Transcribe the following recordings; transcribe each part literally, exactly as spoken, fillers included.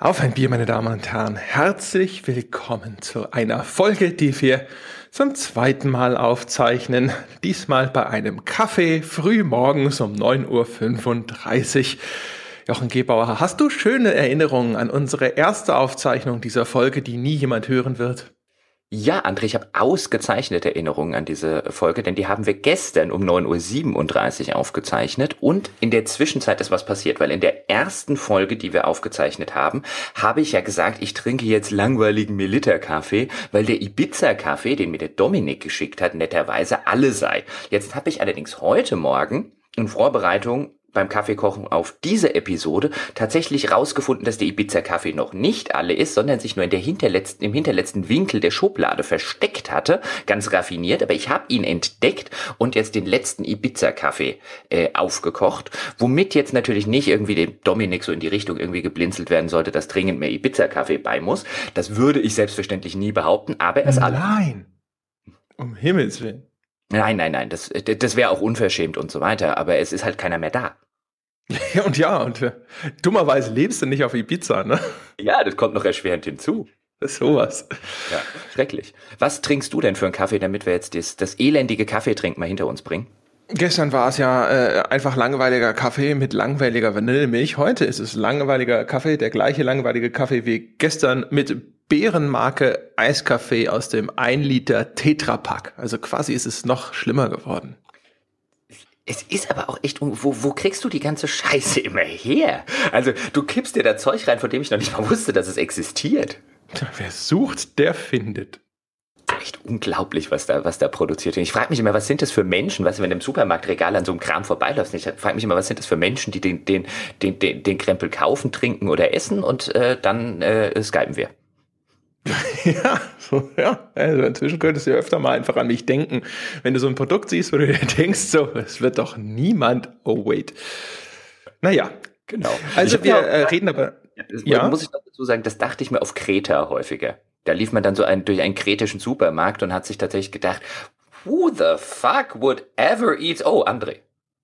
Auf ein Bier, meine Damen und Herren. Herzlich willkommen zu einer Folge, die wir zum zweiten Mal aufzeichnen. Diesmal bei einem Kaffee früh morgens um neun Uhr fünfunddreißig. Jochen Gebauer, hast du schöne Erinnerungen an unsere erste Aufzeichnung dieser Folge, die nie jemand hören wird? Ja, André, ich habe ausgezeichnete Erinnerungen an diese Folge, denn die haben wir gestern um neun Uhr siebenunddreißig aufgezeichnet und in der Zwischenzeit ist was passiert, weil in der ersten Folge, die wir aufgezeichnet haben, habe ich ja gesagt, ich trinke jetzt langweiligen Melitta-Kaffee, weil der Ibiza-Kaffee, den mir der Dominik geschickt hat, netterweise alle sei. Jetzt habe ich allerdings heute Morgen in Vorbereitung beim Kaffeekochen auf diese Episode tatsächlich rausgefunden, dass der Ibiza-Kaffee noch nicht alle ist, sondern sich nur in der hinterletzten, im hinterletzten Winkel der Schublade versteckt hatte, ganz raffiniert, aber ich habe ihn entdeckt und jetzt den letzten Ibiza-Kaffee äh, aufgekocht, womit jetzt natürlich nicht irgendwie dem Dominik so in die Richtung irgendwie geblinzelt werden sollte, dass dringend mehr Ibiza-Kaffee bei muss. Das würde ich selbstverständlich nie behaupten, aber er ist alle. Nein, um Himmels Willen. Nein, nein, nein, das, das wäre auch unverschämt und so weiter, aber es ist halt keiner mehr da. Ja, und ja, und äh, dummerweise lebst du nicht auf Ibiza, ne? Ja, das kommt noch erschwerend hinzu. Das ist sowas. Ja, schrecklich. Was trinkst du denn für einen Kaffee, damit wir jetzt das, das elendige Kaffeetrinken mal hinter uns bringen? Gestern war es ja äh, einfach langweiliger Kaffee mit langweiliger Vanillemilch. Heute ist es langweiliger Kaffee, der gleiche langweilige Kaffee wie gestern mit Bärenmarke Eiskaffee aus dem ein Liter Tetrapack. Also quasi ist es noch schlimmer geworden. Es ist aber auch echt, wo, wo kriegst du die ganze Scheiße immer her? Also du kippst dir da Zeug rein, von dem ich noch nicht mal wusste, dass es existiert. Wer sucht, der findet. Echt unglaublich, was da, was da produziert wird. Ich frage mich immer, was sind das für Menschen, weißt du, wenn du im Supermarktregal an so einem Kram vorbeiläufst, ich frage mich immer, was sind das für Menschen, die den, den, den, den, den Krempel kaufen, trinken oder essen und äh, dann äh, skypen wir. Ja, so, ja. Also inzwischen könntest du ja öfter mal einfach an mich denken. Wenn du so ein Produkt siehst, wo du dir denkst, so, es wird doch niemand, oh wait. Naja, genau. Also wir äh, reden aber... Das ja? Muss ich noch dazu sagen, das dachte ich mir auf Kreta häufiger. Da lief man dann so ein, durch einen kretischen Supermarkt und hat sich tatsächlich gedacht, who the fuck would ever eat... Oh, André.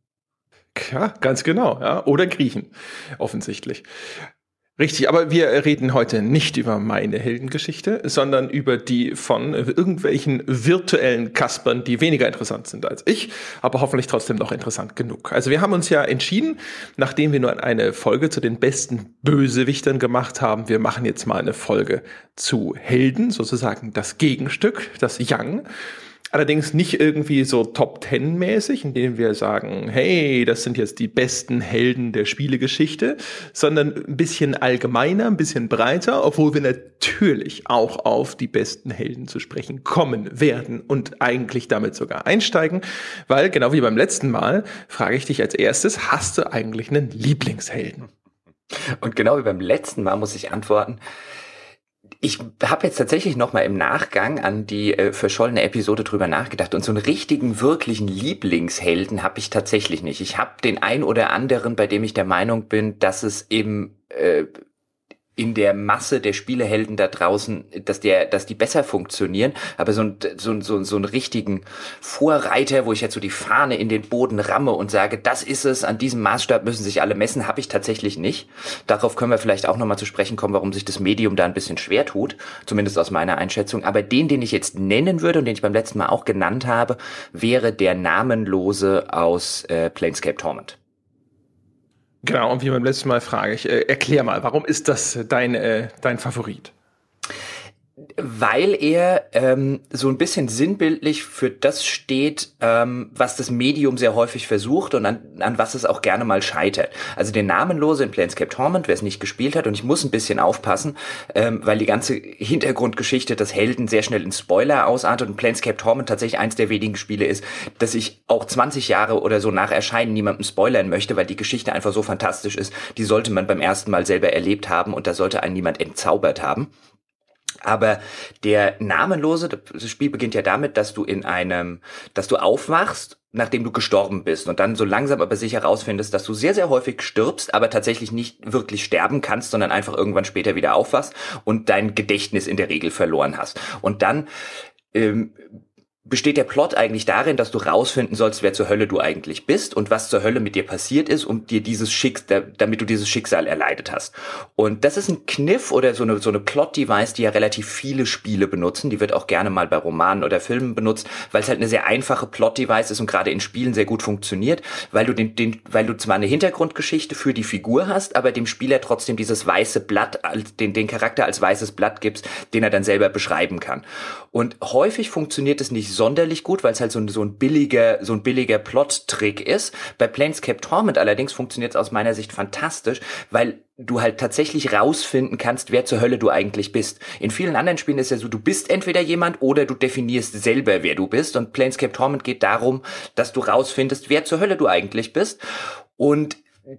Ja, ganz genau. Ja. Oder Griechen, offensichtlich. Richtig, aber wir reden heute nicht über meine Heldengeschichte, sondern über die von irgendwelchen virtuellen Kaspern, die weniger interessant sind als ich, aber hoffentlich trotzdem noch interessant genug. Also wir haben uns ja entschieden, nachdem wir nur eine Folge zu den besten Bösewichtern gemacht haben, wir machen jetzt mal eine Folge zu Helden, sozusagen das Gegenstück, das Yang. Allerdings nicht irgendwie so Top-Ten-mäßig, indem wir sagen, hey, das sind jetzt die besten Helden der Spielegeschichte, sondern ein bisschen allgemeiner, ein bisschen breiter, obwohl wir natürlich auch auf die besten Helden zu sprechen kommen werden und eigentlich damit sogar einsteigen, weil genau wie beim letzten Mal frage ich dich als erstes, hast du eigentlich einen Lieblingshelden? Und genau wie beim letzten Mal muss ich antworten, ich habe jetzt tatsächlich nochmal im Nachgang an die äh, verschollene Episode drüber nachgedacht und so einen richtigen, wirklichen Lieblingshelden habe ich tatsächlich nicht. Ich habe den ein oder anderen, bei dem ich der Meinung bin, dass es eben äh, in der Masse der Spielehelden da draußen, dass der, dass die besser funktionieren, aber so ein, so ein, so ein, so einen richtigen Vorreiter, wo ich jetzt so die Fahne in den Boden ramme und sage, das ist es, an diesem Maßstab müssen sich alle messen, habe ich tatsächlich nicht. Darauf können wir vielleicht auch nochmal zu sprechen kommen, warum sich das Medium da ein bisschen schwer tut, zumindest aus meiner Einschätzung. Aber den, den ich jetzt nennen würde und den ich beim letzten Mal auch genannt habe, wäre der Namenlose aus äh, Planescape Torment. Genau, und wie beim letzten Mal frage ich, äh, erklär mal, warum ist das dein, äh, dein Favorit? Weil er ähm, so ein bisschen sinnbildlich für das steht, ähm, was das Medium sehr häufig versucht und an, an was es auch gerne mal scheitert. Also der Namenlose in Planescape Torment, wer es nicht gespielt hat, und ich muss ein bisschen aufpassen, ähm, weil die ganze Hintergrundgeschichte des Helden sehr schnell in Spoiler ausartet und Planescape Torment tatsächlich eins der wenigen Spiele ist, dass ich auch zwanzig Jahre oder so nach Erscheinen niemandem spoilern möchte, weil die Geschichte einfach so fantastisch ist, die sollte man beim ersten Mal selber erlebt haben und da sollte einen niemand entzaubert haben. Aber der Namenlose, das Spiel beginnt ja damit, dass du in einem, dass du aufwachst, nachdem du gestorben bist und dann so langsam aber sicher rausfindest, dass du sehr, sehr häufig stirbst, aber tatsächlich nicht wirklich sterben kannst, sondern einfach irgendwann später wieder aufwachst und dein Gedächtnis in der Regel verloren hast. Und dann ähm, besteht der Plot eigentlich darin, dass du rausfinden sollst, wer zur Hölle du eigentlich bist und was zur Hölle mit dir passiert ist, um dir dieses Schicksal, damit du dieses Schicksal erleidet hast. Und das ist ein Kniff oder so eine, so eine Plot-Device, die ja relativ viele Spiele benutzen. Die wird auch gerne mal bei Romanen oder Filmen benutzt, weil es halt eine sehr einfache Plot-Device ist und gerade in Spielen sehr gut funktioniert, weil du den, den, weil du zwar eine Hintergrundgeschichte für die Figur hast, aber dem Spieler trotzdem dieses weiße Blatt, den, den Charakter als weißes Blatt gibst, den er dann selber beschreiben kann. Und häufig funktioniert es nicht sonderlich gut, weil es halt so ein, so ein billiger, so ein billiger Plot-Trick ist. Bei Planescape Torment allerdings funktioniert es aus meiner Sicht fantastisch, weil du halt tatsächlich rausfinden kannst, wer zur Hölle du eigentlich bist. In vielen anderen Spielen ist ja so, du bist entweder jemand oder du definierst selber, wer du bist. Und Planescape Torment geht darum, dass du rausfindest, wer zur Hölle du eigentlich bist. Und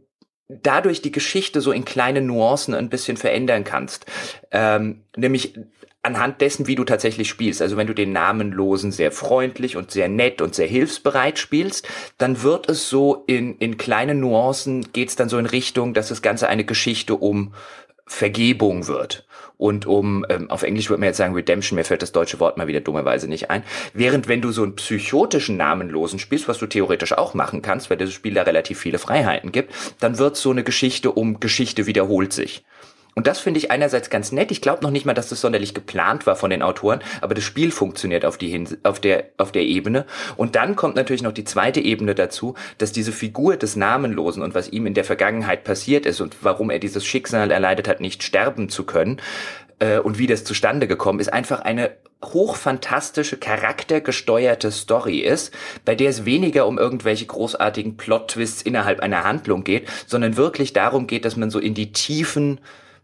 dadurch die Geschichte so in kleine Nuancen ein bisschen verändern kannst. Ähm, nämlich anhand dessen, wie du tatsächlich spielst. Also wenn du den Namenlosen sehr freundlich und sehr nett und sehr hilfsbereit spielst, dann wird es so in in kleinen Nuancen, geht's dann so in Richtung, dass das Ganze eine Geschichte um Vergebung wird. Und um, ähm, auf Englisch würde man jetzt sagen Redemption, mir fällt das deutsche Wort mal wieder dummerweise nicht ein. Während wenn du so einen psychotischen Namenlosen spielst, was du theoretisch auch machen kannst, weil dieses Spiel da relativ viele Freiheiten gibt, dann wird so eine Geschichte um Geschichte wiederholt sich. Und das finde ich einerseits ganz nett. Ich glaube noch nicht mal, dass das sonderlich geplant war von den Autoren, aber das Spiel funktioniert auf die Hins- auf der auf der Ebene. Und dann kommt natürlich noch die zweite Ebene dazu, dass diese Figur des Namenlosen und was ihm in der Vergangenheit passiert ist und warum er dieses Schicksal erleidet hat, nicht sterben zu können äh, und wie das zustande gekommen ist, einfach eine hochfantastische, charaktergesteuerte Story ist, bei der es weniger um irgendwelche großartigen Plot-Twists innerhalb einer Handlung geht, sondern wirklich darum geht, dass man so in die Tiefen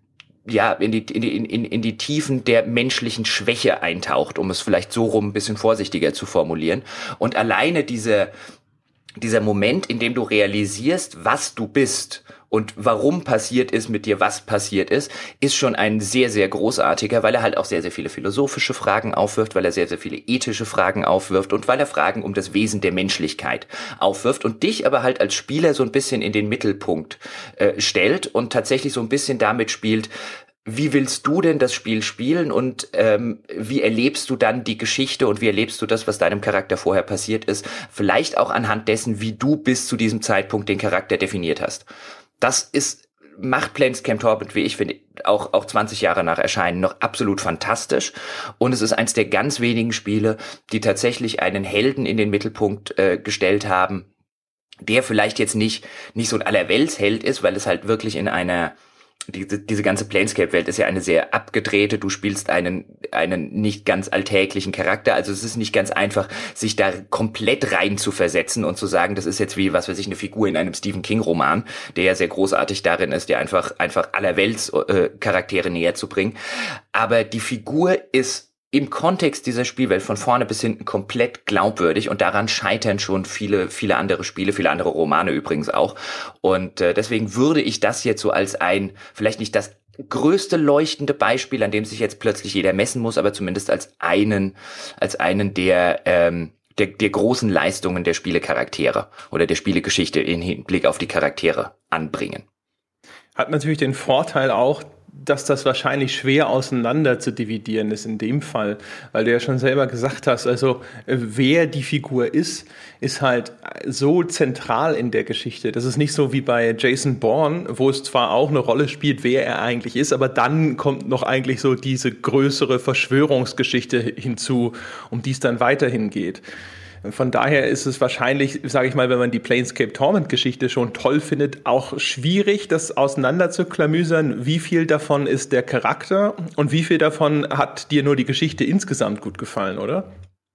ja, in die, in die, in, in die Tiefen der menschlichen Schwäche eintaucht, um es vielleicht so rum ein bisschen vorsichtiger zu formulieren. Und alleine diese, dieser Moment, in dem du realisierst, was du bist und warum passiert ist mit dir, was passiert ist, ist schon ein sehr, sehr großartiger, weil er halt auch sehr, sehr viele philosophische Fragen aufwirft, weil er sehr, sehr viele ethische Fragen aufwirft und weil er Fragen um das Wesen der Menschlichkeit aufwirft und dich aber halt als Spieler so ein bisschen in den Mittelpunkt äh, stellt und tatsächlich so ein bisschen damit spielt, wie willst du denn das Spiel spielen und ähm, wie erlebst du dann die Geschichte und wie erlebst du das, was deinem Charakter vorher passiert ist, vielleicht auch anhand dessen, wie du bis zu diesem Zeitpunkt den Charakter definiert hast. Das ist, macht Planescape Torment, wie ich finde, auch, auch zwanzig Jahre nach Erscheinen noch absolut fantastisch und es ist eins der ganz wenigen Spiele, die tatsächlich einen Helden in den Mittelpunkt äh, gestellt haben, der vielleicht jetzt nicht, nicht so ein Allerweltsheld ist, weil es halt wirklich in einer Diese, diese ganze Planescape-Welt ist ja eine sehr abgedrehte, du spielst einen, einen nicht ganz alltäglichen Charakter, also es ist nicht ganz einfach, sich da komplett rein zu versetzen und zu sagen, das ist jetzt wie, was weiß ich, eine Figur in einem Stephen King-Roman, der ja sehr großartig darin ist, dir einfach, einfach allerwelts äh, Charaktere näher zu bringen. Aber die Figur ist im Kontext dieser Spielwelt von vorne bis hinten komplett glaubwürdig und daran scheitern schon viele, viele andere Spiele, viele andere Romane übrigens auch. Und äh, deswegen würde ich das jetzt so als ein, vielleicht nicht das größte leuchtende Beispiel, an dem sich jetzt plötzlich jeder messen muss, aber zumindest als einen, als einen der, ähm, der, der großen Leistungen der Spielecharaktere oder der Spielegeschichte im Hinblick auf die Charaktere anbringen. Hat natürlich den Vorteil auch, dass das wahrscheinlich schwer auseinander zu dividieren ist in dem Fall, weil du ja schon selber gesagt hast, also wer die Figur ist, ist halt so zentral in der Geschichte. Das ist nicht so wie bei Jason Bourne, wo es zwar auch eine Rolle spielt, wer er eigentlich ist, aber dann kommt noch eigentlich so diese größere Verschwörungsgeschichte hinzu, um die es dann weiterhin geht. Von daher ist es wahrscheinlich, sage ich mal, wenn man die Planescape Torment-Geschichte schon toll findet, auch schwierig, das auseinander zu klamüsern. Wie viel davon ist der Charakter und wie viel davon hat dir nur die Geschichte insgesamt gut gefallen, oder?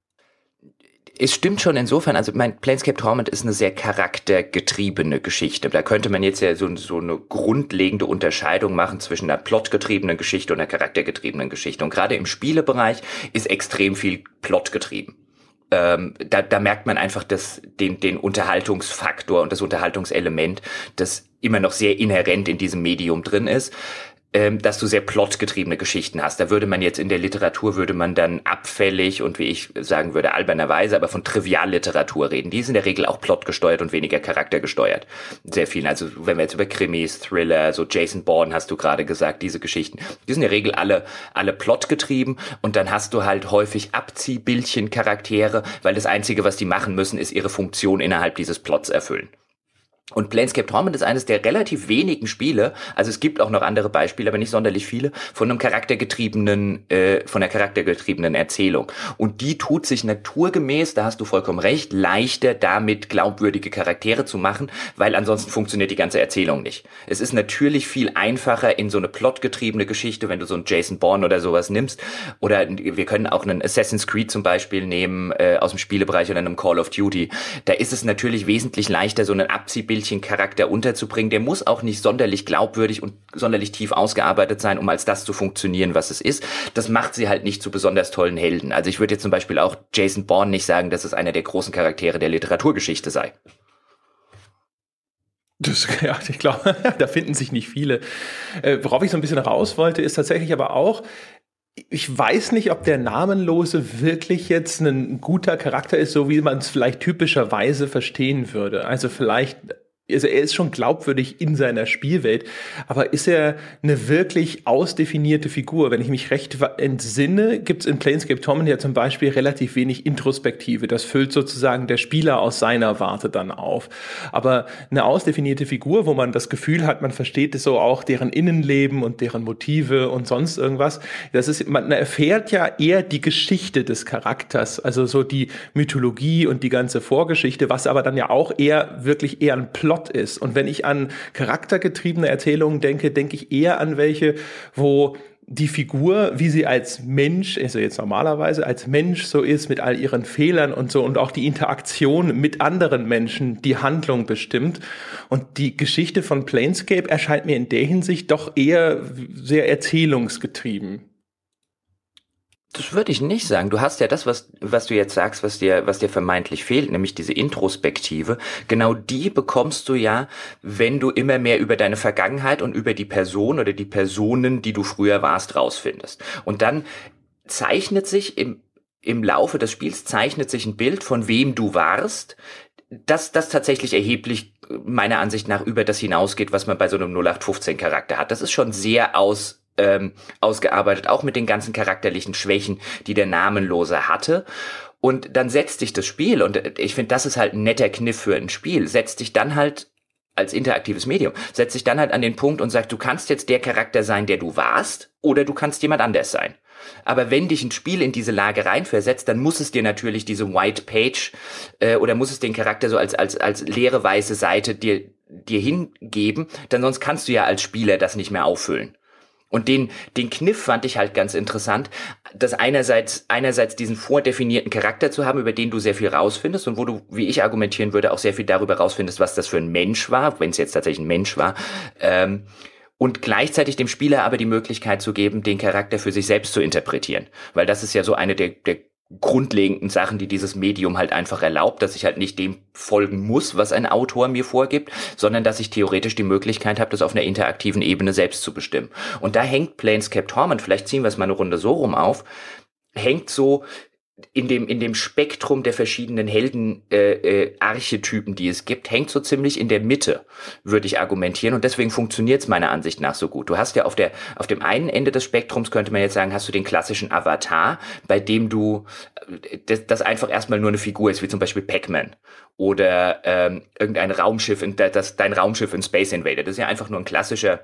Es stimmt schon insofern, also mein Planescape Torment ist eine sehr charaktergetriebene Geschichte. Da könnte man jetzt ja so, so eine grundlegende Unterscheidung machen zwischen einer plotgetriebenen Geschichte und einer charaktergetriebenen Geschichte. Und gerade im Spielebereich ist extrem viel plotgetrieben. Ähm, da, da merkt man einfach das, den, den Unterhaltungsfaktor und das Unterhaltungselement, das immer noch sehr inhärent in diesem Medium drin ist. dass du sehr plotgetriebene Geschichten hast. Da würde man jetzt in der Literatur, würde man dann abfällig und wie ich sagen würde, albernerweise, aber von Trivialliteratur reden. Die ist in der Regel auch plotgesteuert und weniger charaktergesteuert. Sehr viel. Also wenn wir jetzt über Krimis, Thriller, so Jason Bourne hast du gerade gesagt, diese Geschichten, die sind in der Regel alle, alle plotgetrieben und dann hast du halt häufig Abziehbildchen Charaktere, weil das Einzige, was die machen müssen, ist ihre Funktion innerhalb dieses Plots erfüllen. Und Planescape Torment ist eines der relativ wenigen Spiele, also es gibt auch noch andere Beispiele, aber nicht sonderlich viele, von einem charaktergetriebenen, äh, von einer charaktergetriebenen Erzählung. Und die tut sich naturgemäß, da hast du vollkommen recht, leichter damit glaubwürdige Charaktere zu machen, weil ansonsten funktioniert die ganze Erzählung nicht. Es ist natürlich viel einfacher in so eine plotgetriebene Geschichte, wenn du so einen Jason Bourne oder sowas nimmst, oder wir können auch einen Assassin's Creed zum Beispiel nehmen, äh, aus dem Spielebereich oder einem Call of Duty. Da ist es natürlich wesentlich leichter, so einen Abziehbild Charakter unterzubringen. Der muss auch nicht sonderlich glaubwürdig und sonderlich tief ausgearbeitet sein, um als das zu funktionieren, was es ist. Das macht sie halt nicht zu besonders tollen Helden. Also ich würde jetzt zum Beispiel auch Jason Bourne nicht sagen, dass es einer der großen Charaktere der Literaturgeschichte sei. Das, ja, ich glaube, da finden sich nicht viele. Äh, worauf ich so ein bisschen raus wollte, ist tatsächlich aber auch, ich weiß nicht, ob der Namenlose wirklich jetzt ein guter Charakter ist, so wie man es vielleicht typischerweise verstehen würde. Also vielleicht, also er ist schon glaubwürdig in seiner Spielwelt, aber ist er eine wirklich ausdefinierte Figur? Wenn ich mich recht entsinne, gibt es in Planescape Torment ja zum Beispiel relativ wenig Introspektive. Das füllt sozusagen der Spieler aus seiner Warte dann auf. Aber eine ausdefinierte Figur, wo man das Gefühl hat, man versteht so auch deren Innenleben und deren Motive und sonst irgendwas, das ist, man erfährt ja eher die Geschichte des Charakters, also so die Mythologie und die ganze Vorgeschichte, was aber dann ja auch eher wirklich eher ein Plot ist. Und wenn ich an charaktergetriebene Erzählungen denke, denke ich eher an welche, wo die Figur, wie sie als Mensch, also jetzt normalerweise als Mensch so ist, mit all ihren Fehlern und so und auch die Interaktion mit anderen Menschen die Handlung bestimmt. Und die Geschichte von Planescape erscheint mir in der Hinsicht doch eher sehr erzählungsgetrieben. Das würde ich nicht sagen. Du hast ja das, was, was du jetzt sagst, was dir, was dir vermeintlich fehlt, nämlich diese Introspektive. Genau die bekommst du ja, wenn du immer mehr über deine Vergangenheit und über die Person oder die Personen, die du früher warst, rausfindest. Und dann zeichnet sich im, im Laufe des Spiels zeichnet sich ein Bild von wem du warst, das, das tatsächlich erheblich meiner Ansicht nach über das hinausgeht, was man bei so einem null acht fünfzehn Charakter hat. Das ist schon sehr aus, Ähm, ausgearbeitet, auch mit den ganzen charakterlichen Schwächen, die der Namenlose hatte. Und dann setzt dich das Spiel, und ich finde, das ist halt ein netter Kniff für ein Spiel, setzt dich dann halt als interaktives Medium, setzt dich dann halt an den Punkt und sagt, du kannst jetzt der Charakter sein, der du warst, oder du kannst jemand anders sein. Aber wenn dich ein Spiel in diese Lage reinversetzt, dann muss es dir natürlich diese White Page äh, oder muss es den Charakter so als als als leere weiße Seite dir dir hingeben, denn sonst kannst du ja als Spieler das nicht mehr auffüllen. Und den, den Kniff fand ich halt ganz interessant, dass einerseits, einerseits diesen vordefinierten Charakter zu haben, über den du sehr viel rausfindest und wo du, wie ich argumentieren würde, auch sehr viel darüber rausfindest, was das für ein Mensch war, wenn es jetzt tatsächlich ein Mensch war, ähm, und gleichzeitig dem Spieler aber die Möglichkeit zu geben, den Charakter für sich selbst zu interpretieren. Weil das ist ja so eine der, der grundlegenden Sachen, die dieses Medium halt einfach erlaubt, dass ich halt nicht dem folgen muss, was ein Autor mir vorgibt, sondern dass ich theoretisch die Möglichkeit habe, das auf einer interaktiven Ebene selbst zu bestimmen. Und da hängt Planescape Torment, vielleicht ziehen wir es mal eine Runde so rum auf, hängt so in dem in dem Spektrum der verschiedenen Helden äh, äh, Archetypen, die es gibt, hängt so ziemlich in der Mitte, würde ich argumentieren, und deswegen funktioniert es meiner Ansicht nach so gut. Du hast ja auf der auf dem einen Ende des Spektrums, könnte man jetzt sagen, hast du den klassischen Avatar, bei dem du das, das einfach erstmal nur eine Figur ist, wie zum Beispiel Pac-Man oder ähm, irgendein Raumschiff, in, das dein Raumschiff in Space Invader. Das ist ja einfach nur ein klassischer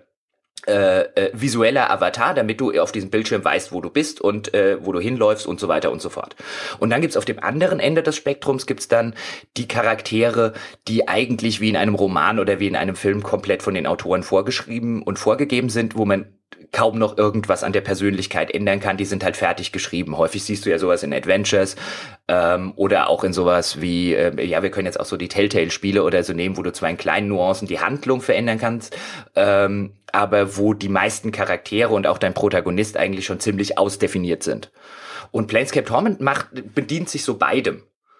Äh, äh, visueller Avatar, damit du auf diesem Bildschirm weißt, wo du bist und äh, wo du hinläufst und so weiter und so fort. Und dann gibt's auf dem anderen Ende des Spektrums gibt's dann die Charaktere, die eigentlich wie in einem Roman oder wie in einem Film komplett von den Autoren vorgeschrieben und vorgegeben sind, wo man kaum noch irgendwas an der Persönlichkeit ändern kann, die sind halt fertig geschrieben. Häufig siehst du ja sowas in Adventures ähm, oder auch in sowas wie, äh, ja, wir können jetzt auch so die Telltale-Spiele oder so nehmen, wo du zwar in kleinen Nuancen die Handlung verändern kannst, ähm, aber wo die meisten Charaktere und auch dein Protagonist eigentlich schon ziemlich ausdefiniert sind. Und Planescape Torment macht, bedient sich so beidem.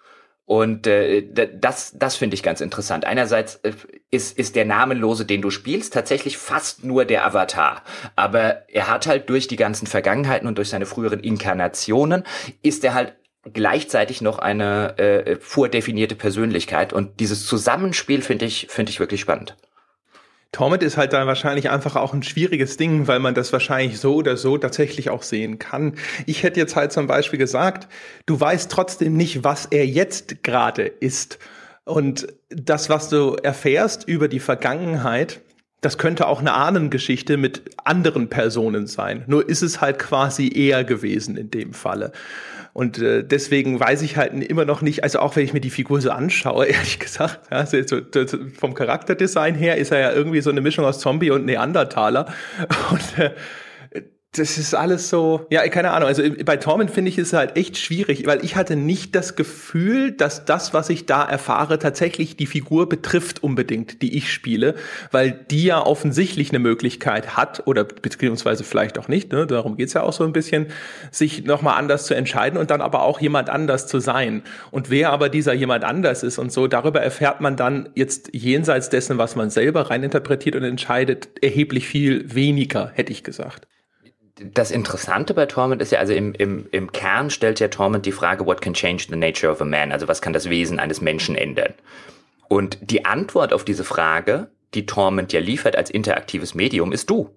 Und äh, das, das finde ich ganz interessant. Einerseits äh, ist, ist der Namenlose, den du spielst, tatsächlich fast nur der Avatar. Aber er hat halt durch die ganzen Vergangenheiten und durch seine früheren Inkarnationen, ist er halt gleichzeitig noch eine äh, vordefinierte Persönlichkeit. Und dieses Zusammenspiel finde ich, finde ich wirklich spannend. Torment ist halt dann wahrscheinlich einfach auch ein schwieriges Ding, weil man das wahrscheinlich so oder so tatsächlich auch sehen kann. Ich hätte jetzt halt zum Beispiel gesagt, du weißt trotzdem nicht, was er jetzt gerade ist. Und das, was du erfährst über die Vergangenheit, das könnte auch eine Ahnengeschichte mit anderen Personen sein. Nur ist es halt quasi er gewesen in dem Falle. Und äh, deswegen weiß ich halt immer noch nicht, also auch wenn ich mir die Figur so anschaue, ehrlich gesagt, ja, so, so, vom Charakterdesign her ist er ja irgendwie so eine Mischung aus Zombie und Neandertaler. Und äh, das ist alles so, ja, keine Ahnung, also bei Torment finde ich es halt echt schwierig, weil ich hatte nicht das Gefühl, dass das, was ich da erfahre, tatsächlich die Figur betrifft unbedingt, die ich spiele, weil die ja offensichtlich eine Möglichkeit hat, oder beziehungsweise vielleicht auch nicht, ne, darum geht's ja auch so ein bisschen, sich nochmal anders zu entscheiden und dann aber auch jemand anders zu sein. Und wer aber dieser jemand anders ist und so, darüber erfährt man dann jetzt jenseits dessen, was man selber reininterpretiert und entscheidet, erheblich viel weniger, hätte ich gesagt. Das Interessante bei Torment ist ja, also im, im, im Kern stellt ja Torment die Frage, what can change the nature of a man? Also was kann das Wesen eines Menschen ändern? Und die Antwort auf diese Frage, die Torment ja liefert als interaktives Medium, ist du.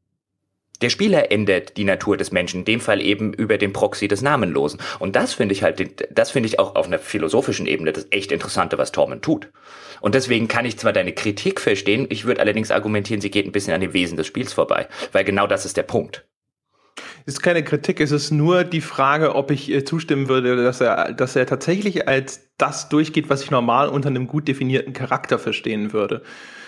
Der Spieler ändert die Natur des Menschen, in dem Fall eben über den Proxy des Namenlosen. Und das finde ich halt, das finde ich auch auf einer philosophischen Ebene das echt Interessante, was Torment tut. Und deswegen kann ich zwar deine Kritik verstehen, ich würde allerdings argumentieren, sie geht ein bisschen an dem Wesen des Spiels vorbei, weil genau das ist der Punkt. Ist keine Kritik, es ist nur die Frage, ob ich äh, zustimmen würde, dass er, dass er tatsächlich als das durchgeht, was ich normal unter einem gut definierten Charakter verstehen würde.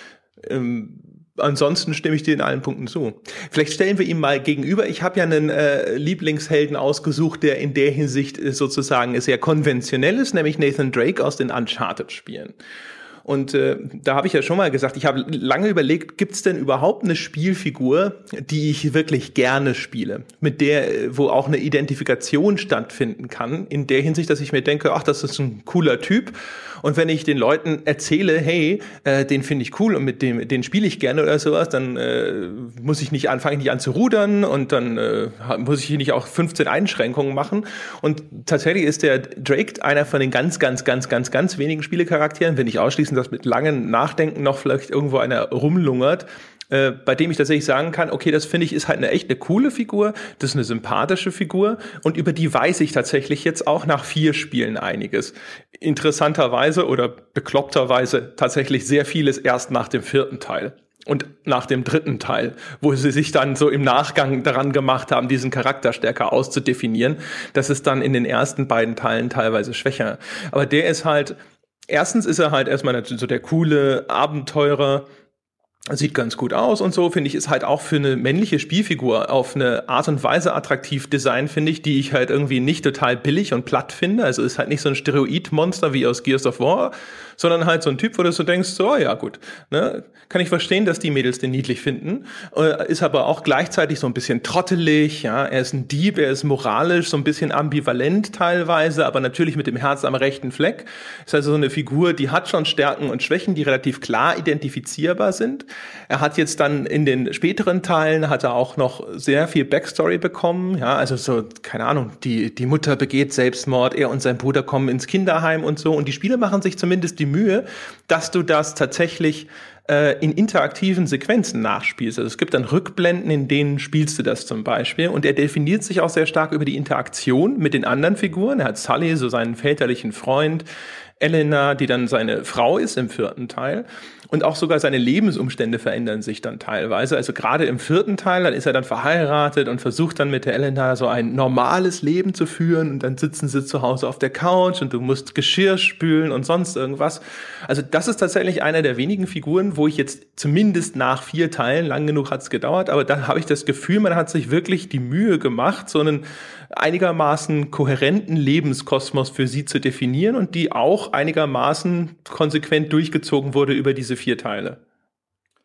Ähm, ansonsten stimme ich dir in allen Punkten zu. Vielleicht stellen wir ihm mal gegenüber. Ich habe ja einen äh, Lieblingshelden ausgesucht, der in der Hinsicht äh, sozusagen sehr konventionell ist, nämlich Nathan Drake aus den Uncharted-Spielen. Und äh, da habe ich ja schon mal gesagt, ich habe lange überlegt, gibt es denn überhaupt eine Spielfigur, die ich wirklich gerne spiele, mit der, wo auch eine Identifikation stattfinden kann, in der Hinsicht, dass ich mir denke, ach, das ist ein cooler Typ. Und wenn ich den Leuten erzähle, hey, äh, den finde ich cool und mit dem, den spiele ich gerne oder sowas, dann äh, muss ich nicht anfangen, nicht an zu rudern und dann äh, muss ich hier nicht auch fünfzehn Einschränkungen machen. Und tatsächlich ist der Drake einer von den ganz, ganz, ganz, ganz, ganz wenigen Spielecharakteren, wenn ich ausschließen, dass mit langem Nachdenken noch vielleicht irgendwo einer rumlungert, äh, bei dem ich tatsächlich sagen kann, okay, das finde ich ist halt eine echt eine coole Figur, das ist eine sympathische Figur und über die weiß ich tatsächlich jetzt auch nach vier Spielen einiges. Interessanterweise oder bekloppterweise tatsächlich sehr vieles erst nach dem vierten Teil. Und nach dem dritten Teil, wo sie sich dann so im Nachgang daran gemacht haben, diesen Charakter stärker auszudefinieren, das ist dann in den ersten beiden Teilen teilweise schwächer. Aber der ist halt, erstens ist er halt erstmal so der coole Abenteurer, sieht ganz gut aus und so, finde ich, ist halt auch für eine männliche Spielfigur auf eine Art und Weise attraktiv Design, finde ich, die ich halt irgendwie nicht total billig und platt finde. Also ist halt nicht so ein Steroid-Monster wie aus Gears of War, sondern halt so ein Typ, wo du so denkst, so, ja gut, ne, kann ich verstehen, dass die Mädels den niedlich finden, äh, ist aber auch gleichzeitig so ein bisschen trottelig, ja, er ist ein Dieb, er ist moralisch, so ein bisschen ambivalent teilweise, aber natürlich mit dem Herz am rechten Fleck. Ist also so eine Figur, die hat schon Stärken und Schwächen, die relativ klar identifizierbar sind. Er hat jetzt dann in den späteren Teilen hat er auch noch sehr viel Backstory bekommen, ja, also so, keine Ahnung, die, die Mutter begeht Selbstmord, er und sein Bruder kommen ins Kinderheim und so und die Spiele machen sich zumindest die Mühe, dass du das tatsächlich äh, in interaktiven Sequenzen nachspielst. Also es gibt dann Rückblenden, in denen spielst du das zum Beispiel und er definiert sich auch sehr stark über die Interaktion mit den anderen Figuren. Er hat Sully, so seinen väterlichen Freund, Elena, die dann seine Frau ist im vierten Teil. Und auch sogar seine Lebensumstände verändern sich dann teilweise. Also gerade im vierten Teil, dann ist er dann verheiratet und versucht dann mit der Elena so ein normales Leben zu führen. Und dann sitzen sie zu Hause auf der Couch und du musst Geschirr spülen und sonst irgendwas. Also das ist tatsächlich einer der wenigen Figuren, wo ich jetzt zumindest nach vier Teilen, lang genug hat es gedauert, aber da habe ich das Gefühl, man hat sich wirklich die Mühe gemacht, so einen einigermaßen kohärenten Lebenskosmos für sie zu definieren und die auch einigermaßen konsequent durchgezogen wurde über diese vier Teile.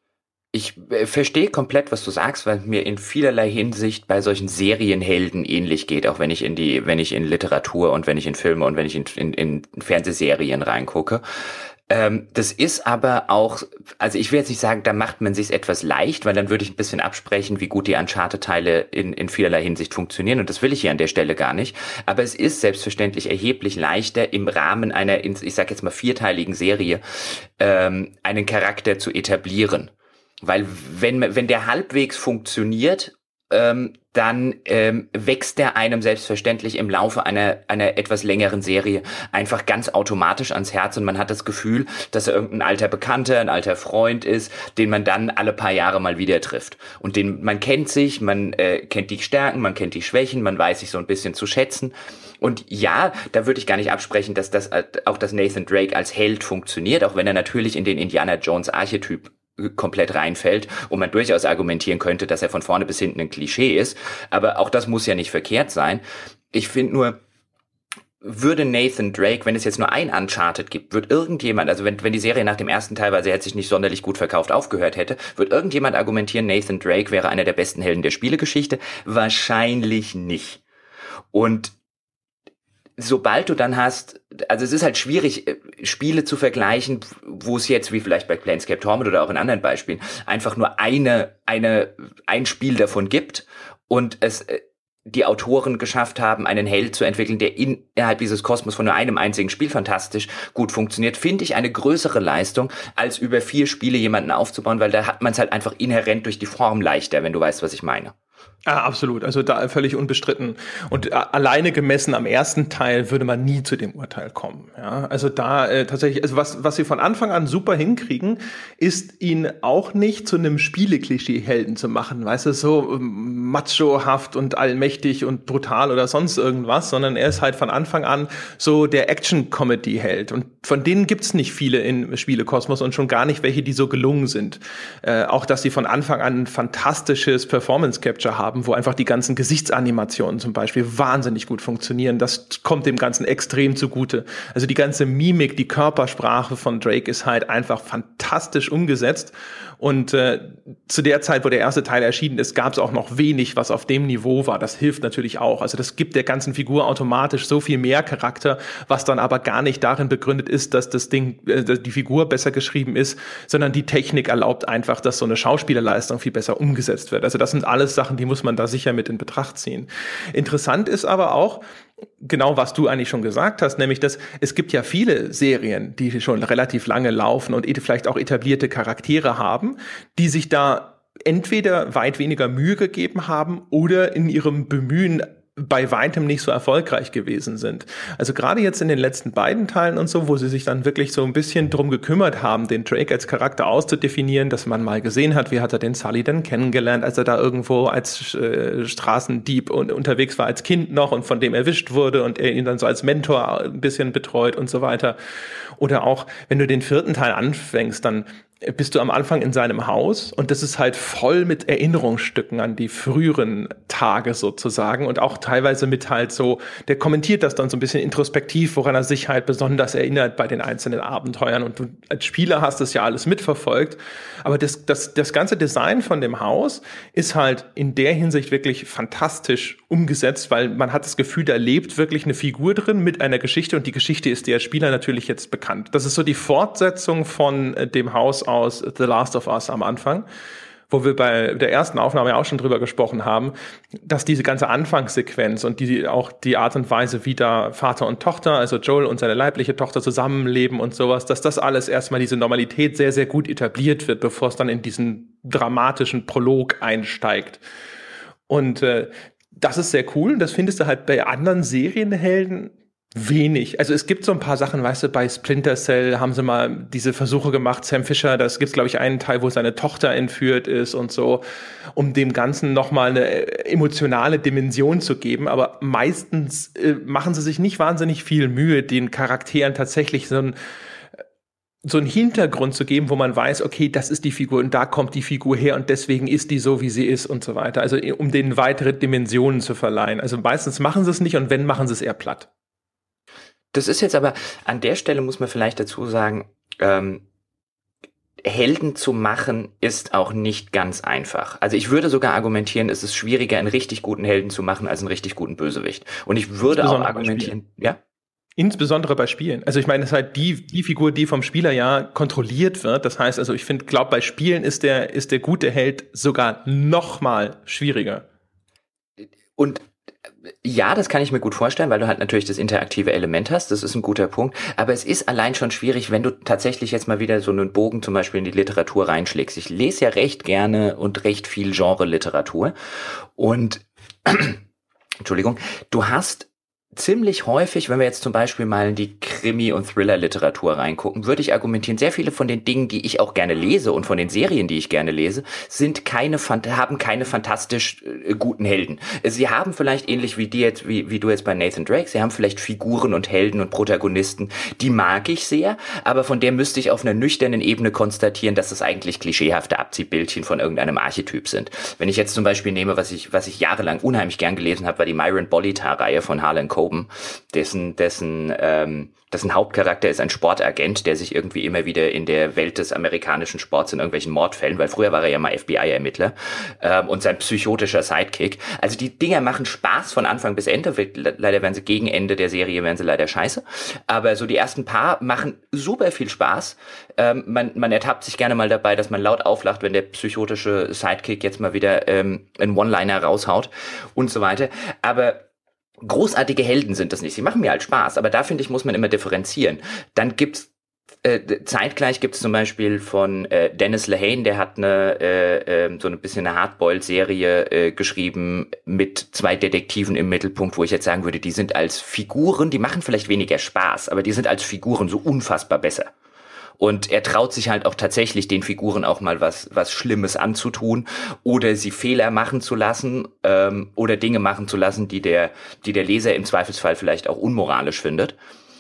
Ich äh, verstehe komplett, was du sagst, weil mir in vielerlei Hinsicht bei solchen Serienhelden ähnlich geht, auch wenn ich in die, wenn ich in Literatur und wenn ich in Filme und wenn ich in, in, in Fernsehserien reingucke. Ähm, das ist aber auch, also ich will jetzt nicht sagen, da macht man sich etwas leicht, weil dann würde ich ein bisschen absprechen, wie gut die Uncharted-Teile in, in vielerlei Hinsicht funktionieren, und das will ich hier an der Stelle gar nicht. Aber es ist selbstverständlich erheblich leichter, im Rahmen einer, ich sag jetzt mal vierteiligen Serie, ähm, einen Charakter zu etablieren. Weil wenn, wenn der halbwegs funktioniert, ähm, dann ähm, wächst der einem selbstverständlich im Laufe einer, einer etwas längeren Serie einfach ganz automatisch ans Herz, und man hat das Gefühl, dass er irgendein alter Bekannter, ein alter Freund ist, den man dann alle paar Jahre mal wieder trifft. Und den, man kennt sich, man äh, kennt die Stärken, man kennt die Schwächen, man weiß sich so ein bisschen zu schätzen. Und ja, da würde ich gar nicht absprechen, dass das auch das Nathan Drake als Held funktioniert, auch wenn er natürlich in den Indiana Jones Archetyp komplett reinfällt und man durchaus argumentieren könnte, dass er von vorne bis hinten ein Klischee ist. Aber auch das muss ja nicht verkehrt sein. Ich finde nur, würde Nathan Drake, wenn es jetzt nur ein Uncharted gibt, wird irgendjemand, also wenn, wenn die Serie nach dem ersten Teil, weil sie hätte sich nicht sonderlich gut verkauft, aufgehört hätte, wird irgendjemand argumentieren, Nathan Drake wäre einer der besten Helden der Spielegeschichte? Wahrscheinlich nicht. Und sobald du dann hast, also es ist halt schwierig, Spiele zu vergleichen, wo es jetzt, wie vielleicht bei Planescape Torment oder auch in anderen Beispielen, einfach nur eine, eine, ein Spiel davon gibt und es die Autoren geschafft haben, einen Held zu entwickeln, der innerhalb dieses Kosmos von nur einem einzigen Spiel fantastisch gut funktioniert, finde ich eine größere Leistung, als über vier Spiele jemanden aufzubauen, weil da hat man es halt einfach inhärent durch die Form leichter, wenn du weißt, was ich meine. Ah, absolut. Also da völlig unbestritten. Und alleine gemessen am ersten Teil würde man nie zu dem Urteil kommen. Ja, also da äh, tatsächlich, also was was sie von Anfang an super hinkriegen, ist ihn auch nicht zu einem Spiele-Klischee-Helden zu machen, weißt du, so machohaft und allmächtig und brutal oder sonst irgendwas, sondern er ist halt von Anfang an so der Action-Comedy-Held. Und von denen gibt's nicht viele im Spielekosmos und schon gar nicht welche, die so gelungen sind. Äh, auch, dass sie von Anfang an ein fantastisches Performance-Capture haben, wo einfach die ganzen Gesichtsanimationen zum Beispiel wahnsinnig gut funktionieren. Das kommt dem Ganzen extrem zugute. Also die ganze Mimik, die Körpersprache von Drake ist halt einfach fantastisch umgesetzt. Und äh, zu der Zeit, wo der erste Teil erschienen ist, gab es auch noch wenig, was auf dem Niveau war. Das hilft natürlich auch. Also das gibt der ganzen Figur automatisch so viel mehr Charakter, was dann aber gar nicht darin begründet ist, dass das Ding, äh, dass die Figur besser geschrieben ist, sondern die Technik erlaubt einfach, dass so eine Schauspielerleistung viel besser umgesetzt wird. Also das sind alles Sachen, die muss man da sicher mit in Betracht ziehen. Interessant ist aber auch, genau, was du eigentlich schon gesagt hast, nämlich, dass es gibt ja viele Serien, die schon relativ lange laufen und vielleicht auch etablierte Charaktere haben, die sich da entweder weit weniger Mühe gegeben haben oder in ihrem Bemühen bei weitem nicht so erfolgreich gewesen sind. Also gerade jetzt in den letzten beiden Teilen und so, wo sie sich dann wirklich so ein bisschen drum gekümmert haben, den Drake als Charakter auszudefinieren, dass man mal gesehen hat, wie hat er den Sully denn kennengelernt, als er da irgendwo als äh, Straßendieb und unterwegs war als Kind noch und von dem erwischt wurde und er ihn dann so als Mentor ein bisschen betreut und so weiter. Oder auch, wenn du den vierten Teil anfängst, dann bist du am Anfang in seinem Haus und das ist halt voll mit Erinnerungsstücken an die früheren Tage sozusagen und auch teilweise mit halt so, der kommentiert das dann so ein bisschen introspektiv, woran er sich halt besonders erinnert bei den einzelnen Abenteuern, und du als Spieler hast das ja alles mitverfolgt, aber das, das, das ganze Design von dem Haus ist halt in der Hinsicht wirklich fantastisch umgesetzt, weil man hat das Gefühl, da lebt wirklich eine Figur drin mit einer Geschichte, und die Geschichte ist der Spieler natürlich jetzt bekannt. Das ist so die Fortsetzung von dem Haus aus The Last of Us am Anfang, wo wir bei der ersten Aufnahme auch schon drüber gesprochen haben, dass diese ganze Anfangssequenz und die auch die Art und Weise, wie da Vater und Tochter, also Joel und seine leibliche Tochter zusammenleben und sowas, dass das alles erstmal diese Normalität sehr, sehr gut etabliert wird, bevor es dann in diesen dramatischen Prolog einsteigt. Und äh, das ist sehr cool. Das findest du halt bei anderen Serienhelden wenig. Also es gibt so ein paar Sachen, weißt du, bei Splinter Cell haben sie mal diese Versuche gemacht, Sam Fisher, das gibt's, glaube ich, einen Teil, wo seine Tochter entführt ist und so, um dem Ganzen nochmal eine emotionale Dimension zu geben, aber meistens äh, machen sie sich nicht wahnsinnig viel Mühe, den Charakteren tatsächlich so ein so einen Hintergrund zu geben, wo man weiß, okay, das ist die Figur und da kommt die Figur her und deswegen ist die so, wie sie ist und so weiter. Also um denen weitere Dimensionen zu verleihen. Also meistens machen sie es nicht, und wenn, machen sie es eher platt. Das ist jetzt aber, an der Stelle muss man vielleicht dazu sagen, ähm, Helden zu machen ist auch nicht ganz einfach. Also ich würde sogar argumentieren, es ist schwieriger, einen richtig guten Helden zu machen, als einen richtig guten Bösewicht. Und ich würde auch argumentieren, ja? Insbesondere bei Spielen. Also ich meine, das ist halt die, die Figur, die vom Spieler ja kontrolliert wird. Das heißt, also ich finde, glaube bei Spielen ist der, ist der gute Held sogar noch mal schwieriger. Und ja, das kann ich mir gut vorstellen, weil du halt natürlich das interaktive Element hast. Das ist ein guter Punkt. Aber es ist allein schon schwierig, wenn du tatsächlich jetzt mal wieder so einen Bogen zum Beispiel in die Literatur reinschlägst. Ich lese ja recht gerne und recht viel Genre-Literatur. Und, Entschuldigung, du hast ziemlich häufig, wenn wir jetzt zum Beispiel mal in die Krimi- und Thriller-Literatur reingucken, würde ich argumentieren, sehr viele von den Dingen, die ich auch gerne lese und von den Serien, die ich gerne lese, sind keine, haben keine fantastisch äh, guten Helden. Sie haben vielleicht ähnlich wie die jetzt, wie, wie du jetzt bei Nathan Drake, sie haben vielleicht Figuren und Helden und Protagonisten, die mag ich sehr, aber von der müsste ich auf einer nüchternen Ebene konstatieren, dass es eigentlich klischeehafte Abziehbildchen von irgendeinem Archetyp sind. Wenn ich jetzt zum Beispiel nehme, was ich, was ich jahrelang unheimlich gern gelesen habe, war die Myron Bolitar-Reihe von Harlan Coben, dessen, dessen, ähm, dessen Hauptcharakter ist ein Sportagent, der sich irgendwie immer wieder in der Welt des amerikanischen Sports in irgendwelchen Mordfällen, weil früher war er ja mal F B I-Ermittler, ähm, und sein psychotischer Sidekick. Also die Dinger machen Spaß von Anfang bis Ende. Leider werden sie gegen Ende der Serie, werden sie leider scheiße. Aber so die ersten paar machen super viel Spaß. Ähm, man, man ertappt sich gerne mal dabei, dass man laut auflacht, wenn der psychotische Sidekick jetzt mal wieder ähm, einen One-Liner raushaut und so weiter. Aber großartige Helden sind das nicht. Sie machen mir halt Spaß, aber da finde ich, muss man immer differenzieren. Dann gibt's äh, zeitgleich gibt's zum Beispiel von äh, Dennis Lehane, der hat eine äh, äh, so ein bisschen eine Hardboiled-Serie äh, geschrieben mit zwei Detektiven im Mittelpunkt, wo ich jetzt sagen würde, die sind als Figuren, die machen vielleicht weniger Spaß, aber die sind als Figuren so unfassbar besser. Und er traut sich halt auch tatsächlich den Figuren auch mal was was Schlimmes anzutun oder sie Fehler machen zu lassen ähm, oder Dinge machen zu lassen, die der die der Leser im Zweifelsfall vielleicht auch unmoralisch findet.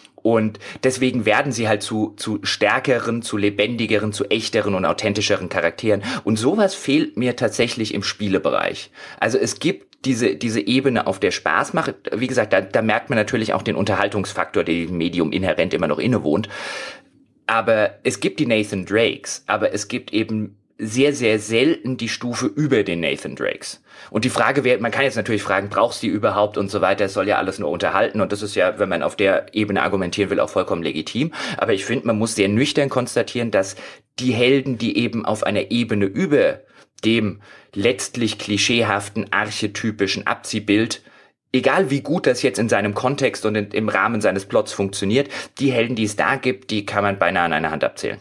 Und deswegen werden sie halt zu zu stärkeren, zu lebendigeren, zu echteren und authentischeren Charakteren. Und sowas fehlt mir tatsächlich im Spielebereich. Also es gibt diese diese Ebene, auf der Spaß macht. Wie gesagt, da, da merkt man natürlich auch den Unterhaltungsfaktor, der dem Medium inhärent immer noch innewohnt. Aber es gibt die Nathan Drakes, aber es gibt eben sehr, sehr selten die Stufe über den Nathan Drakes. Und die Frage wäre, man kann jetzt natürlich fragen, brauchst du die überhaupt und so weiter, es soll ja alles nur unterhalten und das ist ja, wenn man auf der Ebene argumentieren will, auch vollkommen legitim. Aber ich finde, man muss sehr nüchtern konstatieren, dass die Helden, die eben auf einer Ebene über dem letztlich klischeehaften, archetypischen Abziehbild, egal wie gut das jetzt in seinem Kontext und in, im Rahmen seines Plots funktioniert, die Helden, die es da gibt, die kann man beinahe an einer Hand abzählen.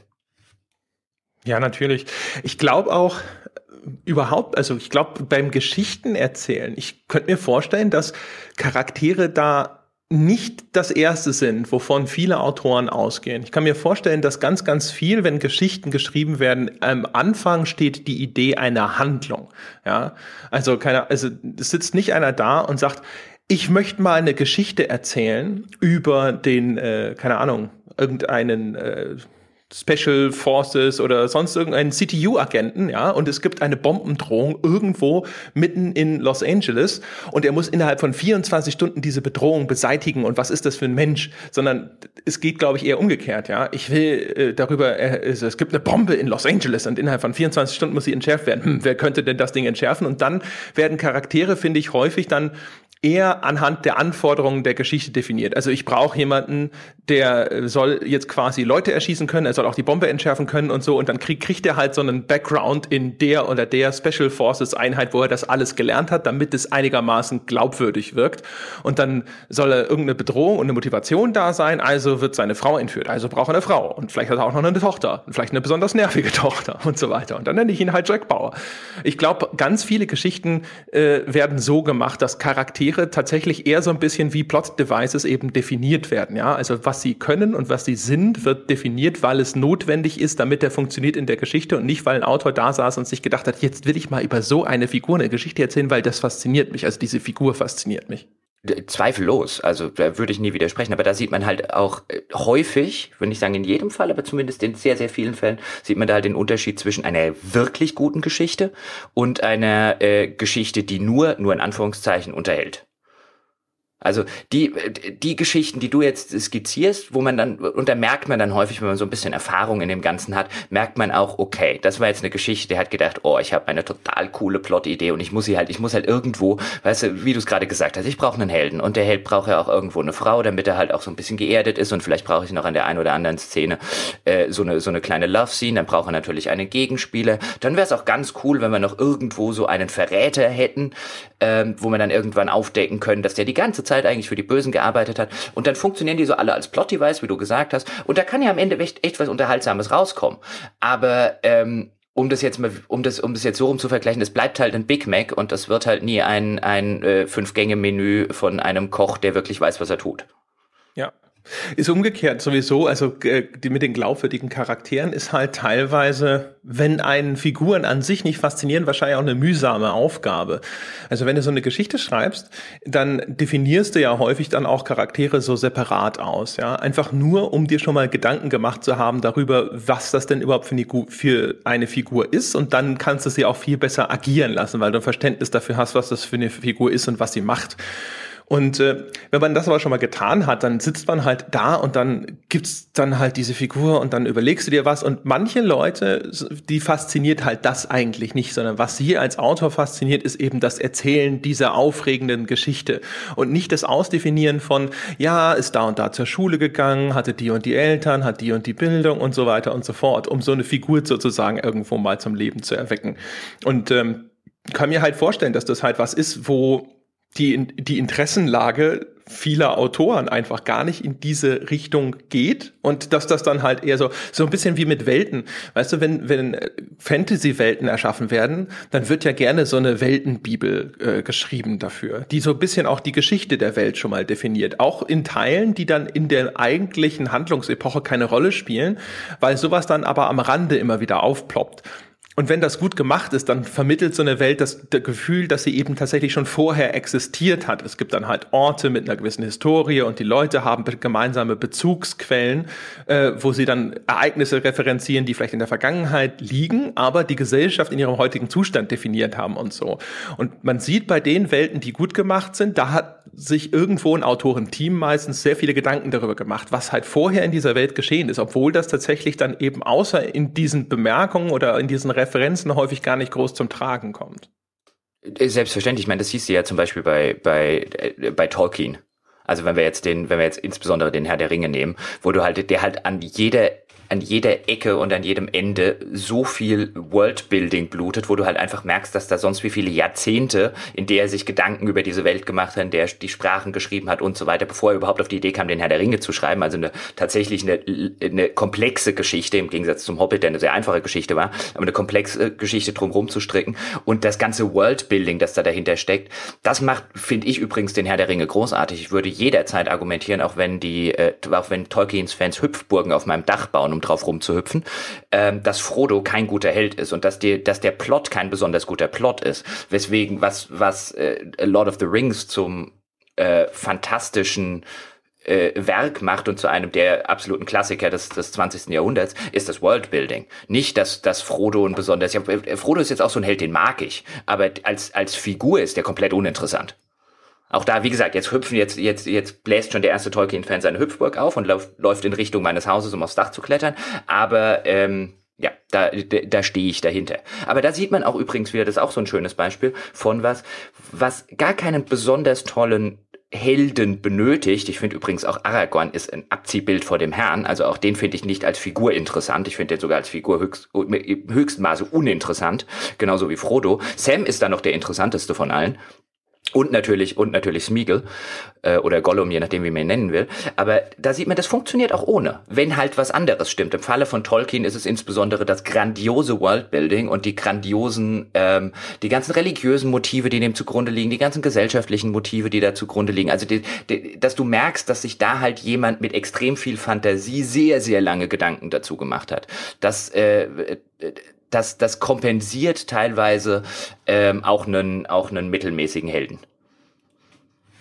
Ja, natürlich. Ich glaube auch überhaupt, also ich glaube beim Geschichtenerzählen, ich könnte mir vorstellen, dass Charaktere da nicht das Erste sind, wovon viele Autoren ausgehen. Ich kann mir vorstellen, dass ganz, ganz viel, wenn Geschichten geschrieben werden, am Anfang steht die Idee einer Handlung. Ja, also keine, also es sitzt nicht einer da und sagt, ich möchte mal eine Geschichte erzählen über den, äh, keine Ahnung, irgendeinen äh, Special Forces oder sonst irgendeinen C T U-Agenten, ja, und es gibt eine Bombendrohung irgendwo mitten in Los Angeles und er muss innerhalb von vierundzwanzig Stunden diese Bedrohung beseitigen und was ist das für ein Mensch, sondern es geht, glaube ich, eher umgekehrt, ja. Ich will äh, darüber, äh, es, es gibt eine Bombe in Los Angeles und innerhalb von vierundzwanzig Stunden muss sie entschärft werden. Hm, wer könnte denn das Ding entschärfen? Und dann werden Charaktere, finde ich, häufig dann eher anhand der Anforderungen der Geschichte definiert. Also ich brauche jemanden, der soll jetzt quasi Leute erschießen können, er soll auch die Bombe entschärfen können und so und dann krieg, kriegt er halt so einen Background in der oder der Special Forces Einheit, wo er das alles gelernt hat, damit es einigermaßen glaubwürdig wirkt und dann soll er irgendeine Bedrohung und eine Motivation da sein, also wird seine Frau entführt, also braucht er eine Frau und vielleicht hat er auch noch eine Tochter und vielleicht eine besonders nervige Tochter und so weiter und dann nenne ich ihn halt Jack Bauer. Ich glaube, ganz viele Geschichten äh, werden so gemacht, dass Charaktere tatsächlich eher so ein bisschen wie Plot-Devices eben definiert werden, ja, also was sie können und was sie sind, wird definiert, weil es notwendig ist, damit er funktioniert in der Geschichte und nicht, weil ein Autor da saß und sich gedacht hat, jetzt will ich mal über so eine Figur eine Geschichte erzählen, weil das fasziniert mich, also diese Figur fasziniert mich. Zweifellos, also da würde ich nie widersprechen, aber da sieht man halt auch häufig, würde ich sagen in jedem Fall, aber zumindest in sehr, sehr vielen Fällen, sieht man da halt den Unterschied zwischen einer wirklich guten Geschichte und einer äh, Geschichte, die nur, nur in Anführungszeichen unterhält. Also die die Geschichten, die du jetzt skizierst, wo man dann, und da merkt man dann häufig, wenn man so ein bisschen Erfahrung in dem Ganzen hat, merkt man auch, okay, das war jetzt eine Geschichte, der hat gedacht, oh, ich habe eine total coole Plot-Idee und ich muss sie halt, ich muss halt irgendwo, weißt du, wie du es gerade gesagt hast, ich brauche einen Helden und der Held braucht ja auch irgendwo eine Frau, damit er halt auch so ein bisschen geerdet ist und vielleicht brauche ich noch an der einen oder anderen Szene äh, so eine so eine kleine Love-Scene, dann braucht er natürlich einen Gegenspieler, dann wäre es auch ganz cool, wenn wir noch irgendwo so einen Verräter hätten, ähm, wo wir dann irgendwann aufdecken können, dass der die ganze Zeit eigentlich für die Bösen gearbeitet hat. Und dann funktionieren die so alle als Plot-Device, wie du gesagt hast. Und da kann ja am Ende echt, echt was Unterhaltsames rauskommen. Aber ähm, um das jetzt mal, um das, um das jetzt so rum zu vergleichen, es bleibt halt ein Big Mac und das wird halt nie ein, ein äh, Fünf-Gänge-Menü von einem Koch, der wirklich weiß, was er tut. Ja. Ist umgekehrt sowieso, also äh, die mit den glaubwürdigen Charakteren ist halt teilweise, wenn einen Figuren an sich nicht faszinieren, wahrscheinlich auch eine mühsame Aufgabe. Also wenn du so eine Geschichte schreibst, dann definierst du ja häufig dann auch Charaktere so separat aus, ja, einfach nur, um dir schon mal Gedanken gemacht zu haben darüber, was das denn überhaupt für eine, für eine Figur ist, und dann kannst du sie auch viel besser agieren lassen, weil du ein Verständnis dafür hast, was das für eine Figur ist und was sie macht. Und äh, wenn man das aber schon mal getan hat, dann sitzt man halt da und dann gibt's dann halt diese Figur und dann überlegst du dir was. Und manche Leute, die fasziniert halt das eigentlich nicht, sondern was sie als Autor fasziniert, ist eben das Erzählen dieser aufregenden Geschichte und nicht das Ausdefinieren von, ja, ist da und da zur Schule gegangen, hatte die und die Eltern, hat die und die Bildung und so weiter und so fort, um so eine Figur sozusagen irgendwo mal zum Leben zu erwecken. Und ähm, kann mir halt vorstellen, dass das halt was ist, wo die, die Interessenlage vieler Autoren einfach gar nicht in diese Richtung geht und dass das dann halt eher so so ein bisschen wie mit Welten. Weißt du, wenn wenn Fantasy-Welten erschaffen werden, dann wird ja gerne so eine Weltenbibel äh, geschrieben dafür, die so ein bisschen auch die Geschichte der Welt schon mal definiert. Auch in Teilen, die dann in der eigentlichen Handlungsepoche keine Rolle spielen, weil sowas dann aber am Rande immer wieder aufploppt. Und wenn das gut gemacht ist, dann vermittelt so eine Welt das, das Gefühl, dass sie eben tatsächlich schon vorher existiert hat. Es gibt dann halt Orte mit einer gewissen Historie und die Leute haben gemeinsame Bezugsquellen, äh, wo sie dann Ereignisse referenzieren, die vielleicht in der Vergangenheit liegen, aber die Gesellschaft in ihrem heutigen Zustand definiert haben und so. Und man sieht bei den Welten, die gut gemacht sind, da hat sich irgendwo ein Autorenteam meistens sehr viele Gedanken darüber gemacht, was halt vorher in dieser Welt geschehen ist, obwohl das tatsächlich dann eben außer in diesen Bemerkungen oder in diesen Referenzen häufig gar nicht groß zum Tragen kommt. Selbstverständlich, ich meine, das hieß ja zum Beispiel bei, bei, bei Tolkien. Also wenn wir jetzt den, wenn wir jetzt insbesondere den Herr der Ringe nehmen, wo du halt, der halt an jeder an jeder Ecke und an jedem Ende so viel Worldbuilding blutet, wo du halt einfach merkst, dass da sonst wie viele Jahrzehnte, in der er sich Gedanken über diese Welt gemacht hat, in der er die Sprachen geschrieben hat und so weiter, bevor er überhaupt auf die Idee kam, den Herr der Ringe zu schreiben. Also eine tatsächlich eine, eine komplexe Geschichte, im Gegensatz zum Hobbit, der eine sehr einfache Geschichte war, aber eine komplexe Geschichte drumherum zu stricken. Und das ganze Worldbuilding, das da dahinter steckt, das macht, finde ich übrigens, den Herr der Ringe großartig. Ich würde jederzeit argumentieren, auch wenn die, äh, auch wenn Tolkiens Fans Hüpfburgen auf meinem Dach bauen, um drauf rumzuhüpfen, ähm, dass Frodo kein guter Held ist und dass, die, dass der Plot kein besonders guter Plot ist. Weswegen, was, was äh, Lord of the Rings zum äh, fantastischen äh, Werk macht und zu einem der absoluten Klassiker des, des zwanzigsten Jahrhunderts, ist das Worldbuilding. Nicht, dass, dass Frodo ein besonders... Ja, Frodo ist jetzt auch so ein Held, den mag ich, aber als, als Figur ist der komplett uninteressant. Auch da, wie gesagt, jetzt hüpfen, jetzt, jetzt, jetzt bläst schon der erste Tolkien-Fan seine Hüpfburg auf und läuft, läuft in Richtung meines Hauses, um aufs Dach zu klettern. Aber, ähm, ja, da, da, da stehe ich dahinter. Aber da sieht man auch übrigens wieder, das ist auch so ein schönes Beispiel von was, was gar keinen besonders tollen Helden benötigt. Ich finde übrigens auch Aragorn ist ein Abziehbild vor dem Herrn, also auch den finde ich nicht als Figur interessant. Ich finde den sogar als Figur höchst, höchsten Maße uninteressant, genauso wie Frodo. Sam ist da noch der interessanteste von allen. Und natürlich, und natürlich Smeagol, äh, oder Gollum, je nachdem, wie man ihn nennen will. Aber da sieht man, das funktioniert auch ohne, wenn halt was anderes stimmt. Im Falle von Tolkien ist es insbesondere das grandiose Worldbuilding und die grandiosen, ähm, die ganzen religiösen Motive, die dem zugrunde liegen, die ganzen gesellschaftlichen Motive, die da zugrunde liegen. Also, die, die, dass du merkst, dass sich da halt jemand mit extrem viel Fantasie sehr, sehr lange Gedanken dazu gemacht hat. Das, äh, äh Das, das kompensiert teilweise ähm, auch einen auch einen mittelmäßigen Helden.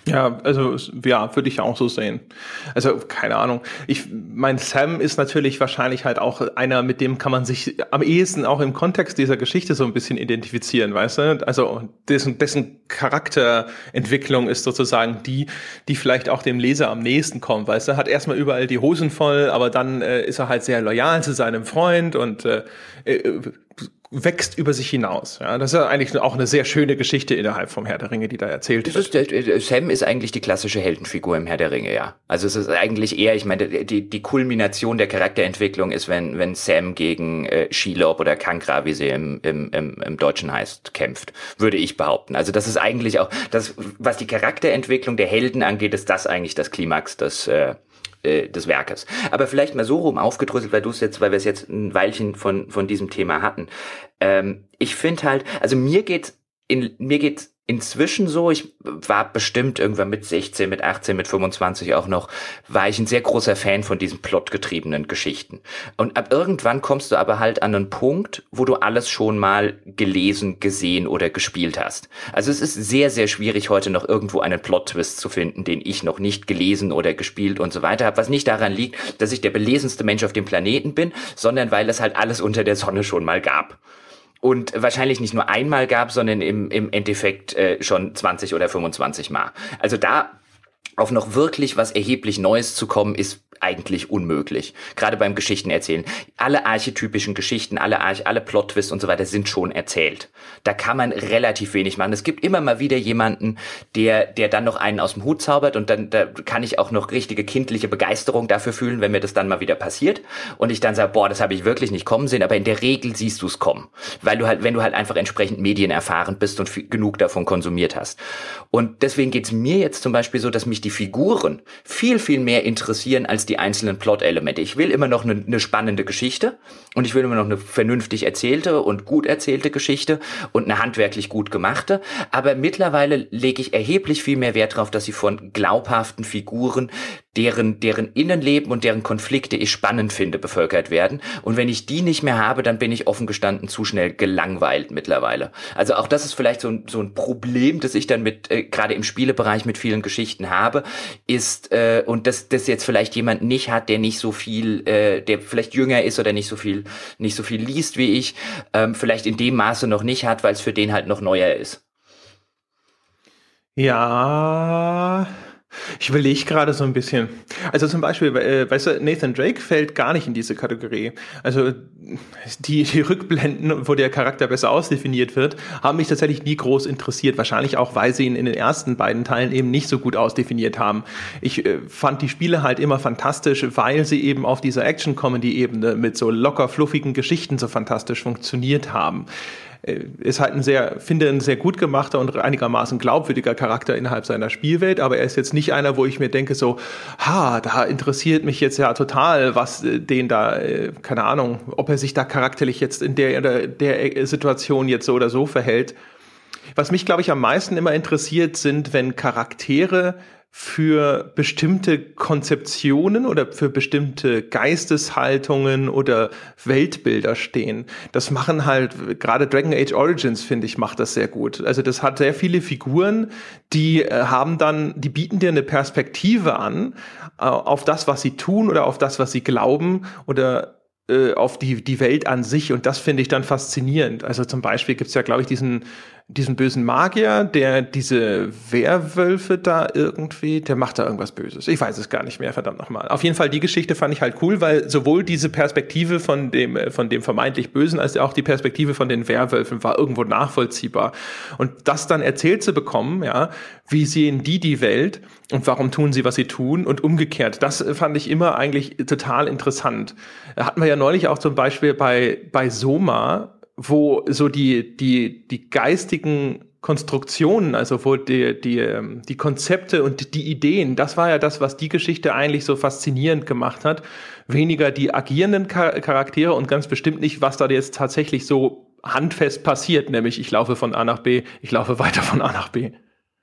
Ja, also ja, würde ich auch so sehen. Also keine Ahnung. Ich mein Sam ist natürlich wahrscheinlich halt auch einer, mit dem kann man sich am ehesten auch im Kontext dieser Geschichte so ein bisschen identifizieren, weißt du? Also dessen, dessen Charakterentwicklung ist sozusagen die, die vielleicht auch dem Leser am nächsten kommt, weißt du? Hat erstmal überall die Hosen voll, aber dann äh, ist er halt sehr loyal zu seinem Freund und äh, äh, wächst über sich hinaus. Ja, das ist ja eigentlich auch eine sehr schöne Geschichte innerhalb vom Herr der Ringe, die da erzählt das wird. ist, der, Sam ist eigentlich die klassische Heldenfigur im Herr der Ringe, ja. Also es ist eigentlich eher, ich meine, die, die Kulmination der Charakterentwicklung ist, wenn, wenn Sam gegen äh, Shelob oder Kankra, wie sie im, im, im, im Deutschen heißt, kämpft, würde ich behaupten. Also das ist eigentlich auch, das, was die Charakterentwicklung der Helden angeht, ist das eigentlich das Klimax des äh, des Werkes. Aber vielleicht mal so rum aufgedröselt, weil du es jetzt, weil wir es jetzt ein Weilchen von von diesem Thema hatten. Ähm, ich finde halt, also mir geht's in mir geht's inzwischen so, ich war bestimmt irgendwann mit sechzehn, mit achtzehn, mit fünfundzwanzig auch noch, war ich ein sehr großer Fan von diesen plotgetriebenen Geschichten. Und ab irgendwann kommst du aber halt an einen Punkt, wo du alles schon mal gelesen, gesehen oder gespielt hast. Also es ist sehr, sehr schwierig, heute noch irgendwo einen Plot-Twist zu finden, den ich noch nicht gelesen oder gespielt und so weiter habe, was nicht daran liegt, dass ich der belesenste Mensch auf dem Planeten bin, sondern weil es halt alles unter der Sonne schon mal gab. Und wahrscheinlich nicht nur einmal gab, sondern im, im Endeffekt äh, schon zwanzig oder fünfundzwanzig Mal. Also da auf noch wirklich was erheblich Neues zu kommen, ist eigentlich unmöglich. Gerade beim Geschichtenerzählen. Alle archetypischen Geschichten, alle Arch, alle Plot-Twists und so weiter sind schon erzählt. Da kann man relativ wenig machen. Es gibt immer mal wieder jemanden, der, der dann noch einen aus dem Hut zaubert und dann, da kann ich auch noch richtige kindliche Begeisterung dafür fühlen, wenn mir das dann mal wieder passiert und ich dann sage, boah, das habe ich wirklich nicht kommen sehen, aber in der Regel siehst du es kommen. Weil du halt, wenn du halt einfach entsprechend medienerfahren bist und viel, genug davon konsumiert hast. Und deswegen geht's mir jetzt zum Beispiel so, dass mich die Figuren viel, viel mehr interessieren als die einzelnen Plot-Elemente. Ich will immer noch eine, eine spannende Geschichte und ich will immer noch eine vernünftig erzählte und gut erzählte Geschichte und eine handwerklich gut gemachte, aber mittlerweile lege ich erheblich viel mehr Wert darauf, dass sie von glaubhaften Figuren, deren, deren Innenleben und deren Konflikte ich spannend finde, bevölkert werden. Und wenn ich die nicht mehr habe, dann bin ich offen gestanden zu schnell gelangweilt mittlerweile. Also auch das ist vielleicht so ein, so ein Problem, das ich dann mit, äh, gerade im Spielebereich mit vielen Geschichten habe, ist, äh, und das, das jetzt vielleicht jemand nicht hat, der nicht so viel, äh, der vielleicht jünger ist oder nicht so viel, nicht so viel liest wie ich, ähm, vielleicht in dem Maße noch nicht hat, weil es für den halt noch neuer ist. Ja, ich überlege gerade so ein bisschen. Also zum Beispiel, äh, weißt du, Nathan Drake fällt gar nicht in diese Kategorie. Also die, die Rückblenden, wo der Charakter besser ausdefiniert wird, haben mich tatsächlich nie groß interessiert. Wahrscheinlich auch, weil sie ihn in den ersten beiden Teilen eben nicht so gut ausdefiniert haben. Ich äh, fand die Spiele halt immer fantastisch, weil sie eben auf dieser Action-Comedy-Ebene mit so locker fluffigen Geschichten so fantastisch funktioniert haben. Ist halt ein sehr, finde ein sehr gut gemachter und einigermaßen glaubwürdiger Charakter innerhalb seiner Spielwelt, aber er ist jetzt nicht einer, wo ich mir denke so, ha, da interessiert mich jetzt ja total, was den da, keine Ahnung, ob er sich da charakterlich jetzt in der, der, der Situation jetzt so oder so verhält. Was mich, glaube ich, am meisten immer interessiert, sind, wenn Charaktere für bestimmte Konzeptionen oder für bestimmte Geisteshaltungen oder Weltbilder stehen. Das machen halt, gerade Dragon Age Origins, finde ich, macht das sehr gut. Also das hat sehr viele Figuren, die äh, haben dann, die bieten dir eine Perspektive an, äh, auf das, was sie tun oder auf das, was sie glauben oder äh, auf die, die Welt an sich. Und das finde ich dann faszinierend. Also zum Beispiel gibt's ja, glaube ich, diesen diesen bösen Magier, der diese Werwölfe da irgendwie, der macht da irgendwas Böses. Ich weiß es gar nicht mehr, verdammt nochmal. Auf jeden Fall, die Geschichte fand ich halt cool, weil sowohl diese Perspektive von dem, von dem vermeintlich Bösen, als auch die Perspektive von den Werwölfen war irgendwo nachvollziehbar. Und das dann erzählt zu bekommen, ja, wie sehen die die Welt und warum tun sie, was sie tun und umgekehrt, das fand ich immer eigentlich total interessant. Hatten wir ja neulich auch zum Beispiel bei, bei Soma, wo so die, die, die geistigen Konstruktionen, also wo die, die, die Konzepte und die Ideen, das war ja das, was die Geschichte eigentlich so faszinierend gemacht hat. Weniger die agierenden Charaktere und ganz bestimmt nicht, was da jetzt tatsächlich so handfest passiert, nämlich ich laufe von A nach B, ich laufe weiter von A nach B.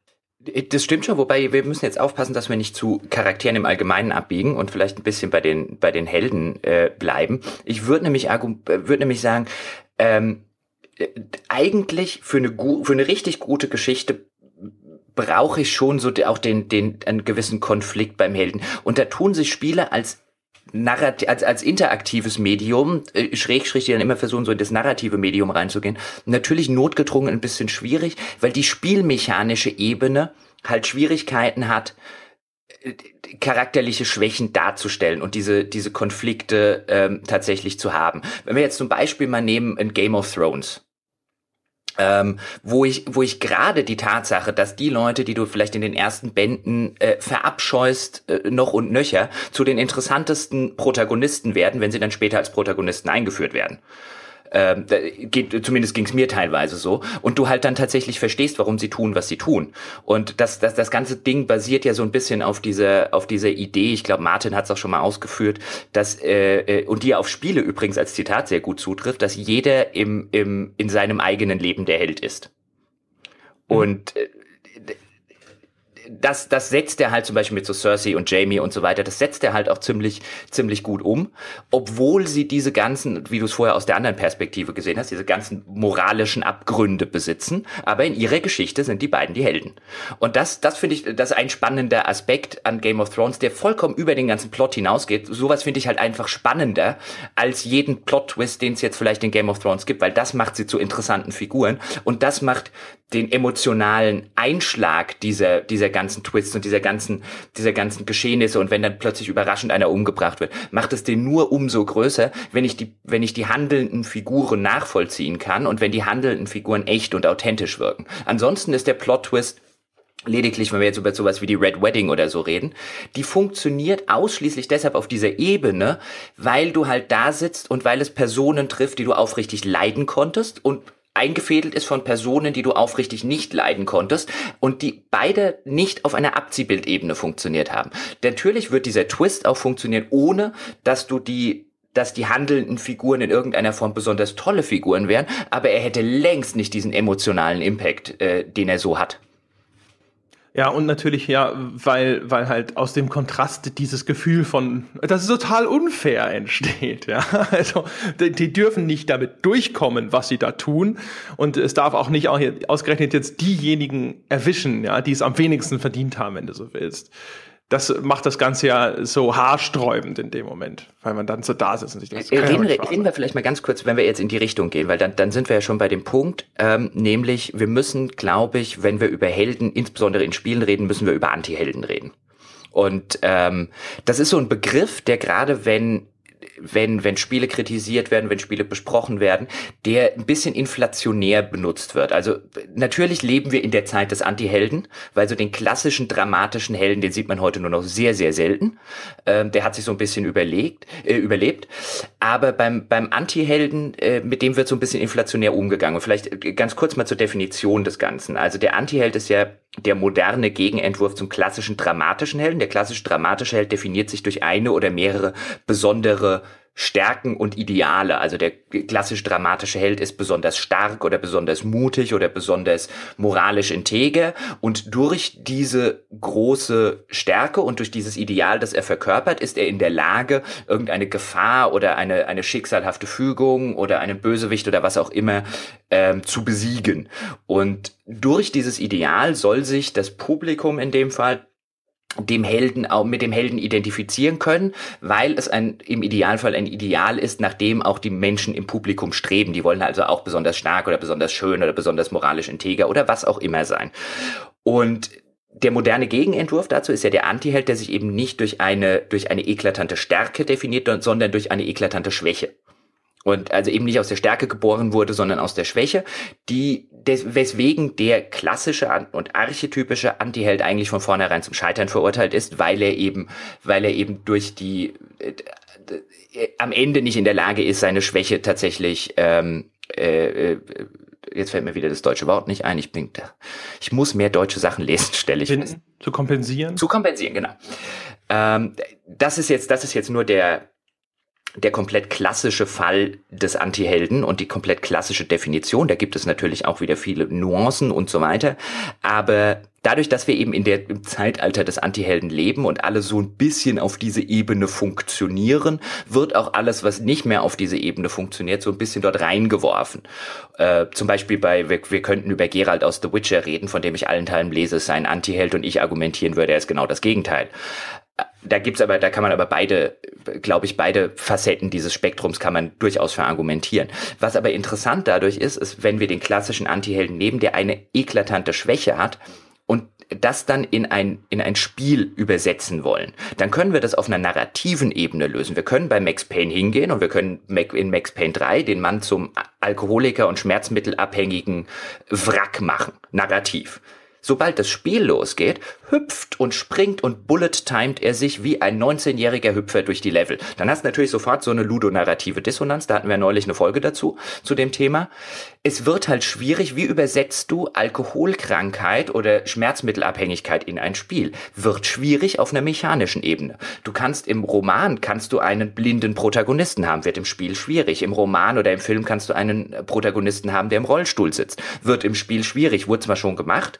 Das stimmt schon, wobei wir müssen jetzt aufpassen, dass wir nicht zu Charakteren im Allgemeinen abbiegen und vielleicht ein bisschen bei den bei den Helden äh, bleiben. Ich würde nämlich würde nämlich sagen, ähm, eigentlich für eine gu- für eine richtig gute Geschichte brauche ich schon so auch den, den, einen gewissen Konflikt beim Helden. Und da tun sich Spiele als Narrat- als, als interaktives Medium, äh, Schrägstrich, die dann immer versuchen, so in das narrative Medium reinzugehen, natürlich notgedrungen ein bisschen schwierig, weil die spielmechanische Ebene halt Schwierigkeiten hat, äh, charakterliche Schwächen darzustellen und diese, diese Konflikte ähm, tatsächlich zu haben. Wenn wir jetzt zum Beispiel mal nehmen in Game of Thrones, Ähm, wo ich, wo ich gerade die Tatsache, dass die Leute, die du vielleicht in den ersten Bänden äh, verabscheust, äh, noch und nöcher, zu den interessantesten Protagonisten werden, wenn sie dann später als Protagonisten eingeführt werden. Ähm, da geht, zumindest ging es mir teilweise so. Und du halt dann tatsächlich verstehst, warum sie tun, was sie tun. Und das, das, das ganze Ding basiert ja so ein bisschen auf dieser, auf dieser Idee, ich glaube, Martin hat es auch schon mal ausgeführt, dass, äh, und die auf Spiele übrigens als Zitat sehr gut zutrifft, dass jeder im, im, in seinem eigenen Leben der Held ist. Und äh, das, das setzt er halt zum Beispiel mit so Cersei und Jaime und so weiter, das setzt er halt auch ziemlich, ziemlich gut um, obwohl sie diese ganzen, wie du es vorher aus der anderen Perspektive gesehen hast, diese ganzen moralischen Abgründe besitzen, aber in ihrer Geschichte sind die beiden die Helden. Und das, das finde ich, das ist ein spannender Aspekt an Game of Thrones, der vollkommen über den ganzen Plot hinausgeht. Sowas finde ich halt einfach spannender als jeden Plot-Twist, den es jetzt vielleicht in Game of Thrones gibt, weil das macht sie zu interessanten Figuren und das macht den emotionalen Einschlag dieser, dieser ganzen Twists und dieser ganzen, dieser ganzen Geschehnisse und wenn dann plötzlich überraschend einer umgebracht wird, macht es den nur umso größer, wenn ich die, wenn ich die handelnden Figuren nachvollziehen kann und wenn die handelnden Figuren echt und authentisch wirken. Ansonsten ist der Plot-Twist lediglich, wenn wir jetzt über sowas wie die Red Wedding oder so reden, die funktioniert ausschließlich deshalb auf dieser Ebene, weil du halt da sitzt und weil es Personen trifft, die du aufrichtig leiden konntest und eingefädelt ist von Personen, die du aufrichtig nicht leiden konntest und die beide nicht auf einer Abziehbildebene funktioniert haben. Natürlich wird dieser Twist auch funktionieren, ohne dass du die dass die handelnden Figuren in irgendeiner Form besonders tolle Figuren wären, aber er hätte längst nicht diesen emotionalen Impact, äh, den er so hat. Ja, und natürlich, ja, weil, weil halt aus dem Kontrast dieses Gefühl von, dass es total unfair entsteht, ja. Also, die, die dürfen nicht damit durchkommen, was sie da tun. Und es darf auch nicht auch hier ausgerechnet jetzt diejenigen erwischen, ja, die es am wenigsten verdient haben, wenn du so willst. Das macht das Ganze ja so haarsträubend in dem Moment, weil man dann so da sitzt und sich das reden, wir, reden wir vielleicht mal ganz kurz, wenn wir jetzt in die Richtung gehen, weil dann, dann sind wir ja schon bei dem Punkt, ähm, nämlich wir müssen, glaube ich, wenn wir über Helden, insbesondere in Spielen reden, müssen wir über Anti-Helden reden. Und ähm, das ist so ein Begriff, der gerade wenn wenn wenn Spiele kritisiert werden, wenn Spiele besprochen werden, der ein bisschen inflationär benutzt wird. Also natürlich leben wir in der Zeit des Anti-Helden, weil so den klassischen dramatischen Helden, den sieht man heute nur noch sehr, sehr selten. Ähm, der hat sich so ein bisschen überlegt, äh, überlebt. Aber beim beim Anti-Helden, äh, mit dem wird so ein bisschen inflationär umgegangen. Und vielleicht ganz kurz mal zur Definition des Ganzen. Also der Anti-Held ist ja der moderne Gegenentwurf zum klassischen dramatischen Helden. Der klassisch dramatische Held definiert sich durch eine oder mehrere besondere Stärken und Ideale. Also der klassisch dramatische Held ist besonders stark oder besonders mutig oder besonders moralisch integer und durch diese große Stärke und durch dieses Ideal, das er verkörpert, ist er in der Lage, irgendeine Gefahr oder eine eine schicksalhafte Fügung oder einen Bösewicht oder was auch immer ähm, zu besiegen. Und durch dieses Ideal soll sich das Publikum in dem Fall dem Helden auch mit dem Helden identifizieren können, weil es ein im Idealfall ein Ideal ist, nach dem auch die Menschen im Publikum streben. Die wollen also auch besonders stark oder besonders schön oder besonders moralisch integer oder was auch immer sein. Und der moderne Gegenentwurf dazu ist ja der Antiheld, der sich eben nicht durch eine durch eine eklatante Stärke definiert, sondern durch eine eklatante Schwäche. Und also eben nicht aus der Stärke geboren wurde, sondern aus der Schwäche, die des, weswegen der klassische und archetypische Antiheld eigentlich von vornherein zum Scheitern verurteilt ist, weil er eben, weil er eben durch die äh, äh, am Ende nicht in der Lage ist, seine Schwäche tatsächlich ähm, äh, äh, jetzt fällt mir wieder das deutsche Wort nicht ein. Ich bin, ich muss mehr deutsche Sachen lesen, stelle ich fest. Zu kompensieren? Zu kompensieren, genau. Ähm, das ist jetzt, das ist jetzt nur der der komplett klassische Fall des Antihelden und die komplett klassische Definition. Da gibt es natürlich auch wieder viele Nuancen und so weiter. Aber dadurch, dass wir eben in der, im Zeitalter des Antihelden leben und alle so ein bisschen auf diese Ebene funktionieren, wird auch alles, was nicht mehr auf diese Ebene funktioniert, so ein bisschen dort reingeworfen. Äh, zum Beispiel bei, wir, wir könnten über Geralt aus The Witcher reden, von dem ich allenthalben lese, es sei ein Antiheld, und ich argumentieren würde, er ist genau das Gegenteil. Da gibt's aber, da kann man aber beide, glaube ich, beide Facetten dieses Spektrums kann man durchaus verargumentieren. Was aber interessant dadurch ist, ist, wenn wir den klassischen Antihelden nehmen, der eine eklatante Schwäche hat und das dann in ein, in ein Spiel übersetzen wollen, dann können wir das auf einer narrativen Ebene lösen. Wir können bei Max Payne hingehen und wir können in Max Payne drei den Mann zum Alkoholiker und schmerzmittelabhängigen Wrack machen, narrativ. Sobald das Spiel losgeht, hüpft und springt und bullet-timet er sich wie ein neunzehnjähriger Hüpfer durch die Level. Dann hast du natürlich sofort so eine ludonarrative Dissonanz. Da hatten wir neulich eine Folge dazu, zu dem Thema. Es wird halt schwierig, wie übersetzt du Alkoholkrankheit oder Schmerzmittelabhängigkeit in ein Spiel? Wird schwierig auf einer mechanischen Ebene. Du kannst im Roman, kannst du einen blinden Protagonisten haben, wird im Spiel schwierig. Im Roman oder im Film kannst du einen Protagonisten haben, der im Rollstuhl sitzt. Wird im Spiel schwierig, wurde zwar schon gemacht.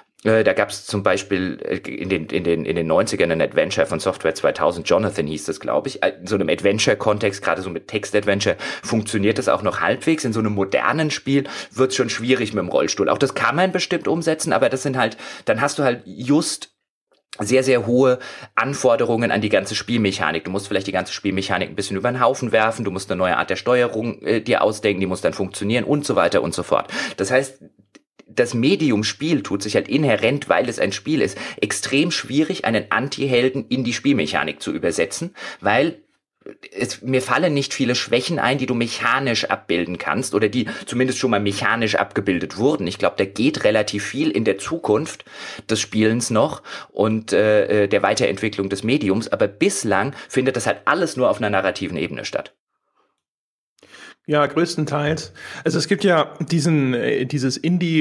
Da gab es zum Beispiel in den, in den, in den neunzigern ein Adventure von Software zweitausend, Jonathan hieß das, glaube ich. In so einem Adventure-Kontext, gerade so mit Text-Adventure, funktioniert das auch noch halbwegs. In so einem modernen Spiel wird es schon schwierig mit dem Rollstuhl. Auch das kann man bestimmt umsetzen, aber das sind halt, dann hast du halt just sehr, sehr hohe Anforderungen an die ganze Spielmechanik. Du musst vielleicht die ganze Spielmechanik ein bisschen über den Haufen werfen, du musst eine neue Art der Steuerung äh, dir ausdenken, die muss dann funktionieren und so weiter und so fort. Das heißt, das Medium Spiel tut sich halt inhärent, weil es ein Spiel ist, extrem schwierig, einen Anti-Helden in die Spielmechanik zu übersetzen, weil es, mir fallen nicht viele Schwächen ein, die du mechanisch abbilden kannst oder die zumindest schon mal mechanisch abgebildet wurden. Ich glaube, da geht relativ viel in der Zukunft des Spielens noch und äh, der Weiterentwicklung des Mediums, aber bislang findet das halt alles nur auf einer narrativen Ebene statt. Ja, größtenteils. Also es gibt ja diesen, äh, dieses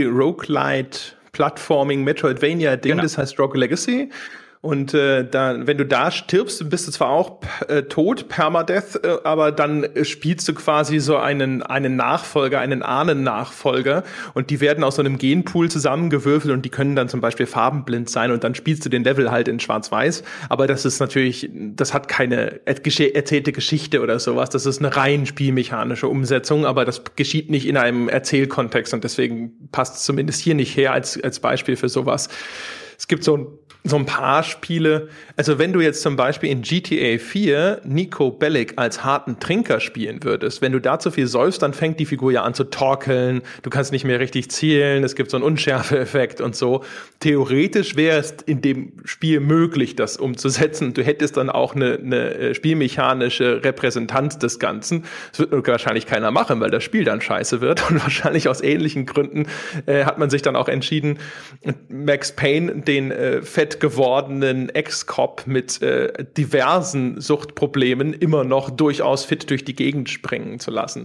Indie-Roguelite-Plattforming-Metroidvania-Ding, genau. Das heißt Rogue Legacy. Und äh, da, wenn du da stirbst, bist du zwar auch äh, tot, Permadeath, äh, aber dann äh, spielst du quasi so einen einen Nachfolger, einen Ahnen-Nachfolger, und die werden aus so einem Genpool zusammengewürfelt und die können dann zum Beispiel farbenblind sein und dann spielst du den Level halt in Schwarz-Weiß. Aber das ist natürlich, das hat keine erzählte Geschichte oder sowas. Das ist eine rein spielmechanische Umsetzung, aber das geschieht nicht in einem Erzählkontext und deswegen passt es zumindest hier nicht her als als Beispiel für sowas. Es gibt so ein So ein paar Spiele, also wenn du jetzt zum Beispiel in G T A vier Niko Bellic als harten Trinker spielen würdest, wenn du da zu viel säufst, dann fängt die Figur ja an zu torkeln, du kannst nicht mehr richtig zielen, es gibt so einen Unschärfe-Effekt und so. Theoretisch wäre es in dem Spiel möglich, das umzusetzen. Du hättest dann auch eine, eine spielmechanische Repräsentanz des Ganzen. Das wird nur wahrscheinlich keiner machen, weil das Spiel dann scheiße wird und wahrscheinlich aus ähnlichen Gründen äh, hat man sich dann auch entschieden, Max Payne, den äh, fett gewordenen Ex-Cop mit äh, diversen Suchtproblemen immer noch durchaus fit durch die Gegend springen zu lassen.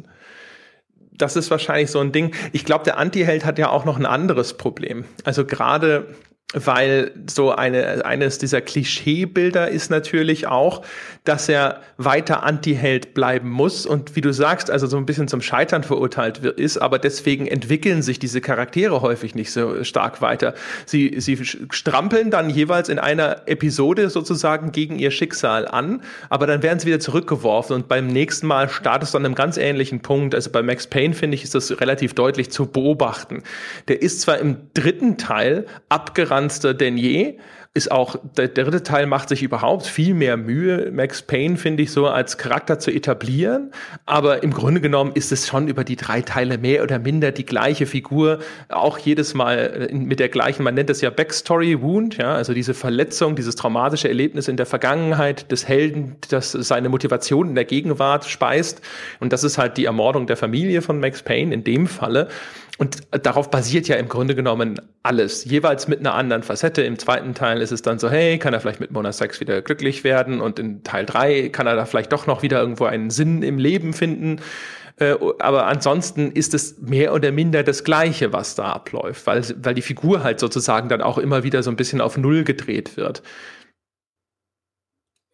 Das ist wahrscheinlich so ein Ding. Ich glaube, der Antiheld hat ja auch noch ein anderes Problem. Also gerade weil so eine eines dieser Klischeebilder ist natürlich auch, dass er weiter Antiheld bleiben muss und wie du sagst, also so ein bisschen zum Scheitern verurteilt ist, aber deswegen entwickeln sich diese Charaktere häufig nicht so stark weiter. Sie sie strampeln dann jeweils in einer Episode sozusagen gegen ihr Schicksal an, aber dann werden sie wieder zurückgeworfen und beim nächsten Mal startest du an einem ganz ähnlichen Punkt. Also bei Max Payne, finde ich, ist das relativ deutlich zu beobachten. Der ist zwar im dritten Teil abgerannt denn je, ist auch, der, der dritte Teil macht sich überhaupt viel mehr Mühe, Max Payne, finde ich, so als Charakter zu etablieren, aber im Grunde genommen ist es schon über die drei Teile mehr oder minder die gleiche Figur, auch jedes Mal mit der gleichen, man nennt es ja Backstory Wound, ja, also diese Verletzung, dieses traumatische Erlebnis in der Vergangenheit des Helden, das seine Motivation in der Gegenwart speist, und das ist halt die Ermordung der Familie von Max Payne in dem Falle. Und darauf basiert ja im Grunde genommen alles, jeweils mit einer anderen Facette. Im zweiten Teil ist es dann so, hey, kann er vielleicht mit Mona Sachs wieder glücklich werden? Und in Teil drei kann er da vielleicht doch noch wieder irgendwo einen Sinn im Leben finden. Aber ansonsten ist es mehr oder minder das Gleiche, was da abläuft, weil, weil die Figur halt sozusagen dann auch immer wieder so ein bisschen auf Null gedreht wird.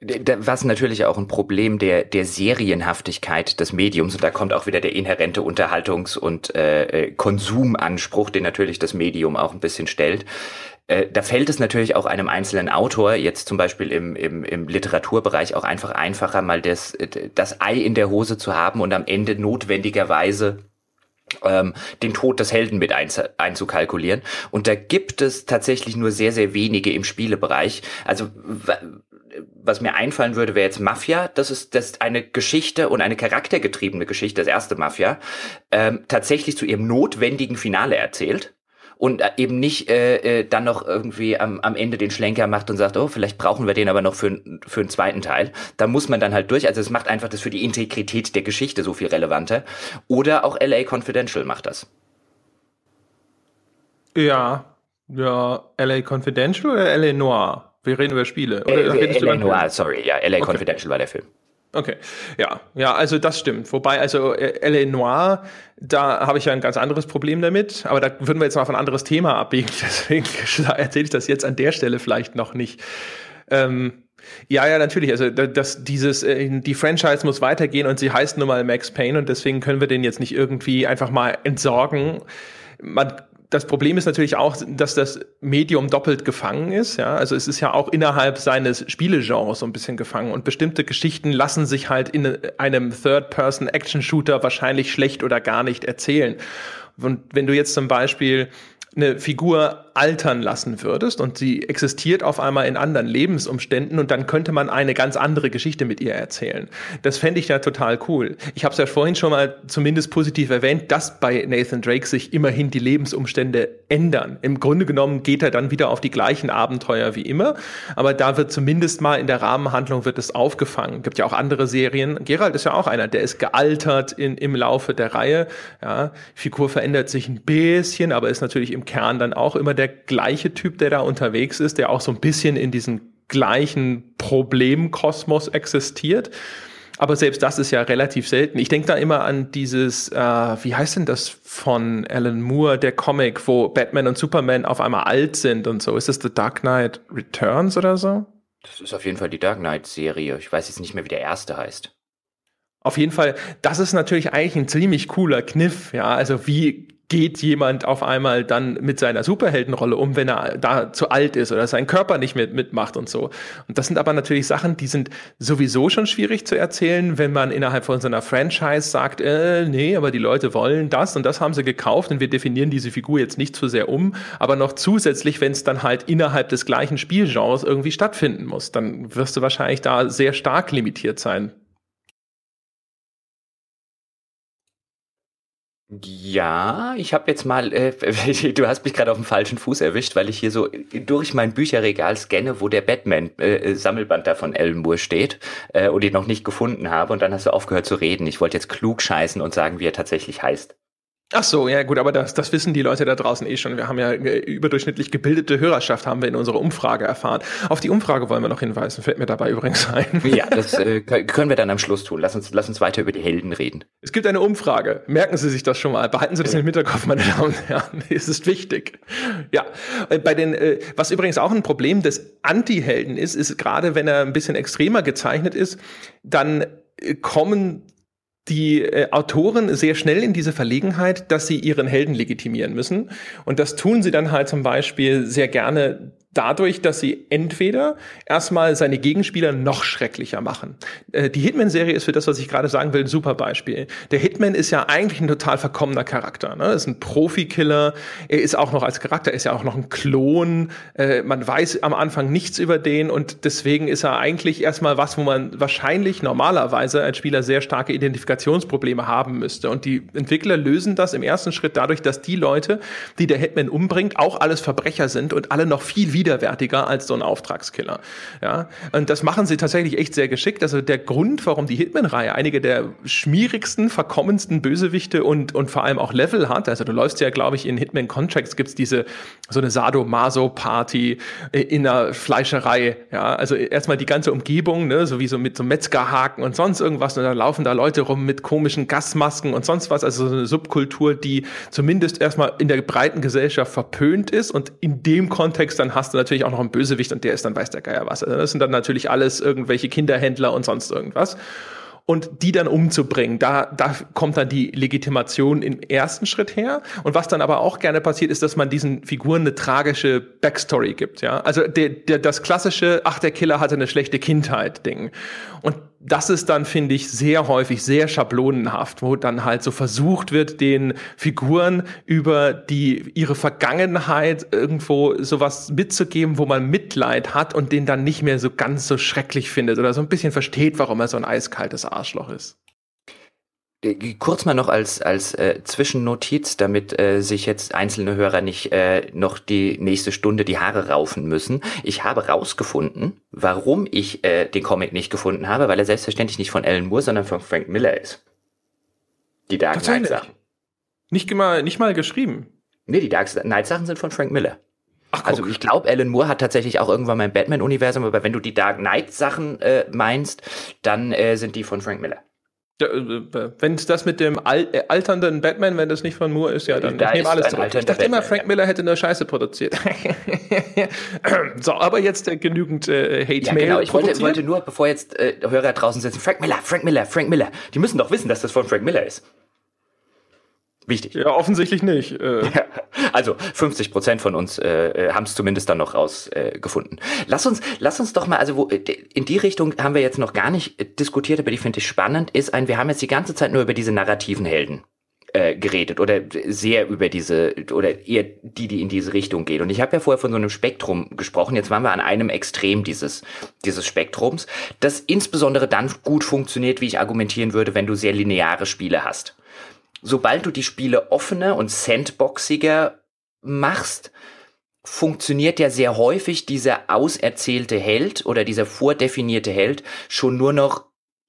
Was natürlich auch ein Problem der der Serienhaftigkeit des Mediums, und da kommt auch wieder der inhärente Unterhaltungs- und äh, Konsumanspruch, den natürlich das Medium auch ein bisschen stellt. Äh, da fällt es natürlich auch einem einzelnen Autor, jetzt zum Beispiel im im im Literaturbereich, auch einfach einfacher, mal das das Ei in der Hose zu haben und am Ende notwendigerweise ähm, den Tod des Helden mit einz- einzukalkulieren. Und da gibt es tatsächlich nur sehr, sehr wenige im Spielebereich. Also w- was mir einfallen würde, wäre jetzt Mafia. Das ist, das ist eine Geschichte und eine charaktergetriebene Geschichte, das erste Mafia, ähm, tatsächlich zu ihrem notwendigen Finale erzählt. Und eben nicht äh, äh, dann noch irgendwie am, am Ende den Schlenker macht und sagt, oh, vielleicht brauchen wir den aber noch für, für einen zweiten Teil. Da muss man dann halt durch. Also es macht einfach das für die Integrität der Geschichte so viel relevanter. Oder auch L A Confidential macht das. Ja, ja, L A Confidential oder L A Noir? Wir reden über Spiele. Oder äh, L A Noir, sorry, ja, L A okay. Confidential war der Film. Okay, ja, ja, also das stimmt. Wobei, also L A Noir, da habe ich ja ein ganz anderes Problem damit, aber da würden wir jetzt mal auf ein anderes Thema abbiegen, deswegen erzähle ich das jetzt an der Stelle vielleicht noch nicht. Ähm, ja, ja, natürlich, also das, dieses, die Franchise muss weitergehen und sie heißt nun mal Max Payne und deswegen können wir den jetzt nicht irgendwie einfach mal entsorgen. Man Das Problem ist natürlich auch, dass das Medium doppelt gefangen ist. Ja, also es ist ja auch innerhalb seines Spielegenres so ein bisschen gefangen. Und bestimmte Geschichten lassen sich halt in einem Third-Person-Action-Shooter wahrscheinlich schlecht oder gar nicht erzählen. Und wenn du jetzt zum Beispiel eine Figur altern lassen würdest und sie existiert auf einmal in anderen Lebensumständen und dann könnte man eine ganz andere Geschichte mit ihr erzählen. Das fände ich ja total cool. Ich habe es ja vorhin schon mal zumindest positiv erwähnt, dass bei Nathan Drake sich immerhin die Lebensumstände ändern. Im Grunde genommen geht er dann wieder auf die gleichen Abenteuer wie immer, aber da wird zumindest mal in der Rahmenhandlung wird es aufgefangen. Gibt ja auch andere Serien. Geralt ist ja auch einer, der ist gealtert in, im Laufe der Reihe. Ja, die Figur verändert sich ein bisschen, aber ist natürlich im Kern dann auch immer der gleiche Typ, der da unterwegs ist, der auch so ein bisschen in diesem gleichen Problemkosmos existiert. Aber selbst das ist ja relativ selten. Ich denke da immer an dieses, äh, wie heißt denn das von Alan Moore, der Comic, wo Batman und Superman auf einmal alt sind und so. Ist das The Dark Knight Returns oder so? Das ist auf jeden Fall die Dark Knight-Serie. Ich weiß jetzt nicht mehr, wie der erste heißt. Auf jeden Fall, das ist natürlich eigentlich ein ziemlich cooler Kniff, ja. Also wie geht jemand auf einmal dann mit seiner Superheldenrolle um, wenn er da zu alt ist oder seinen Körper nicht mehr mitmacht und so. Und das sind aber natürlich Sachen, die sind sowieso schon schwierig zu erzählen, wenn man innerhalb von so einer Franchise sagt, äh, nee, aber die Leute wollen das und das haben sie gekauft und wir definieren diese Figur jetzt nicht zu sehr um, aber noch zusätzlich, wenn es dann halt innerhalb des gleichen Spielgenres irgendwie stattfinden muss, dann wirst du wahrscheinlich da sehr stark limitiert sein. Ja, ich habe jetzt mal, äh, du hast mich gerade auf dem falschen Fuß erwischt, weil ich hier so durch mein Bücherregal scanne, wo der Batman-Sammelband äh, da von Alan Moore steht äh, und ihn noch nicht gefunden habe und dann hast du aufgehört zu reden. Ich wollte jetzt klug scheißen und sagen, wie er tatsächlich heißt. Ach so, ja gut, aber das, das wissen die Leute da draußen eh schon. Wir haben ja äh, überdurchschnittlich gebildete Hörerschaft, haben wir in unserer Umfrage erfahren. Auf die Umfrage wollen wir noch hinweisen, fällt mir dabei übrigens ein. Ja, das äh, können wir dann am Schluss tun. Lass uns, lass uns weiter über die Helden reden. Es gibt eine Umfrage. Merken Sie sich das schon mal. Behalten Sie das ja im Hinterkopf, meine Damen und Herren. Es ist wichtig. Ja, bei den, äh, was übrigens auch ein Problem des Anti-Helden ist, ist gerade, wenn er ein bisschen extremer gezeichnet ist, dann äh, kommen die äh, Autoren sehr schnell in diese Verlegenheit, dass sie ihren Helden legitimieren müssen. Und das tun sie dann halt zum Beispiel sehr gerne dadurch, dass sie entweder erstmal seine Gegenspieler noch schrecklicher machen. Äh, die Hitman-Serie ist für das, was ich gerade sagen will, ein super Beispiel. Der Hitman ist ja eigentlich ein total verkommener Charakter. Ne? Er ist ein Profikiller. Er ist auch noch als Charakter, ist ja auch noch ein Klon. Äh, man weiß am Anfang nichts über den und deswegen ist er eigentlich erstmal was, wo man wahrscheinlich normalerweise als Spieler sehr starke Identifikationsprobleme haben müsste. Und die Entwickler lösen das im ersten Schritt dadurch, dass die Leute, die der Hitman umbringt, auch alles Verbrecher sind und alle noch viel widerwärtiger als so ein Auftragskiller. Ja, und das machen sie tatsächlich echt sehr geschickt. Also der Grund, warum die Hitman-Reihe einige der schmierigsten, verkommensten Bösewichte und, und vor allem auch Level hat, also du läufst ja, glaube ich, in Hitman Contracts gibt's diese, so eine Sado-Maso-Party in einer Fleischerei. Ja, also erstmal die ganze Umgebung, ne, so wie so mit so Metzgerhaken und sonst irgendwas und dann laufen da Leute rum mit komischen Gasmasken und sonst was, also so eine Subkultur, die zumindest erstmal in der breiten Gesellschaft verpönt ist und in dem Kontext dann hast hast du natürlich auch noch einen Bösewicht und der ist dann weiß der Geier was. Also das sind dann natürlich alles irgendwelche Kinderhändler und sonst irgendwas. Und die dann umzubringen, da, da kommt dann die Legitimation im ersten Schritt her. Und was dann aber auch gerne passiert, ist, dass man diesen Figuren eine tragische Backstory gibt, ja. Also der, der, das klassische, ach, der Killer hatte eine schlechte Kindheit Ding. Und das ist dann, finde ich, sehr häufig sehr schablonenhaft, wo dann halt so versucht wird, den Figuren über die ihre Vergangenheit irgendwo sowas mitzugeben, wo man Mitleid hat und den dann nicht mehr so ganz so schrecklich findet oder so ein bisschen versteht, warum er so ein eiskaltes Arschloch ist. Kurz mal noch als als äh, Zwischennotiz, damit äh, sich jetzt einzelne Hörer nicht äh, noch die nächste Stunde die Haare raufen müssen. Ich habe rausgefunden, warum ich äh, den Comic nicht gefunden habe, weil er selbstverständlich nicht von Alan Moore, sondern von Frank Miller ist. Die Dark Knight Sachen. Nicht mal, nicht mal geschrieben. Nee, die Dark Knight Sachen sind von Frank Miller. Ach, also ich glaube, Alan Moore hat tatsächlich auch irgendwann mal im Batman-Universum, aber wenn du die Dark Knight Sachen äh, meinst, dann äh, sind die von Frank Miller. Ja, wenn es das mit dem al- äh, alternden Batman, wenn das nicht von Moore ist, ja, dann da ich nehme alles zurück. Ich dachte immer, Batman, Frank ja. Miller hätte eine Scheiße produziert. So, aber jetzt äh, genügend äh, Hate-Mail Ja, genau. Ich wollte, produziert. wollte nur, bevor jetzt äh, Hörer draußen sitzen, Frank Miller, Frank Miller, Frank Miller. Die müssen doch wissen, dass das von Frank Miller ist. Wichtig. Ja, offensichtlich nicht. Äh. Ja, also fünfzig Prozent von uns äh, haben es zumindest dann noch rausgefunden. Äh, gefunden. lass uns, lass uns doch mal, also wo, in die Richtung haben wir jetzt noch gar nicht äh, diskutiert, aber die finde ich spannend, ist ein, wir haben jetzt die ganze Zeit nur über diese narrativen Helden äh, geredet oder sehr über diese, oder eher die, die in diese Richtung gehen. Und ich habe ja vorher von so einem Spektrum gesprochen, jetzt waren wir an einem Extrem dieses, dieses Spektrums, das insbesondere dann gut funktioniert, wie ich argumentieren würde, wenn du sehr lineare Spiele hast. Sobald du die Spiele offener und sandboxiger machst, funktioniert ja sehr häufig dieser auserzählte Held oder dieser vordefinierte Held schon nur noch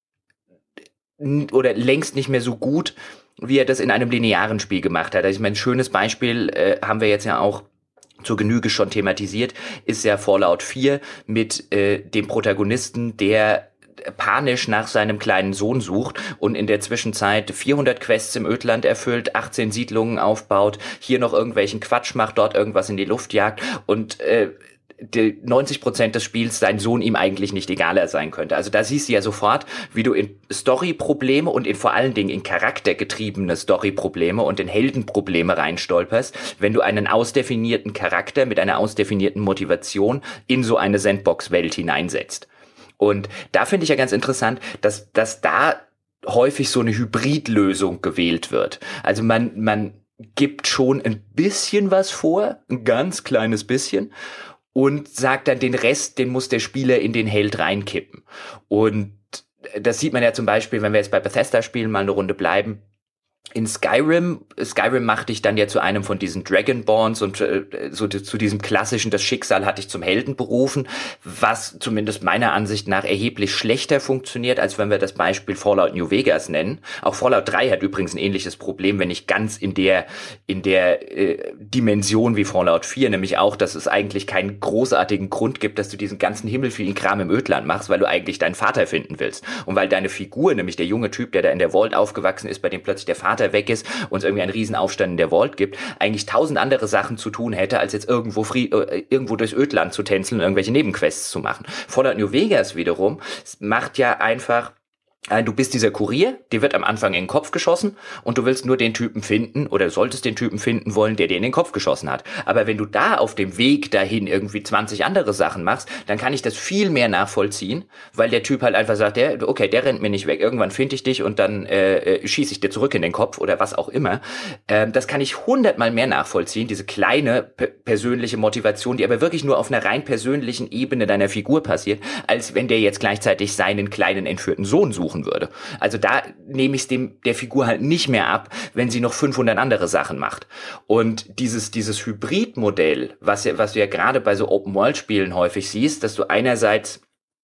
oder längst nicht mehr so gut, wie er das in einem linearen Spiel gemacht hat. Also ich meine, ein schönes Beispiel äh, haben wir jetzt ja auch zur Genüge schon thematisiert, ist ja Fallout vier mit äh, dem Protagonisten, der panisch nach seinem kleinen Sohn sucht und in der Zwischenzeit vierhundert Quests im Ödland erfüllt, achtzehn Siedlungen aufbaut, hier noch irgendwelchen Quatsch macht, dort irgendwas in die Luft jagt und äh, die neunzig Prozent des Spiels sein Sohn ihm eigentlich nicht egaler sein könnte. Also da siehst du ja sofort, wie du in Story-Probleme und in vor allen Dingen in charaktergetriebene Story-Probleme und in Heldenprobleme reinstolperst, wenn du einen ausdefinierten Charakter mit einer ausdefinierten Motivation in so eine Sandbox-Welt hineinsetzt. Und da finde ich ja ganz interessant, dass, dass da häufig so eine Hybridlösung gewählt wird. Also man, man gibt schon ein bisschen was vor, ein ganz kleines bisschen, und sagt dann, den Rest, den muss der Spieler in den Held reinkippen. Und das sieht man ja zum Beispiel, wenn wir jetzt bei Bethesda spielen, mal eine Runde bleiben. In Skyrim, Skyrim macht dich dann ja zu einem von diesen Dragonborns und äh, so zu diesem klassischen, das Schicksal hat dich zum Helden berufen, was zumindest meiner Ansicht nach erheblich schlechter funktioniert, als wenn wir das Beispiel Fallout New Vegas nennen. Auch Fallout drei hat übrigens ein ähnliches Problem, wenn nicht ganz in der in der äh, Dimension wie Fallout vier, nämlich auch, dass es eigentlich keinen großartigen Grund gibt, dass du diesen ganzen himmelvielen Kram im Ödland machst, weil du eigentlich deinen Vater finden willst. Und weil deine Figur, nämlich der junge Typ, der da in der Vault aufgewachsen ist, bei dem plötzlich der Vater weg ist und es irgendwie einen Riesenaufstand in der Vault gibt, eigentlich tausend andere Sachen zu tun hätte, als jetzt irgendwo frie- äh, irgendwo durchs Ödland zu tänzeln und irgendwelche Nebenquests zu machen. Fallout New Vegas wiederum macht ja einfach, du bist dieser Kurier, dir wird am Anfang in den Kopf geschossen und du willst nur den Typen finden oder solltest den Typen finden wollen, der dir in den Kopf geschossen hat. Aber wenn du da auf dem Weg dahin irgendwie zwanzig andere Sachen machst, dann kann ich das viel mehr nachvollziehen, weil der Typ halt einfach sagt, der, okay, der rennt mir nicht weg, irgendwann finde ich dich und dann äh, schieße ich dir zurück in den Kopf oder was auch immer. Ähm, das kann ich hundertmal mehr nachvollziehen, diese kleine p- persönliche Motivation, die aber wirklich nur auf einer rein persönlichen Ebene deiner Figur passiert, als wenn der jetzt gleichzeitig seinen kleinen entführten Sohn sucht würde. Also da nehme ich es dem der Figur halt nicht mehr ab, wenn sie noch fünfhundert andere Sachen macht. Und dieses dieses Hybridmodell, was ja, was du ja gerade bei so Open-World-Spielen häufig siehst, dass du einerseits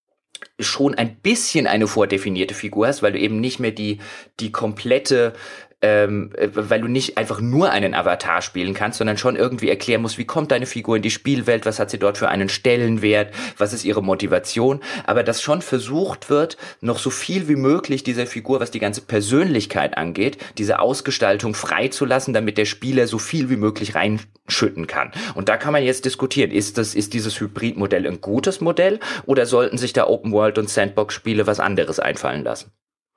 schon ein bisschen eine vordefinierte Figur hast, weil du eben nicht mehr die die komplette ähm, weil du nicht einfach nur einen Avatar spielen kannst, sondern schon irgendwie erklären musst, wie kommt deine Figur in die Spielwelt, was hat sie dort für einen Stellenwert, was ist ihre Motivation, aber dass schon versucht wird, noch so viel wie möglich dieser Figur, was die ganze Persönlichkeit angeht, diese Ausgestaltung freizulassen, damit der Spieler so viel wie möglich reinschütten kann. Und da kann man jetzt diskutieren, ist das, ist dieses Hybridmodell ein gutes Modell oder sollten sich da Open World und Sandbox-Spiele was anderes einfallen lassen?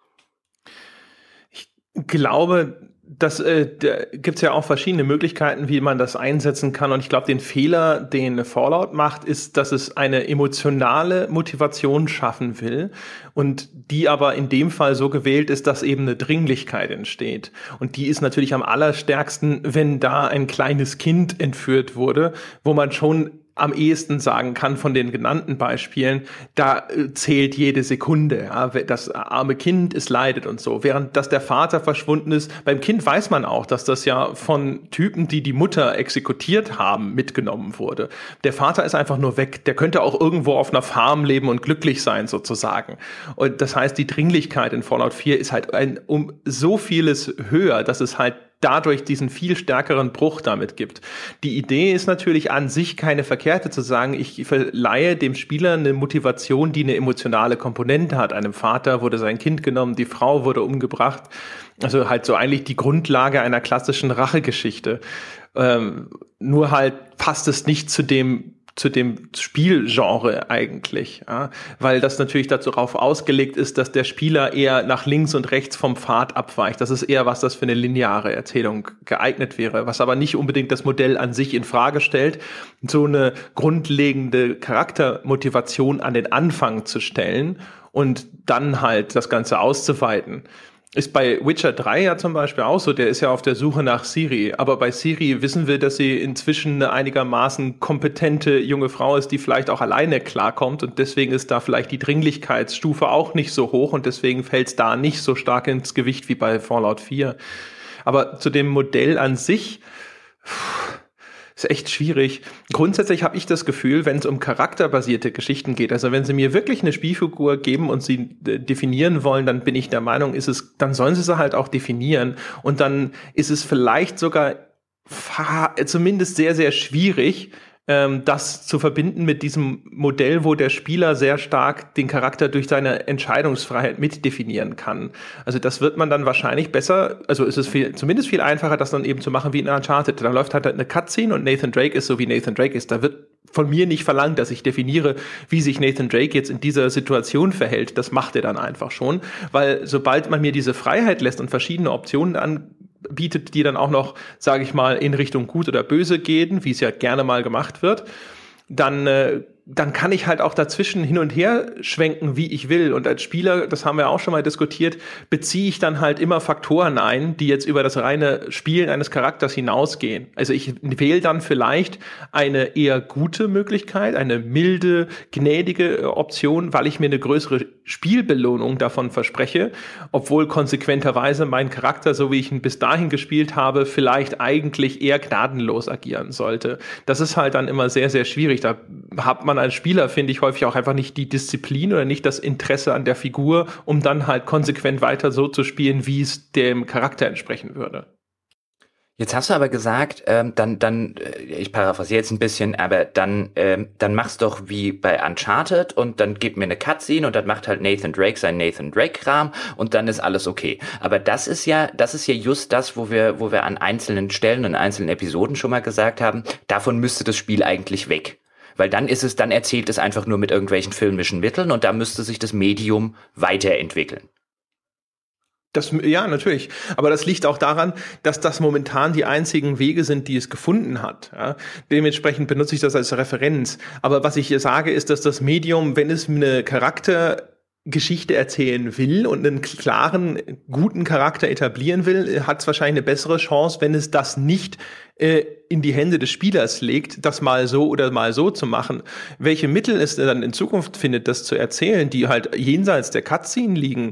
Ich glaube, das äh, da gibt's ja auch verschiedene Möglichkeiten, wie man das einsetzen kann. Und ich glaube, den Fehler, den Fallout macht, ist, dass es eine emotionale Motivation schaffen will und die aber in dem Fall so gewählt ist, dass eben eine Dringlichkeit entsteht. Und die ist natürlich am allerstärksten, wenn da ein kleines Kind entführt wurde, wo man schon am ehesten sagen kann von den genannten Beispielen, da äh, zählt jede Sekunde. Ja, das arme Kind, es leidet und so. Während dass der Vater verschwunden ist, beim Kind weiß man auch, dass das ja von Typen, die die Mutter exekutiert haben, mitgenommen wurde. Der Vater ist einfach nur weg. Der könnte auch irgendwo auf einer Farm leben und glücklich sein, sozusagen. Und das heißt, die Dringlichkeit in Fallout vier ist halt ein, um so vieles höher, dass es halt dadurch diesen viel stärkeren Bruch damit gibt. Die Idee ist natürlich an sich keine verkehrte, zu sagen, ich verleihe dem Spieler eine Motivation, die eine emotionale Komponente hat. Einem Vater wurde sein Kind genommen, die Frau wurde umgebracht. Also halt so eigentlich die Grundlage einer klassischen Rachegeschichte. Ähm, nur halt passt es nicht zu dem zu dem Spielgenre eigentlich, ja, weil das natürlich darauf ausgelegt ist, dass der Spieler eher nach links und rechts vom Pfad abweicht. Das ist eher was, das für eine lineare Erzählung geeignet wäre, was aber nicht unbedingt das Modell an sich in Frage stellt, so eine grundlegende Charaktermotivation an den Anfang zu stellen und dann halt das Ganze auszuweiten. Ist bei Witcher drei ja zum Beispiel auch so, der ist ja auf der Suche nach Ciri, aber bei Ciri wissen wir, dass sie inzwischen eine einigermaßen kompetente junge Frau ist, die vielleicht auch alleine klarkommt und deswegen ist da vielleicht die Dringlichkeitsstufe auch nicht so hoch und deswegen fällt es da nicht so stark ins Gewicht wie bei Fallout vier. Aber zu dem Modell an sich ist echt schwierig. Grundsätzlich habe ich das Gefühl, wenn es um charakterbasierte Geschichten geht, also wenn sie mir wirklich eine Spielfigur geben und sie äh, definieren wollen, dann bin ich der Meinung, ist es, dann sollen sie sie halt auch definieren und dann ist es vielleicht sogar zumindest sehr, sehr schwierig, ähm, das zu verbinden mit diesem Modell, wo der Spieler sehr stark den Charakter durch seine Entscheidungsfreiheit mitdefinieren kann. Also das wird man dann wahrscheinlich besser, also ist es viel, zumindest viel einfacher, das dann eben zu machen wie in Uncharted. Da läuft halt eine Cutscene und Nathan Drake ist so, wie Nathan Drake ist. Da wird von mir nicht verlangt, dass ich definiere, wie sich Nathan Drake jetzt in dieser Situation verhält. Das macht er dann einfach schon, weil sobald man mir diese Freiheit lässt und verschiedene Optionen an bietet, die dann auch noch, sage ich mal, in Richtung gut oder böse gehen, wie es ja gerne mal gemacht wird, dann äh, dann kann ich halt auch dazwischen hin und her schwenken, wie ich will. Und als Spieler, das haben wir auch schon mal diskutiert, beziehe ich dann halt immer Faktoren ein, die jetzt über das reine Spielen eines Charakters hinausgehen. Also ich wähle dann vielleicht eine eher gute Möglichkeit, eine milde, gnädige Option, weil ich mir eine größere Spielbelohnung davon verspreche, obwohl konsequenterweise mein Charakter, so wie ich ihn bis dahin gespielt habe, vielleicht eigentlich eher gnadenlos agieren sollte. Das ist halt dann immer sehr, sehr schwierig. Da hat man als Spieler, finde ich, häufig auch einfach nicht die Disziplin oder nicht das Interesse an der Figur, um dann halt konsequent weiter so zu spielen, wie es dem Charakter entsprechen würde. Jetzt hast du aber gesagt, ähm, dann, dann, ich paraphrasiere jetzt ein bisschen, aber dann, ähm, dann mach's doch wie bei Uncharted und dann gib mir eine Cutscene und dann macht halt Nathan Drake sein Nathan Drake-Kram und dann ist alles okay. Aber das ist ja, das ist ja just das, wo wir, wo wir an einzelnen Stellen und einzelnen Episoden schon mal gesagt haben, davon müsste das Spiel eigentlich weg. Weil dann ist es, dann erzählt es einfach nur mit irgendwelchen filmischen Mitteln und da müsste sich das Medium weiterentwickeln. Das, ja, natürlich. Aber das liegt auch daran, dass das momentan die einzigen Wege sind, die es gefunden hat. Ja? Dementsprechend benutze ich das als Referenz. Aber was ich hier sage, ist, dass das Medium, wenn es eine Charaktergeschichte erzählen will und einen klaren, guten Charakter etablieren will, hat es wahrscheinlich eine bessere Chance, wenn es das nicht äh, in die Hände des Spielers legt, das mal so oder mal so zu machen. Welche Mittel es dann in Zukunft findet, das zu erzählen, die halt jenseits der Cutscene liegen,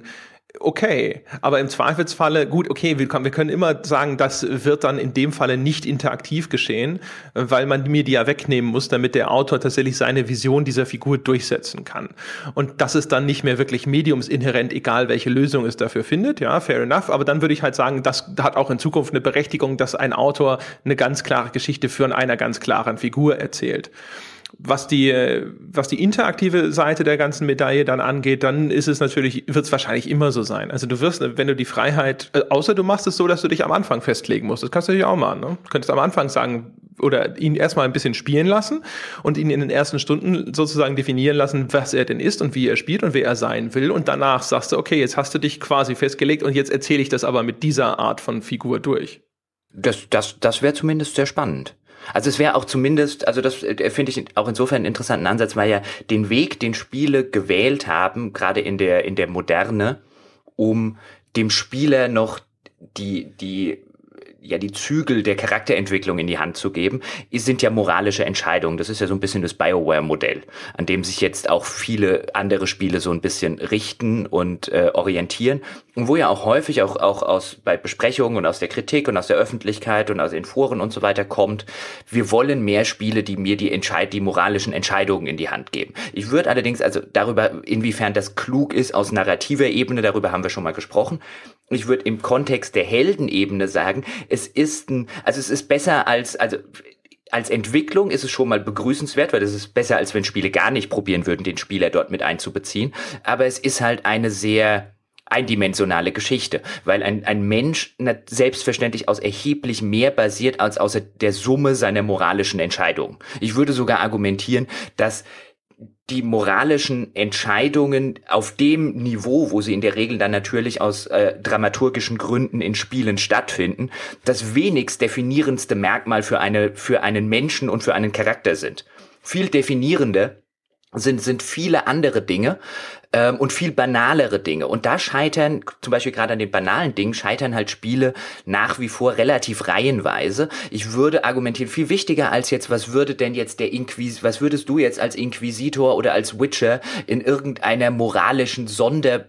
Okay, aber im Zweifelsfalle, gut, okay, wir, wir können immer sagen, das wird dann in dem Falle nicht interaktiv geschehen, weil man mir die ja wegnehmen muss, damit der Autor tatsächlich seine Vision dieser Figur durchsetzen kann. Und das ist dann nicht mehr wirklich mediumsinhärent, egal welche Lösung es dafür findet, ja, fair enough, aber dann würde ich halt sagen, das hat auch in Zukunft eine Berechtigung, dass ein Autor eine ganz klare Geschichte für einer ganz klaren Figur erzählt. Was die, was die interaktive Seite der ganzen Medaille dann angeht, dann ist es natürlich, wird es wahrscheinlich immer so sein. Also du wirst, wenn du die Freiheit, äh, außer du machst es so, dass du dich am Anfang festlegen musst. Das kannst du natürlich auch machen, ne? Du könntest am Anfang sagen, oder ihn erstmal ein bisschen spielen lassen und ihn in den ersten Stunden sozusagen definieren lassen, was er denn ist und wie er spielt und wer er sein will. Und danach sagst du, okay, jetzt hast du dich quasi festgelegt und jetzt erzähle ich das aber mit dieser Art von Figur durch. Das, das, das wäre zumindest sehr spannend. Also es wäre auch zumindest, also das finde ich auch insofern einen interessanten Ansatz, weil ja den Weg, den Spiele gewählt haben, gerade in der in der Moderne, um dem Spieler noch die die ja die Zügel der Charakterentwicklung in die Hand zu geben, sind ja moralische Entscheidungen. Das ist ja so ein bisschen das BioWare-Modell, an dem sich jetzt auch viele andere Spiele so ein bisschen richten und äh, orientieren. Und wo ja auch häufig auch auch aus bei Besprechungen und aus der Kritik und aus der Öffentlichkeit und aus den Foren und so weiter kommt, wir wollen mehr Spiele, die mir die Entscheid die moralischen Entscheidungen in die Hand geben. Ich würde allerdings, also darüber, inwiefern das klug ist aus narrativer Ebene, darüber haben wir schon mal gesprochen. Ich würde im Kontext der Heldenebene sagen, es ist ein, also es ist besser als, also als Entwicklung ist es schon mal begrüßenswert, weil es ist besser, als wenn Spiele gar nicht probieren würden, den Spieler dort mit einzubeziehen. Aber es ist halt eine sehr eindimensionale Geschichte, weil ein, ein Mensch selbstverständlich aus erheblich mehr basiert als außer der Summe seiner moralischen Entscheidungen. Ich würde sogar argumentieren, dass die moralischen Entscheidungen auf dem Niveau, wo sie in der Regel dann natürlich aus äh, dramaturgischen Gründen in Spielen stattfinden, das wenigst definierendste Merkmal für eine für einen Menschen und für einen Charakter sind. Viel definierender sind sind viele andere Dinge ähm, und viel banalere Dinge. Und da scheitern, zum Beispiel gerade an den banalen Dingen, scheitern halt Spiele nach wie vor relativ reihenweise. Ich würde argumentieren, viel wichtiger als jetzt, was würde denn jetzt der Inquis, was würdest du jetzt als Inquisitor oder als Witcher in irgendeiner moralischen Sonder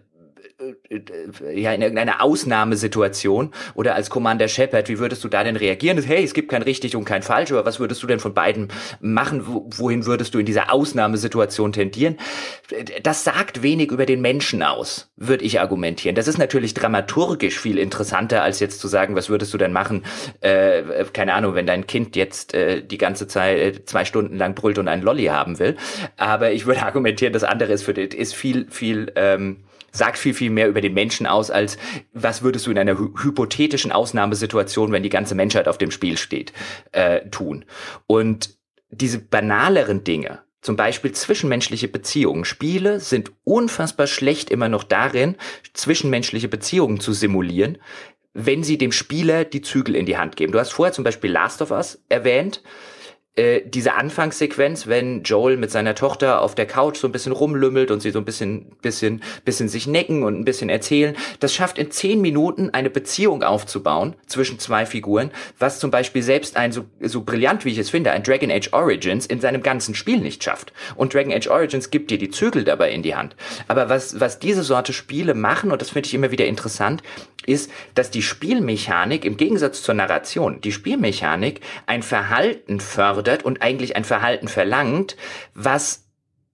ja, in irgendeiner Ausnahmesituation oder als Commander Shepard, wie würdest du da denn reagieren? Hey, es gibt kein richtig und kein falsch, aber was würdest du denn von beiden machen? Wohin würdest du in dieser Ausnahmesituation tendieren? Das sagt wenig über den Menschen aus, würde ich argumentieren. Das ist natürlich dramaturgisch viel interessanter, als jetzt zu sagen, was würdest du denn machen? Äh, keine Ahnung, wenn dein Kind jetzt äh, die ganze Zeit äh, zwei Stunden lang brüllt und einen Lolli haben will. Aber ich würde argumentieren, das andere ist, für, ist viel, viel, ähm, sagt viel, viel mehr über den Menschen aus, als was würdest du in einer hy- hypothetischen Ausnahmesituation, wenn die ganze Menschheit auf dem Spiel steht, äh, tun. Und diese banaleren Dinge, zum Beispiel zwischenmenschliche Beziehungen. Spiele sind unfassbar schlecht immer noch darin, zwischenmenschliche Beziehungen zu simulieren, wenn sie dem Spieler die Zügel in die Hand geben. Du hast vorher zum Beispiel Last of Us erwähnt. Äh, diese Anfangssequenz, wenn Joel mit seiner Tochter auf der Couch so ein bisschen rumlümmelt und sie so ein bisschen, bisschen, bisschen sich necken und ein bisschen erzählen, das schafft in zehn Minuten eine Beziehung aufzubauen zwischen zwei Figuren, was zum Beispiel selbst ein, so, so brillant wie ich es finde, ein Dragon Age Origins in seinem ganzen Spiel nicht schafft. Und Dragon Age Origins gibt dir die Zügel dabei in die Hand. Aber was, was diese Sorte Spiele machen, und das finde ich immer wieder interessant, ist, dass die Spielmechanik im Gegensatz zur Narration, die Spielmechanik ein Verhalten fördert und eigentlich ein Verhalten verlangt, was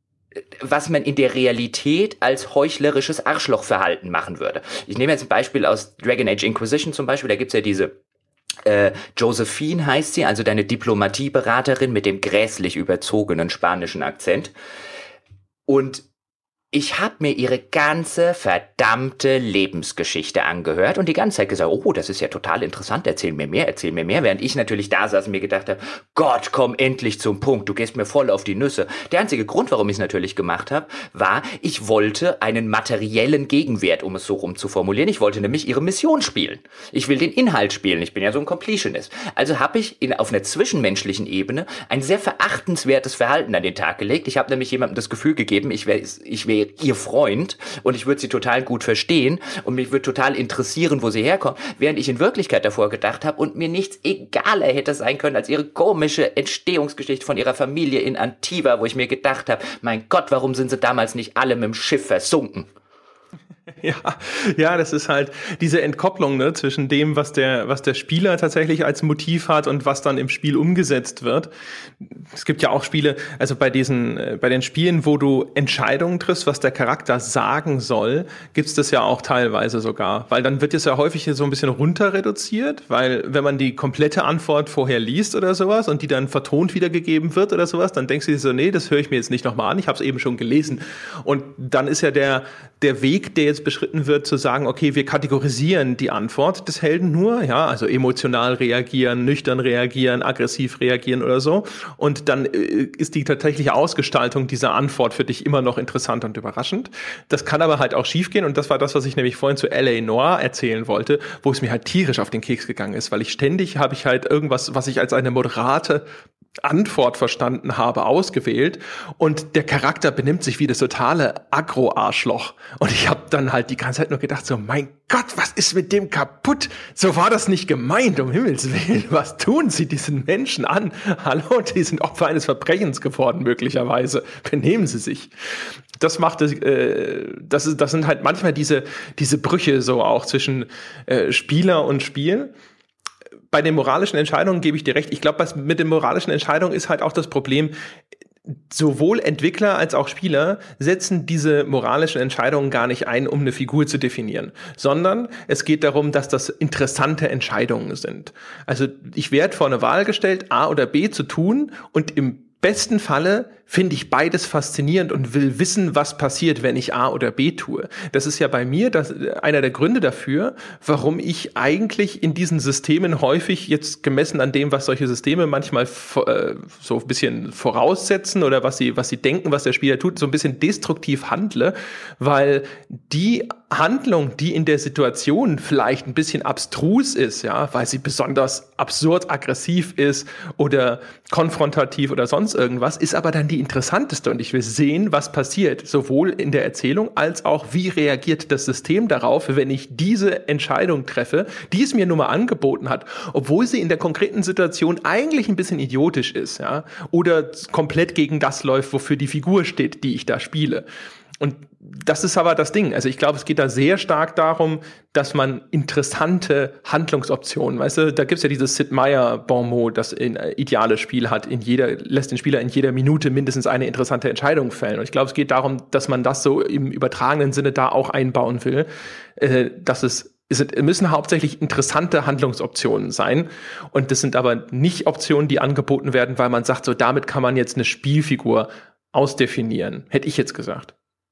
was man in der Realität als heuchlerisches Arschlochverhalten machen würde. Ich nehme jetzt ein Beispiel aus Dragon Age Inquisition zum Beispiel, da gibt's ja diese Äh, Josephine heißt sie, also deine Diplomatieberaterin mit dem grässlich überzogenen spanischen Akzent. Und ich habe mir ihre ganze verdammte Lebensgeschichte angehört und die ganze Zeit gesagt, oh, das ist ja total interessant, erzähl mir mehr, erzähl mir mehr, während ich natürlich da saß und mir gedacht habe, Gott, komm endlich zum Punkt, du gehst mir voll auf die Nüsse. Der einzige Grund, warum ich es natürlich gemacht habe, war, ich wollte einen materiellen Gegenwert, um es so rum zu formulieren. Ich wollte nämlich ihre Mission spielen. Ich will den Inhalt spielen, ich bin ja so ein Completionist. Also habe ich in, auf einer zwischenmenschlichen Ebene ein sehr verachtenswertes Verhalten an den Tag gelegt. Ich habe nämlich jemandem das Gefühl gegeben, ich wäre ich wär ihr Freund und ich würde sie total gut verstehen und mich würde total interessieren, wo sie herkommt, während ich in Wirklichkeit davor gedacht habe und mir nichts egaler hätte sein können als ihre komische Entstehungsgeschichte von ihrer Familie in Antiva, wo ich mir gedacht habe, mein Gott, warum sind sie damals nicht alle mit dem Schiff versunken? Ja, ja, das ist halt diese Entkopplung, ne, zwischen dem, was der, was der Spieler tatsächlich als Motiv hat und was dann im Spiel umgesetzt wird. Es gibt ja auch Spiele, also bei diesen, bei den Spielen, wo du Entscheidungen triffst, was der Charakter sagen soll, gibt's das ja auch teilweise sogar, weil dann wird es ja häufig so ein bisschen runter reduziert, weil wenn man die komplette Antwort vorher liest oder sowas und die dann vertont wiedergegeben wird oder sowas, dann denkst du dir so, nee, das höre ich mir jetzt nicht nochmal an, ich habe es eben schon gelesen. Und dann ist ja der, der Weg, der jetzt beschritten wird, zu sagen, okay, wir kategorisieren die Antwort des Helden nur, ja, also emotional reagieren, nüchtern reagieren, aggressiv reagieren oder so. Und dann äh, ist die tatsächliche Ausgestaltung dieser Antwort für dich immer noch interessant und überraschend. Das kann aber halt auch schiefgehen und das war das, was ich nämlich vorhin zu L A Noire erzählen wollte, wo es mir halt tierisch auf den Keks gegangen ist, weil ich ständig habe ich halt irgendwas, was ich als eine moderate Antwort verstanden habe, ausgewählt und der Charakter benimmt sich wie das totale Aggro-Arschloch und ich habe dann halt die ganze Zeit nur gedacht so, mein Gott, was ist mit dem kaputt? So war das nicht gemeint, um Himmels Willen, was tun Sie diesen Menschen an? Hallo, die sind Opfer eines Verbrechens geworden möglicherweise, benehmen Sie sich. Das macht es, äh, das ist, das sind halt manchmal diese, diese Brüche so auch zwischen äh, Spieler und Spiel. Bei den moralischen Entscheidungen gebe ich dir recht. Ich glaube, was mit den moralischen Entscheidungen ist halt auch das Problem, sowohl Entwickler als auch Spieler setzen diese moralischen Entscheidungen gar nicht ein, um eine Figur zu definieren, sondern es geht darum, dass das interessante Entscheidungen sind. Also ich werde vor eine Wahl gestellt, A oder B zu tun und im besten Falle finde ich beides faszinierend und will wissen, was passiert, wenn ich A oder B tue. Das ist ja bei mir das, einer der Gründe dafür, warum ich eigentlich in diesen Systemen häufig jetzt gemessen an dem, was solche Systeme manchmal äh, so ein bisschen voraussetzen oder was sie, was sie denken, was der Spieler tut, so ein bisschen destruktiv handle, weil die Handlung, die in der Situation vielleicht ein bisschen abstrus ist, ja, weil sie besonders absurd aggressiv ist oder konfrontativ oder sonst irgendwas, ist aber dann die interessanteste und ich will sehen, was passiert, sowohl in der Erzählung als auch, wie reagiert das System darauf, wenn ich diese Entscheidung treffe, die es mir nun mal angeboten hat, obwohl sie in der konkreten Situation eigentlich ein bisschen idiotisch ist, ja, oder komplett gegen das läuft, wofür die Figur steht, die ich da spiele. Und das ist aber das Ding. Also ich glaube, es geht da sehr stark darum, dass man interessante Handlungsoptionen, weißt du, da gibt's ja dieses Sid Meier Bon mot, das ein ideales Spiel hat, in jeder, lässt den Spieler in jeder Minute mindestens eine interessante Entscheidung fällen. Und ich glaube, es geht darum, dass man das so im übertragenen Sinne da auch einbauen will, äh, dass es Es müssen hauptsächlich interessante Handlungsoptionen sein. Und das sind aber nicht Optionen, die angeboten werden, weil man sagt, so damit kann man jetzt eine Spielfigur ausdefinieren. Hätte ich jetzt gesagt.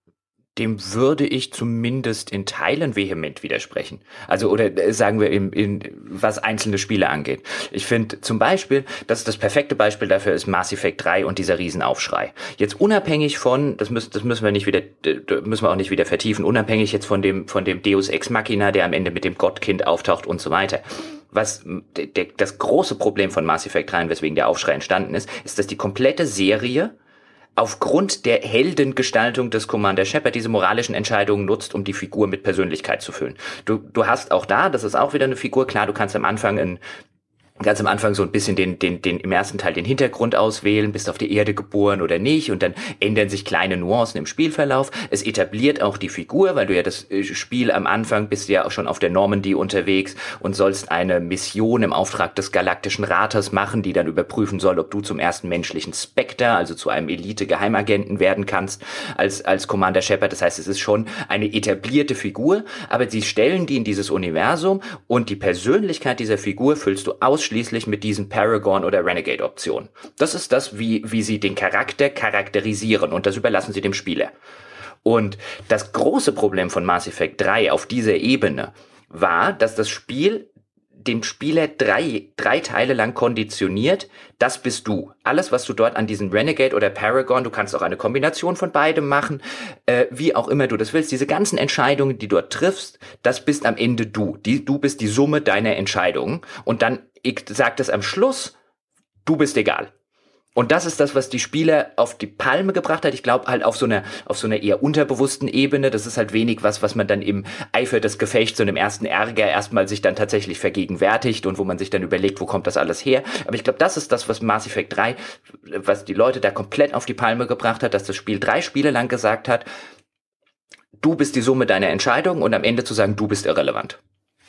Dem würde ich zumindest in Teilen vehement widersprechen. Also, oder sagen wir, in, in, was einzelne Spiele angeht. Ich finde zum Beispiel, dass das perfekte Beispiel dafür ist Mass Effect drei und dieser Riesenaufschrei. Jetzt unabhängig von, das müssen, das müssen wir nicht wieder, müssen wir auch nicht wieder vertiefen, unabhängig jetzt von dem, von dem Deus Ex Machina, der am Ende mit dem Gottkind auftaucht und so weiter. Was de, de, das große Problem von Mass Effect drei, weswegen der Aufschrei entstanden ist, ist, dass die komplette Serie aufgrund der Heldengestaltung des Commander Shepard diese moralischen Entscheidungen nutzt, um die Figur mit Persönlichkeit zu füllen. Du, du hast auch da, das ist auch wieder eine Figur, klar, du kannst am Anfang ein ganz am Anfang so ein bisschen den, den, den, im ersten Teil den Hintergrund auswählen, bist auf der Erde geboren oder nicht, und dann ändern sich kleine Nuancen im Spielverlauf. Es etabliert auch die Figur, weil du ja das Spiel am Anfang bist ja auch schon auf der Normandy unterwegs und sollst eine Mission im Auftrag des Galaktischen Rates machen, die dann überprüfen soll, ob du zum ersten menschlichen Spectre, also zu einem Elite-Geheimagenten werden kannst, als, als Commander Shepard. Das heißt, es ist schon eine etablierte Figur, aber sie stellen die in dieses Universum und die Persönlichkeit dieser Figur füllst du aus schließlich mit diesen Paragon- oder Renegade-Optionen. Das ist das, wie, wie sie den Charakter charakterisieren, und das überlassen sie dem Spieler. Und das große Problem von Mass Effect drei auf dieser Ebene war, dass das Spiel dem Spieler drei, drei Teile lang konditioniert, das bist du. Alles, was du dort an diesen Renegade oder Paragon, du kannst auch eine Kombination von beidem machen, äh, wie auch immer du das willst, diese ganzen Entscheidungen, die du dort triffst, das bist am Ende du. Die, du bist die Summe deiner Entscheidungen, und dann sagt es am Schluss, du bist egal. Und das ist das, was die Spieler auf die Palme gebracht hat. Ich glaube halt auf so einer auf so einer eher unterbewussten Ebene. Das ist halt wenig was, was man dann im Eifer des Gefechts und im ersten Ärger erstmal sich dann tatsächlich vergegenwärtigt und wo man sich dann überlegt, wo kommt das alles her. Aber ich glaube, das ist das, was Mass Effect drei, was die Leute da komplett auf die Palme gebracht hat, dass das Spiel drei Spiele lang gesagt hat, du bist die Summe deiner Entscheidungen und am Ende zu sagen, du bist irrelevant.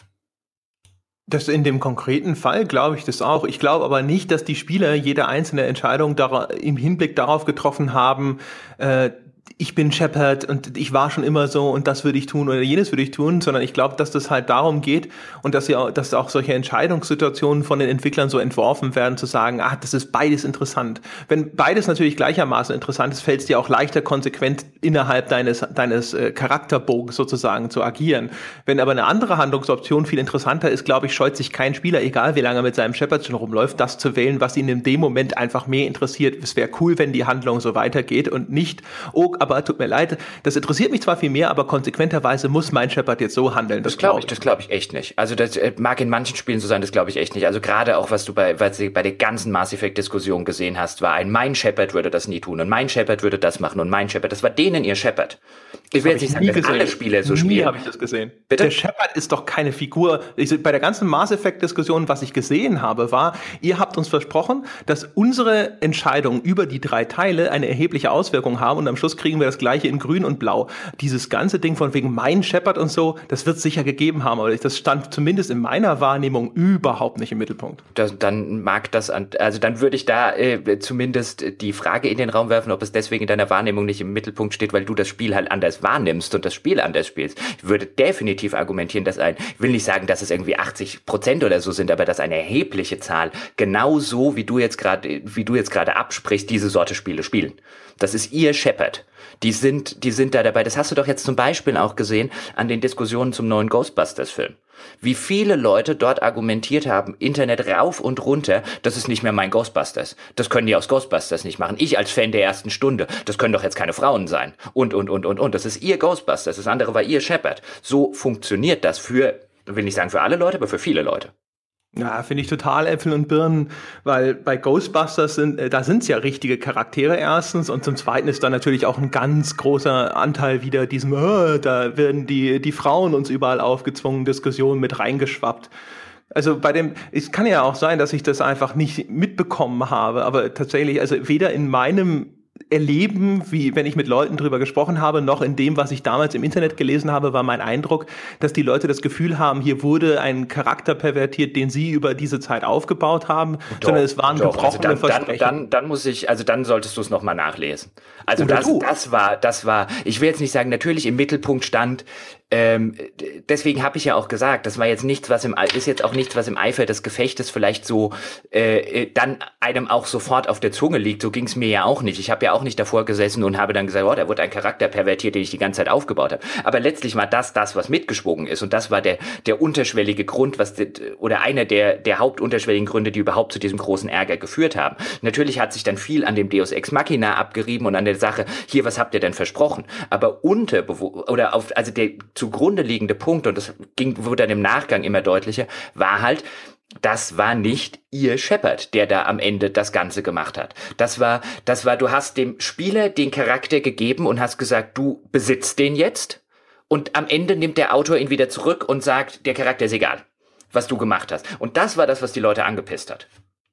Das in dem konkreten Fall glaube ich das auch. Ich glaube aber nicht, dass die Spieler jede einzelne Entscheidung dar- im Hinblick darauf getroffen haben, äh, ich bin Shepard und ich war schon immer so und das würde ich tun oder jenes würde ich tun, sondern ich glaube, dass das halt darum geht und dass ja, dass auch solche Entscheidungssituationen von den Entwicklern so entworfen werden, zu sagen, ah, das ist beides interessant. Wenn beides natürlich gleichermaßen interessant ist, fällt es dir auch leichter, konsequent innerhalb deines, deines äh, Charakterbogens sozusagen zu agieren. Wenn aber eine andere Handlungsoption viel interessanter ist, glaube ich, scheut sich kein Spieler, egal wie lange er mit seinem Shepard schon rumläuft, das zu wählen, was ihn in dem Moment einfach mehr interessiert. Es wäre cool, wenn die Handlung so weitergeht und nicht, oh, aber tut mir leid, das interessiert mich zwar viel mehr, aber konsequenterweise muss mein Shepard jetzt so handeln. Das, das glaube ich, das glaube ich echt nicht. Also das äh, mag in manchen Spielen so sein, das glaube ich echt nicht. Also gerade auch, was du bei, was du bei der ganzen Mass Effect Diskussion gesehen hast, war ein, mein Shepard würde das nie tun und mein Shepard würde das machen und mein Shepard, das war denen ihr Shepard. Ich will jetzt nicht sagen, dass gesehen. alle Spieler so nie spielen. Nie habe ich das gesehen. Bitte? Der Shepard ist doch keine Figur. Ich, bei der ganzen Mass Effect Diskussion, was ich gesehen habe, war, ihr habt uns versprochen, dass unsere Entscheidungen über die drei Teile eine erhebliche Auswirkung haben und am Schluss kriegen wir das Gleiche in Grün und Blau. Dieses ganze Ding von wegen mein Shepard und so, das wird es sicher gegeben haben, aber das stand zumindest in meiner Wahrnehmung überhaupt nicht im Mittelpunkt. Das, dann mag das, an, also dann würde ich da äh, zumindest die Frage in den Raum werfen, ob es deswegen in deiner Wahrnehmung nicht im Mittelpunkt steht, weil du das Spiel halt anders wahrnimmst und das Spiel anders spielst. Ich würde definitiv argumentieren, dass ein, ich will nicht sagen, dass es irgendwie achtzig Prozent oder so sind, aber dass eine erhebliche Zahl genauso wie du jetzt gerade, wie du jetzt gerade absprichst, diese Sorte Spiele spielen. Das ist ihr Shepard. Die sind, die sind da dabei. Das hast du doch jetzt zum Beispiel auch gesehen an den Diskussionen zum neuen Ghostbusters-Film. Wie viele Leute dort argumentiert haben, Internet rauf und runter, das ist nicht mehr mein Ghostbusters. Das können die aus Ghostbusters nicht machen. Ich als Fan der ersten Stunde, das können doch jetzt keine Frauen sein. Und, und, und, und, und. Das ist ihr Ghostbusters. Das andere war ihr Shepard. So funktioniert das für, will nicht sagen für alle Leute, aber für viele Leute. Ja, finde ich total Äpfel und Birnen, weil bei Ghostbusters sind, äh, da sind es ja richtige Charaktere erstens und zum Zweiten ist da natürlich auch ein ganz großer Anteil wieder diesem, oh, da werden die, die Frauen uns überall aufgezwungen, Diskussionen mit reingeschwappt. Also bei dem, es kann ja auch sein, dass ich das einfach nicht mitbekommen habe, aber tatsächlich, also weder in meinem Erleben, wie wenn ich mit Leuten drüber gesprochen habe, noch in dem, was ich damals im Internet gelesen habe, war mein Eindruck, dass die Leute das Gefühl haben, hier wurde ein Charakter pervertiert, den sie über diese Zeit aufgebaut haben, doch, sondern es waren doch, gebrochene also dann, Versprechen. Dann, dann, dann muss ich, also dann solltest du es nochmal nachlesen. Also das, das war, das war, ich will jetzt nicht sagen, natürlich im Mittelpunkt stand, ähm, deswegen habe ich ja auch gesagt, das war jetzt nichts, was im ist jetzt auch nichts, was im Eifer des Gefechtes vielleicht so äh, dann einem auch sofort auf der Zunge liegt. So ging es mir ja auch nicht. Ich habe ja auch nicht davor gesessen und habe dann gesagt, oh, da wurde ein Charakter pervertiert, den ich die ganze Zeit aufgebaut habe. Aber letztlich war das das, was mitgeschwungen ist und das war der der unterschwellige Grund, was oder einer der der hauptunterschwelligen Gründe, die überhaupt zu diesem großen Ärger geführt haben. Natürlich hat sich dann viel an dem Deus Ex Machina abgerieben und an der Sache, hier, was habt ihr denn versprochen? Aber unter oder auf also der zugrunde liegende Punkt, und das ging, wurde dann im Nachgang immer deutlicher, war halt, das war nicht ihr Shepard, der da am Ende das Ganze gemacht hat. Das war, das war, du hast dem Spieler den Charakter gegeben und hast gesagt, du besitzt den jetzt, und am Ende nimmt der Autor ihn wieder zurück und sagt, der Charakter ist egal, was du gemacht hast. Und das war das, was die Leute angepisst hat.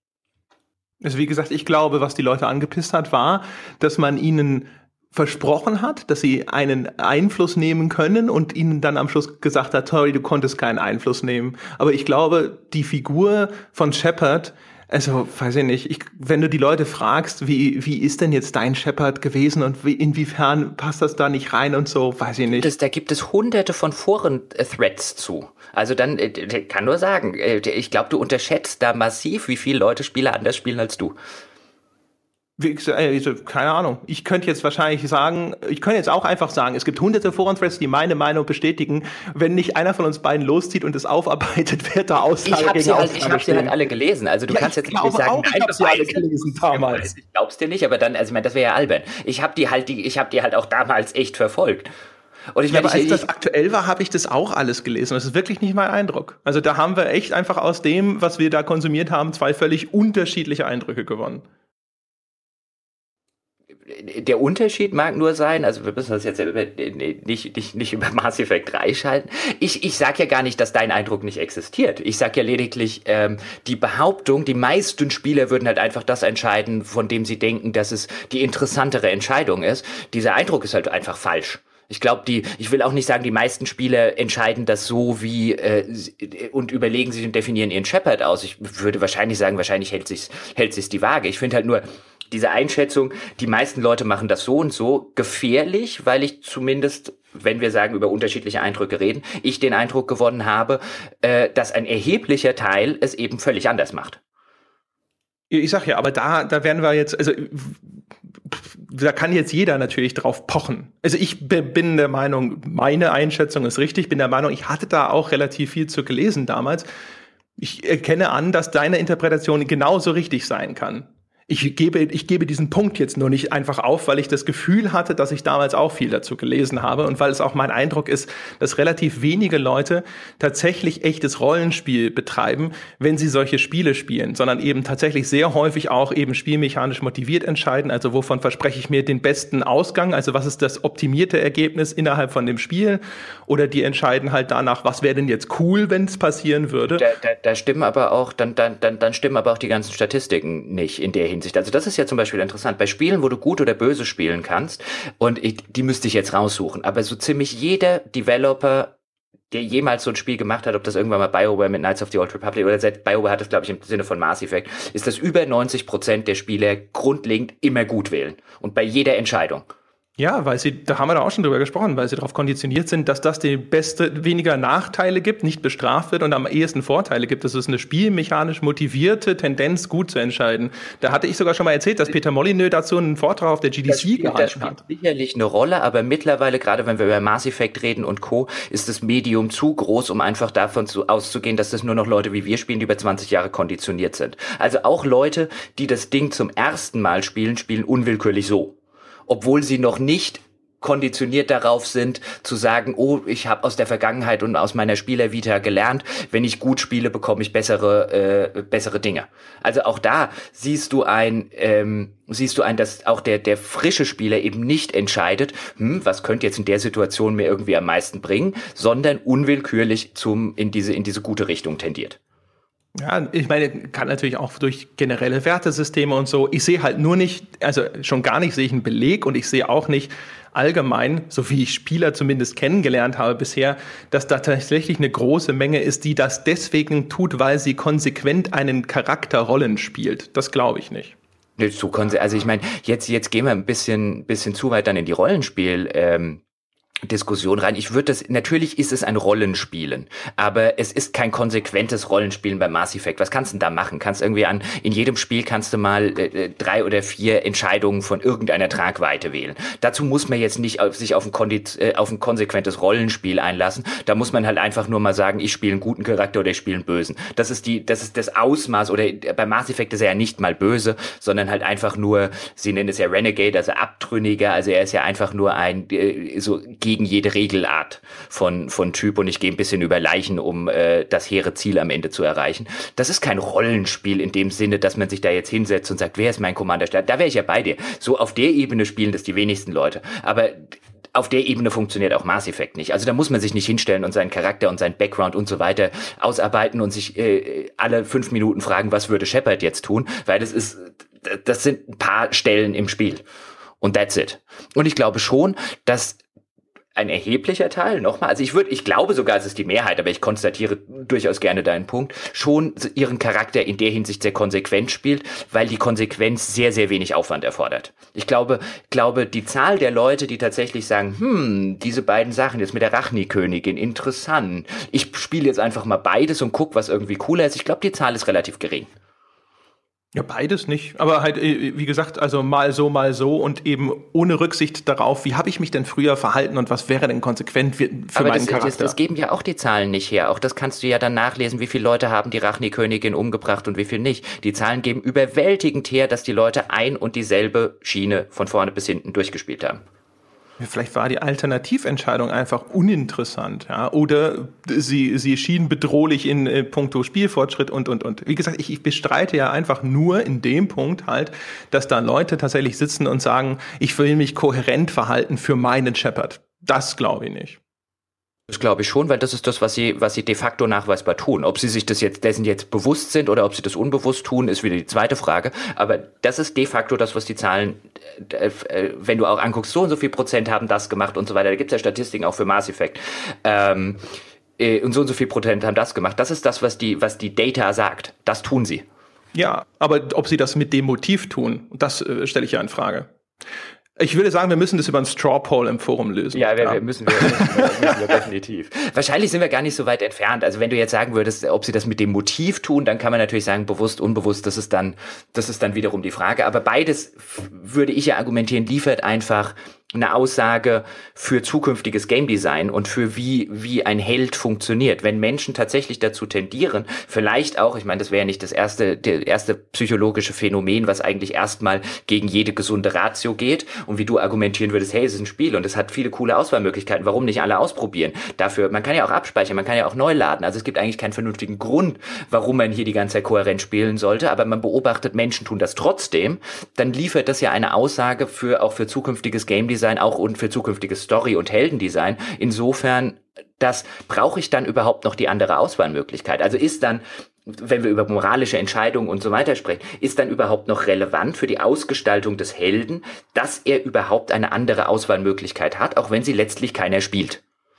Also wie gesagt, ich glaube, was die Leute angepisst hat, war, dass man ihnen versprochen hat, dass sie einen Einfluss nehmen können und ihnen dann am Schluss gesagt hat, sorry, du konntest keinen Einfluss nehmen. Aber ich glaube, die Figur von Shepard, also weiß ich nicht, ich, wenn du die Leute fragst, wie wie ist denn jetzt dein Shepard gewesen und wie, inwiefern passt das da nicht rein und so, weiß ich nicht. Das, da gibt es hunderte von Foren-Threads zu. Also dann, ich kann nur sagen, ich glaube, du unterschätzt da massiv, wie viele Leute Spiele anders spielen als du. Wie, also, keine Ahnung. Ich könnte jetzt wahrscheinlich sagen, ich könnte jetzt auch einfach sagen, es gibt hunderte Foren-Threads, die meine Meinung bestätigen. Wenn nicht einer von uns beiden loszieht und es aufarbeitet, wird da Aussage ich hab gegen sie Aussage halt, Ich habe sie halt alle gelesen. Also du ja, kannst jetzt nicht sagen, auch, nein, ich habe sie alle gelesen damals. Ich glaub's dir nicht, aber dann, also ich meine, das wäre ja albern. Ich habe die halt, die, ich habe die halt auch damals echt verfolgt. Und ich ja, meine, aber als das aktuell war, habe ich das auch alles gelesen. Das ist wirklich nicht mein Eindruck. Also da haben wir echt einfach aus dem, was wir da konsumiert haben, zwei völlig unterschiedliche Eindrücke gewonnen. Der Unterschied mag nur sein, also wir müssen das jetzt nicht, nicht, nicht über Mass Effect drei schalten. Ich, ich sag ja gar nicht, dass dein Eindruck nicht existiert. Ich sag ja lediglich, ähm, die Behauptung, die meisten Spieler würden halt einfach das entscheiden, von dem sie denken, dass es die interessantere Entscheidung ist. Dieser Eindruck ist halt einfach falsch. Ich glaube, die, ich will auch nicht sagen, die meisten Spieler entscheiden das so wie äh, und überlegen sich und definieren ihren Shepard aus. Ich würde wahrscheinlich sagen, wahrscheinlich hält sich hält sich die Waage. Ich finde halt nur diese Einschätzung, die meisten Leute machen das so und so, gefährlich, weil ich zumindest, wenn wir sagen, über unterschiedliche Eindrücke reden, ich den Eindruck gewonnen habe, äh, dass ein erheblicher Teil es eben völlig anders macht. Ich sag ja, aber da, da werden wir jetzt, also da kann jetzt jeder natürlich drauf pochen. Also ich bin der Meinung, meine Einschätzung ist richtig, bin der Meinung, ich hatte da auch relativ viel zu gelesen damals. Ich erkenne an, dass deine Interpretation genauso richtig sein kann. Ich gebe, ich gebe diesen Punkt jetzt nur nicht einfach auf, weil ich das Gefühl hatte, dass ich damals auch viel dazu gelesen habe und weil es auch mein Eindruck ist, dass relativ wenige Leute tatsächlich echtes Rollenspiel betreiben, wenn sie solche Spiele spielen, sondern eben tatsächlich sehr häufig auch eben spielmechanisch motiviert entscheiden. Also wovon verspreche ich mir den besten Ausgang? Also was ist das optimierte Ergebnis innerhalb von dem Spiel? Oder die entscheiden halt danach, was wäre denn jetzt cool, wenn es passieren würde? Da, da, da stimmen aber auch, dann, dann, dann, dann stimmen aber auch die ganzen Statistiken nicht in der Hinsicht. Also das ist ja zum Beispiel interessant. Bei Spielen, wo du gut oder böse spielen kannst, und ich, die müsste ich jetzt raussuchen, aber so ziemlich jeder Developer, der jemals so ein Spiel gemacht hat, ob das irgendwann mal BioWare mit Knights of the Old Republic oder seit BioWare hat es, glaube ich, im Sinne von Mass Effect, ist, dass über neunzig Prozent der Spieler grundlegend immer gut wählen. Und bei jeder Entscheidung. Ja, weil sie, da haben wir da auch schon drüber gesprochen, weil sie darauf konditioniert sind, dass das die beste, weniger Nachteile gibt, nicht bestraft wird und am ehesten Vorteile gibt. Das ist eine spielmechanisch motivierte Tendenz, gut zu entscheiden. Da hatte ich sogar schon mal erzählt, dass Peter Molyneux dazu einen Vortrag auf der G D C gehalten hat. Das spielt sicherlich eine Rolle, aber mittlerweile, gerade wenn wir über Mass Effect reden und Co., ist das Medium zu groß, um einfach davon zu, auszugehen, dass das nur noch Leute wie wir spielen, die über zwanzig Jahre konditioniert sind. Also auch Leute, die das Ding zum ersten Mal spielen, spielen unwillkürlich so. Obwohl sie noch nicht konditioniert darauf sind, zu sagen, oh, ich habe aus der Vergangenheit und aus meiner Spielervita gelernt, wenn ich gut spiele, bekomme ich bessere äh, bessere Dinge. Also auch da siehst du ein, ähm, siehst du ein, dass auch der der frische Spieler eben nicht entscheidet, hm, was könnte jetzt in der Situation mir irgendwie am meisten bringen, sondern unwillkürlich zum in diese in diese gute Richtung tendiert. Ja, ich meine, kann natürlich auch durch generelle Wertesysteme und so. Ich sehe halt nur nicht, also schon gar nicht sehe ich einen Beleg und ich sehe auch nicht allgemein, so wie ich Spieler zumindest kennengelernt habe bisher, dass da tatsächlich eine große Menge ist, die das deswegen tut, weil sie konsequent einen Charakter Rollen spielt. Das glaube ich nicht. Also ich meine, jetzt jetzt gehen wir ein bisschen bisschen zu weit dann in die Rollenspiel ähm Diskussion rein. Ich würde das, natürlich ist es ein Rollenspielen, aber es ist kein konsequentes Rollenspielen bei Mass Effect. Was kannst du denn da machen? Kannst irgendwie an, in jedem Spiel kannst du mal äh, drei oder vier Entscheidungen von irgendeiner Tragweite wählen. Dazu muss man jetzt nicht auf, sich auf ein, Kondit, äh, auf ein konsequentes Rollenspiel einlassen. Da muss man halt einfach nur mal sagen, ich spiele einen guten Charakter oder ich spiele einen bösen. Das ist die, das ist das Ausmaß, oder bei Mass Effect ist er ja nicht mal böse, sondern halt einfach nur, sie nennen es ja Renegade, also Abtrünniger, also er ist ja einfach nur ein, äh, so gegen jede Regelart von von Typ und ich gehe ein bisschen über Leichen, um äh, das hehre Ziel am Ende zu erreichen. Das ist kein Rollenspiel in dem Sinne, dass man sich da jetzt hinsetzt und sagt, wer ist mein Commander? Da wäre ich ja bei dir. So auf der Ebene spielen das die wenigsten Leute. Aber auf der Ebene funktioniert auch Mass Effect nicht. Also da muss man sich nicht hinstellen und seinen Charakter und seinen Background und so weiter ausarbeiten und sich äh, alle fünf Minuten fragen, was würde Shepard jetzt tun? Weil das ist, das sind ein paar Stellen im Spiel. Und that's it. Und ich glaube schon, dass ein erheblicher Teil, nochmal, also ich würde, ich glaube sogar, es ist die Mehrheit, aber ich konstatiere durchaus gerne deinen Punkt, schon ihren Charakter in der Hinsicht sehr konsequent spielt, weil die Konsequenz sehr, sehr wenig Aufwand erfordert. Ich glaube, glaube, die Zahl der Leute, die tatsächlich sagen, hm, diese beiden Sachen jetzt mit der Rachni-Königin, interessant, ich spiele jetzt einfach mal beides und guck, was irgendwie cooler ist, ich glaube, die Zahl ist relativ gering. Ja, beides nicht. Aber halt, wie gesagt, also mal so, mal so und eben ohne Rücksicht darauf, wie habe ich mich denn früher verhalten und was wäre denn konsequent für Aber meinen das, Charakter. Das, das geben ja auch die Zahlen nicht her. Auch das kannst du ja dann nachlesen, wie viele Leute haben die Rachni-Königin umgebracht und wie viel nicht. Die Zahlen geben überwältigend her, dass die Leute ein und dieselbe Schiene von vorne bis hinten durchgespielt haben. Vielleicht war die Alternativentscheidung einfach uninteressant, ja, oder sie, sie schien bedrohlich in äh, puncto Spielfortschritt und, und, und. Wie gesagt, ich, ich bestreite ja einfach nur in dem Punkt halt, dass da Leute tatsächlich sitzen und sagen, ich will mich kohärent verhalten für meinen Shepard. Das glaube ich nicht. Das glaube ich schon, weil das ist das, was sie, was sie de facto nachweisbar tun. Ob sie sich das jetzt dessen jetzt bewusst sind oder ob sie das unbewusst tun, ist wieder die zweite Frage. Aber das ist de facto das, was die Zahlen, äh, äh, wenn du auch anguckst, so und so viel Prozent haben das gemacht und so weiter. Da gibt es ja Statistiken auch für Mass Effect. Ähm, äh, und so und so viel Prozent haben das gemacht. Das ist das, was die, was die Data sagt. Das tun sie. Ja, aber ob sie das mit dem Motiv tun, das äh, stelle ich ja in Frage. Ich würde sagen, wir müssen das über ein Straw Poll im Forum lösen. Ja, wir, ja. wir müssen, wir, müssen, wir, müssen wir definitiv. Wahrscheinlich sind wir gar nicht so weit entfernt. Also wenn du jetzt sagen würdest, ob sie das mit dem Motiv tun, dann kann man natürlich sagen, bewusst, unbewusst, das ist dann, das ist dann wiederum die Frage. Aber beides, würde ich ja argumentieren, liefert einfach eine Aussage für zukünftiges Game Design und für wie wie ein Held funktioniert. Wenn Menschen tatsächlich dazu tendieren, vielleicht auch, ich meine, das wäre ja nicht das erste der erste psychologische Phänomen, was eigentlich erstmal gegen jede gesunde Ratio geht und wie du argumentieren würdest, hey, es ist ein Spiel und es hat viele coole Auswahlmöglichkeiten, warum nicht alle ausprobieren? Dafür, man kann ja auch abspeichern, man kann ja auch neu laden. Also es gibt eigentlich keinen vernünftigen Grund, warum man hier die ganze Zeit kohärent spielen sollte, aber man beobachtet, Menschen tun das trotzdem, dann liefert das ja eine Aussage für auch für zukünftiges Game Design auch und für zukünftiges Story- und Heldendesign. Insofern, das brauche ich dann überhaupt noch die andere Auswahlmöglichkeit. Also ist dann, wenn wir über moralische Entscheidungen und so weiter sprechen, ist dann überhaupt noch relevant für die Ausgestaltung des Helden, dass er überhaupt eine andere Auswahlmöglichkeit hat, auch wenn sie letztlich keiner spielt.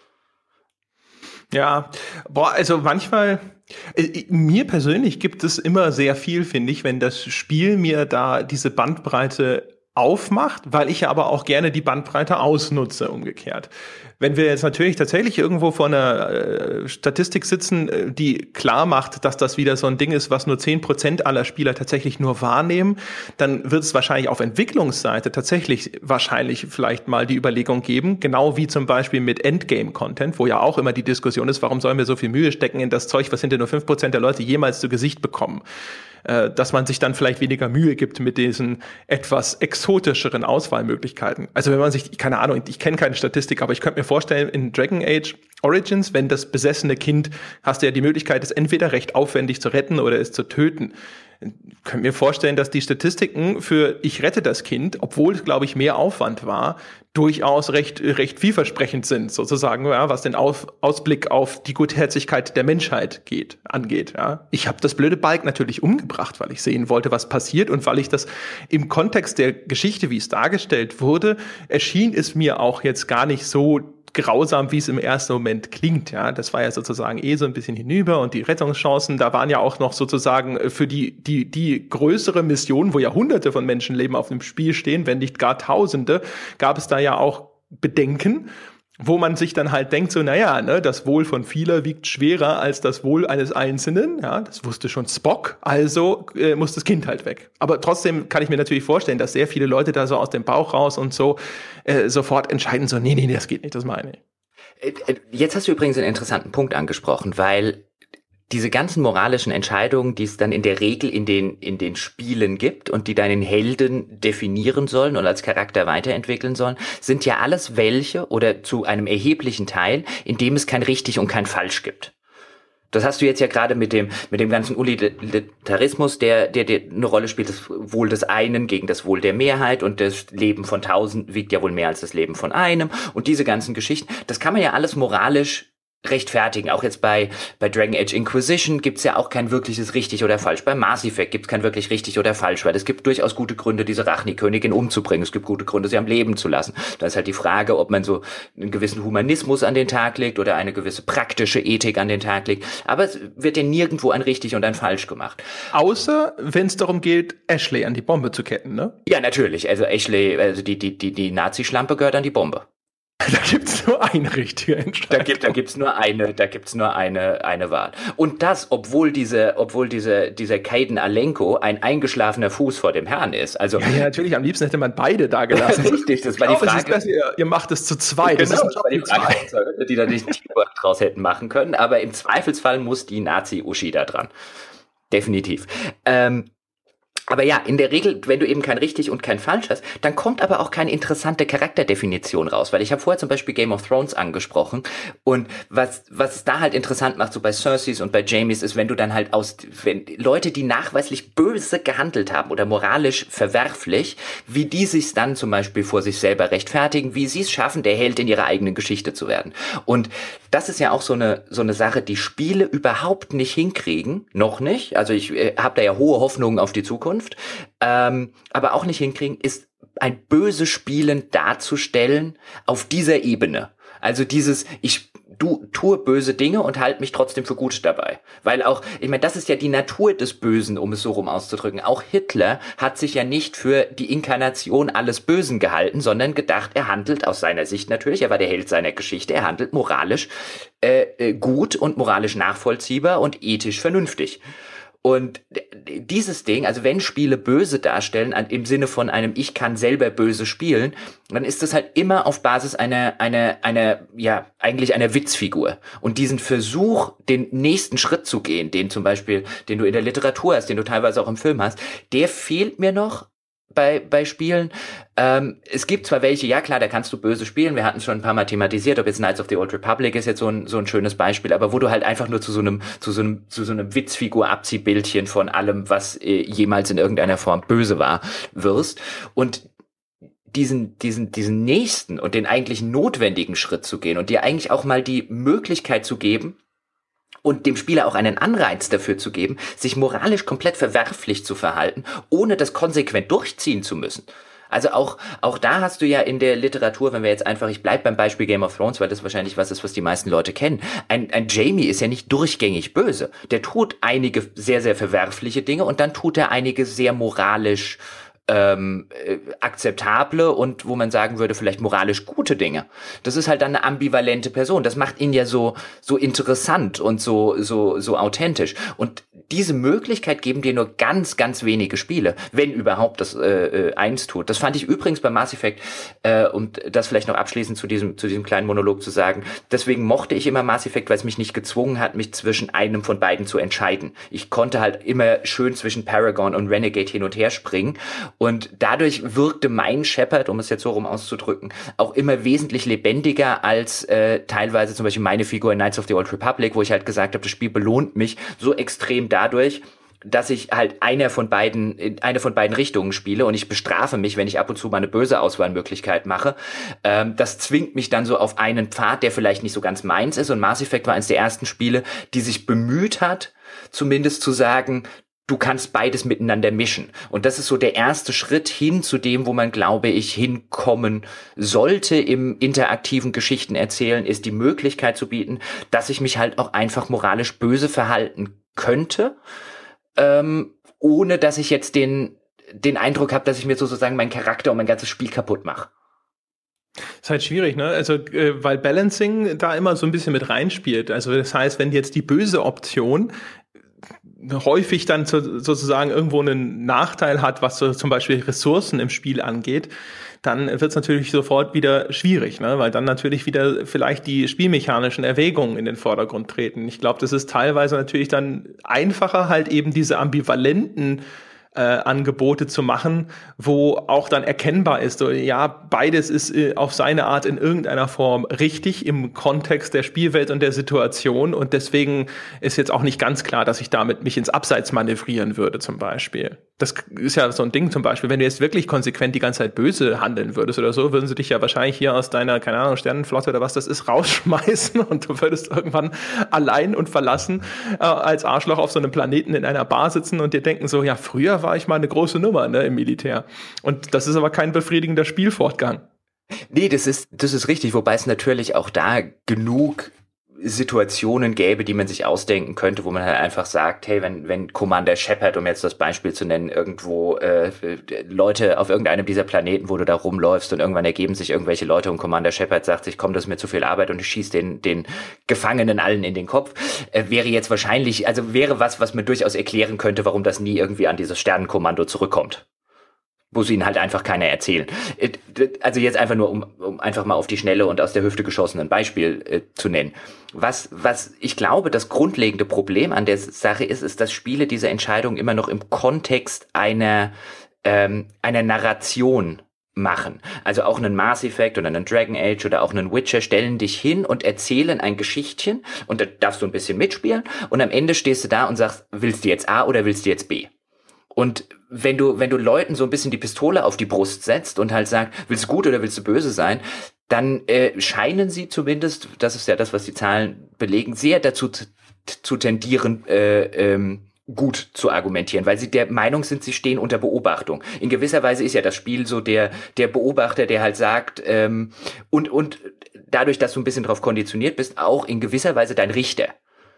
Ja, boah, also manchmal, äh, mir persönlich gibt es immer sehr viel, finde ich, wenn das Spiel mir da diese Bandbreite aufmacht, weil ich ja aber auch gerne die Bandbreite ausnutze, umgekehrt. Wenn wir jetzt natürlich tatsächlich irgendwo vor einer äh, Statistik sitzen, äh, die klar macht, dass das wieder so ein Ding ist, was nur zehn Prozent aller Spieler tatsächlich nur wahrnehmen, dann wird es wahrscheinlich auf Entwicklungsseite tatsächlich wahrscheinlich vielleicht mal die Überlegung geben, genau wie zum Beispiel mit Endgame-Content, wo ja auch immer die Diskussion ist, warum sollen wir so viel Mühe stecken in das Zeug, was hinter nur fünf Prozent der Leute jemals zu Gesicht bekommen. Dass man sich dann vielleicht weniger Mühe gibt mit diesen etwas exotischeren Auswahlmöglichkeiten. Also wenn man sich, keine Ahnung, ich kenne keine Statistik, aber ich könnte mir vorstellen, in Dragon Age Origins, wenn das besessene Kind, hast du ja die Möglichkeit, es entweder recht aufwendig zu retten oder es zu töten. Ich könnte mir vorstellen, dass die Statistiken für ich rette das Kind, obwohl es, glaube ich, mehr Aufwand war, durchaus recht recht vielversprechend sind, sozusagen, ja, was den Aus, Ausblick auf die Gutherzigkeit der Menschheit geht, angeht. Ja. Ich habe das blöde Balk natürlich umgebracht, weil ich sehen wollte, was passiert und weil ich das im Kontext der Geschichte, wie es dargestellt wurde, erschien es mir auch jetzt gar nicht so grausam, wie es im ersten Moment klingt, ja. Das war ja sozusagen eh so ein bisschen hinüber und die Rettungschancen, da waren ja auch noch sozusagen für die, die, die größere Mission, wo ja Hunderte von Menschenleben auf dem Spiel stehen, wenn nicht gar Tausende, gab es da ja auch Bedenken, wo man sich dann halt denkt, so, naja, ne, das Wohl von vieler wiegt schwerer als das Wohl eines Einzelnen, ja, das wusste schon Spock, also äh, muss das Kind halt weg. Aber trotzdem kann ich mir natürlich vorstellen, dass sehr viele Leute da so aus dem Bauch raus und so äh, sofort entscheiden, so, nee, nee, das geht nicht, das meine ich. Jetzt hast du übrigens einen interessanten Punkt angesprochen, weil diese ganzen moralischen Entscheidungen, die es dann in der Regel in den, in den Spielen gibt und die deinen Helden definieren sollen und als Charakter weiterentwickeln sollen, sind ja alles welche oder zu einem erheblichen Teil, in dem es kein richtig und kein falsch gibt. Das hast du jetzt ja gerade mit dem, mit dem ganzen Utilitarismus, der, der, der eine Rolle spielt, das Wohl des einen gegen das Wohl der Mehrheit und das Leben von tausend wiegt ja wohl mehr als das Leben von einem und diese ganzen Geschichten, das kann man ja alles moralisch rechtfertigen. Auch jetzt bei bei Dragon Age Inquisition gibt's ja auch kein wirkliches richtig oder falsch. Bei Mass Effect gibt's kein wirklich richtig oder falsch, weil es gibt durchaus gute Gründe, diese Rachni-Königin umzubringen. Es gibt gute Gründe, sie am Leben zu lassen. Da ist halt die Frage, ob man so einen gewissen Humanismus an den Tag legt oder eine gewisse praktische Ethik an den Tag legt. Aber es wird ja nirgendwo ein richtig und ein falsch gemacht. Außer, wenn es darum geht, Ashley an die Bombe zu ketten, ne? Ja, natürlich. Also Ashley, also die die die die Nazi-Schlampe gehört an die Bombe. Da gibt's nur eine richtige Entscheidung. Da gibt, da gibt's nur eine, da gibt's nur eine, eine Wahl. Und das, obwohl diese, obwohl diese, dieser Kaidan Alenko ein eingeschlafener Fuß vor dem Herrn ist. Also. Ja, ja, natürlich, am liebsten hätte man beide da gelassen. Richtig, das war die Frage. Ist das, ihr, ihr macht es zu zweit. Genau, das ist das war die Frage, die da nicht Teamwork draus hätten machen können. Aber im Zweifelsfall muss die Nazi-Uschi da dran. Definitiv. Ähm, Aber ja, in der Regel, wenn du eben kein richtig und kein falsch hast, dann kommt aber auch keine interessante Charakterdefinition raus. Weil ich habe vorher zum Beispiel Game of Thrones angesprochen und was was es da halt interessant macht, so bei Cerseis und bei Jaimes, ist, wenn du dann halt aus, wenn Leute, die nachweislich böse gehandelt haben oder moralisch verwerflich, wie die sich's dann zum Beispiel vor sich selber rechtfertigen, wie sie es schaffen, der Held in ihrer eigenen Geschichte zu werden. Und das ist ja auch so eine so eine Sache, die Spiele überhaupt nicht hinkriegen, noch nicht. Also ich äh, habe da ja hohe Hoffnungen auf die Zukunft. Ähm, aber auch nicht hinkriegen, ist ein böses Spielen darzustellen auf dieser Ebene. Also dieses, ich du tue böse Dinge und halte mich trotzdem für gut dabei. Weil auch, ich meine, das ist ja die Natur des Bösen, um es so rum auszudrücken. Auch Hitler hat sich ja nicht für die Inkarnation alles Bösen gehalten, sondern gedacht, er handelt aus seiner Sicht natürlich, er war der Held seiner Geschichte, er handelt moralisch äh, gut und moralisch nachvollziehbar und ethisch vernünftig. Und dieses Ding, also wenn Spiele böse darstellen, im Sinne von einem ich kann selber böse spielen, dann ist das halt immer auf Basis einer, einer, einer, ja, eigentlich einer Witzfigur. Und diesen Versuch, den nächsten Schritt zu gehen, den zum Beispiel, den du in der Literatur hast, den du teilweise auch im Film hast, der fehlt mir noch bei bei Spielen. Ähm, es gibt zwar welche, ja klar, da kannst du böse spielen, wir hatten es schon ein paar Mal thematisiert, ob jetzt Knights of the Old Republic ist jetzt so ein so ein schönes Beispiel, aber wo du halt einfach nur zu so einem zu so einem zu so einem Witzfigur-Abziehbildchen von allem, was äh, jemals in irgendeiner Form böse war, wirst. Und diesen diesen diesen nächsten und den eigentlich notwendigen Schritt zu gehen und dir eigentlich auch mal die Möglichkeit zu geben, und dem Spieler auch einen Anreiz dafür zu geben, sich moralisch komplett verwerflich zu verhalten, ohne das konsequent durchziehen zu müssen. Also auch auch da hast du ja in der Literatur, wenn wir jetzt einfach, ich bleib beim Beispiel Game of Thrones, weil das wahrscheinlich was ist, was die meisten Leute kennen, ein, ein Jaime ist ja nicht durchgängig böse. Der tut einige sehr, sehr verwerfliche Dinge und dann tut er einige sehr moralisch ähm, äh, akzeptable und wo man sagen würde, vielleicht moralisch gute Dinge. Das ist halt dann eine ambivalente Person. Das macht ihn ja so so interessant und so so so authentisch. Und diese Möglichkeit geben dir nur ganz, ganz wenige Spiele, wenn überhaupt das äh, eins tut. Das fand ich übrigens bei Mass Effect, äh, und das vielleicht noch abschließend zu diesem zu diesem kleinen Monolog zu sagen, deswegen mochte ich immer Mass Effect, weil es mich nicht gezwungen hat, mich zwischen einem von beiden zu entscheiden. Ich konnte halt immer schön zwischen Paragon und Renegade hin und her springen und dadurch wirkte mein Shepard, um es jetzt so rum auszudrücken, auch immer wesentlich lebendiger als äh, teilweise zum Beispiel meine Figur in Knights of the Old Republic, wo ich halt gesagt habe, das Spiel belohnt mich so extrem dadurch, dass ich halt einer von beiden, in eine von beiden Richtungen spiele und ich bestrafe mich, wenn ich ab und zu mal eine böse Auswahlmöglichkeit mache. Ähm, das zwingt mich dann so auf einen Pfad, der vielleicht nicht so ganz meins ist, und Mass Effect war eines der ersten Spiele, die sich bemüht hat, zumindest zu sagen, du kannst beides miteinander mischen. Und das ist so der erste Schritt hin zu dem, wo man, glaube ich, hinkommen sollte im interaktiven Geschichten erzählen, ist die Möglichkeit zu bieten, dass ich mich halt auch einfach moralisch böse verhalten könnte, ähm, ohne dass ich jetzt den, den Eindruck habe, dass ich mir sozusagen meinen Charakter und mein ganzes Spiel kaputt mache. Ist halt schwierig, ne? Also, äh, weil Balancing da immer so ein bisschen mit reinspielt. Also, das heißt, wenn jetzt die böse Option häufig dann zu, sozusagen irgendwo einen Nachteil hat, was so zum Beispiel Ressourcen im Spiel angeht, dann wird es natürlich sofort wieder schwierig, ne? Weil dann natürlich wieder vielleicht die spielmechanischen Erwägungen in den Vordergrund treten. Ich glaube, das ist teilweise natürlich dann einfacher, halt eben diese ambivalenten Äh, Angebote zu machen, wo auch dann erkennbar ist, so, ja, beides ist äh, auf seine Art in irgendeiner Form richtig im Kontext der Spielwelt und der Situation, und deswegen ist jetzt auch nicht ganz klar, dass ich damit mich ins Abseits manövrieren würde zum Beispiel. Das ist ja so ein Ding zum Beispiel, wenn du jetzt wirklich konsequent die ganze Zeit böse handeln würdest oder so, würden sie dich ja wahrscheinlich hier aus deiner, keine Ahnung, Sternenflotte oder was das ist, rausschmeißen und du würdest irgendwann allein und verlassen äh, als Arschloch auf so einem Planeten in einer Bar sitzen und dir denken so, ja, früher war ich mal eine große Nummer, ne, im Militär. Und das ist aber kein befriedigender Spielfortgang. Nee, das ist, das ist richtig, wobei es natürlich auch da genug Situationen gäbe, die man sich ausdenken könnte, wo man halt einfach sagt, hey, wenn wenn Commander Shepard, um jetzt das Beispiel zu nennen, irgendwo äh, Leute auf irgendeinem dieser Planeten, wo du da rumläufst und irgendwann ergeben sich irgendwelche Leute und Commander Shepard sagt sich, komm, das ist mir zu viel Arbeit und ich schieß den den Gefangenen allen in den Kopf, äh, wäre jetzt wahrscheinlich, also wäre was, was man durchaus erklären könnte, warum das nie irgendwie an dieses Sternenkommando zurückkommt. muss ihnen halt einfach keiner erzählen. Also jetzt einfach nur, um, um einfach mal auf die Schnelle und aus der Hüfte geschossen ein Beispiel äh, zu nennen. Was, was ich glaube, das grundlegende Problem an der Sache ist, ist, dass Spiele diese Entscheidung immer noch im Kontext einer, ähm, einer Narration machen. Also auch einen Mass Effect oder einen Dragon Age oder auch einen Witcher stellen dich hin und erzählen ein Geschichtchen und da darfst du ein bisschen mitspielen und am Ende stehst du da und sagst, willst du jetzt A oder willst du jetzt B? Und wenn du, wenn du Leuten so ein bisschen die Pistole auf die Brust setzt und halt sagst, willst du gut oder willst du böse sein, dann äh, scheinen sie zumindest, das ist ja das, was die Zahlen belegen, sehr dazu t- zu tendieren, äh, ähm, gut zu argumentieren, weil sie der Meinung sind, sie stehen unter Beobachtung. In gewisser Weise ist ja das Spiel so der, der Beobachter, der halt sagt, ähm, und, und dadurch, dass du ein bisschen drauf konditioniert bist, auch in gewisser Weise dein Richter.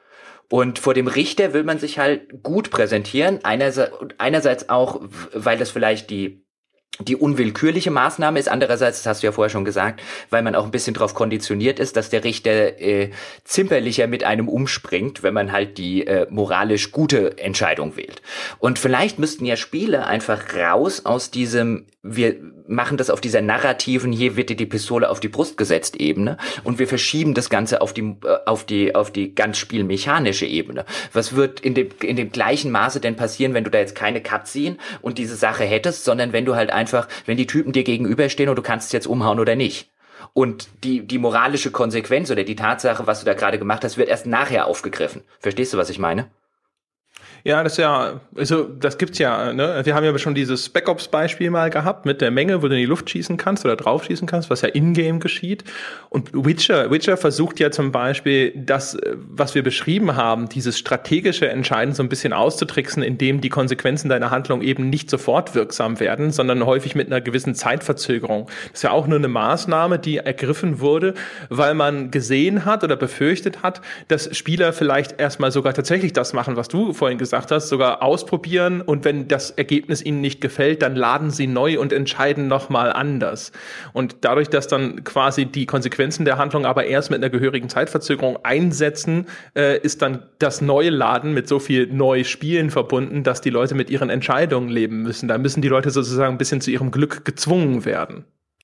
Und vor dem Richter will man sich halt gut präsentieren, einerseits, einerseits auch, weil das vielleicht die die unwillkürliche Maßnahme ist, andererseits, das hast du ja vorher schon gesagt, weil man auch ein bisschen darauf konditioniert ist, dass der Richter äh, zimperlicher mit einem umspringt, wenn man halt die äh, moralisch gute Entscheidung wählt. Und vielleicht müssten ja Spiele einfach raus aus diesem, wir machen das auf dieser narrativen, hier wird dir die Pistole auf die Brust gesetzt Ebene und wir verschieben das Ganze auf die auf die auf die ganz spielmechanische Ebene. Was wird in dem in dem gleichen Maße denn passieren, wenn du da jetzt keine Cutscene und diese Sache hättest, sondern wenn du halt einfach, wenn die Typen dir gegenüberstehen und du kannst es jetzt umhauen oder nicht. Und die die moralische Konsequenz oder die Tatsache, was du da gerade gemacht hast, wird erst nachher aufgegriffen. Verstehst du, was ich meine? Ja, das ist ja, also das gibt's ja, ne? Wir haben ja schon dieses Spec Ops Beispiel mal gehabt mit der Menge, wo du in die Luft schießen kannst oder drauf schießen kannst, was ja in-game geschieht. Und Witcher, Witcher versucht ja zum Beispiel das, was wir beschrieben haben, dieses strategische Entscheiden so ein bisschen auszutricksen, indem die Konsequenzen deiner Handlung eben nicht sofort wirksam werden, sondern häufig mit einer gewissen Zeitverzögerung. Das ist ja auch nur eine Maßnahme, die ergriffen wurde, weil man gesehen hat oder befürchtet hat, dass Spieler vielleicht erstmal sogar tatsächlich das machen, was du vorhin gesagt hast, sogar ausprobieren und wenn das Ergebnis ihnen nicht gefällt, dann laden sie neu und entscheiden nochmal anders. Und dadurch, dass dann quasi die Konsequenzen der Handlung aber erst mit einer gehörigen Zeitverzögerung einsetzen, äh, ist dann das neue Laden mit so viel Neuspielen verbunden, dass die Leute mit ihren Entscheidungen leben müssen. Da müssen die Leute sozusagen ein bisschen zu ihrem Glück gezwungen werden.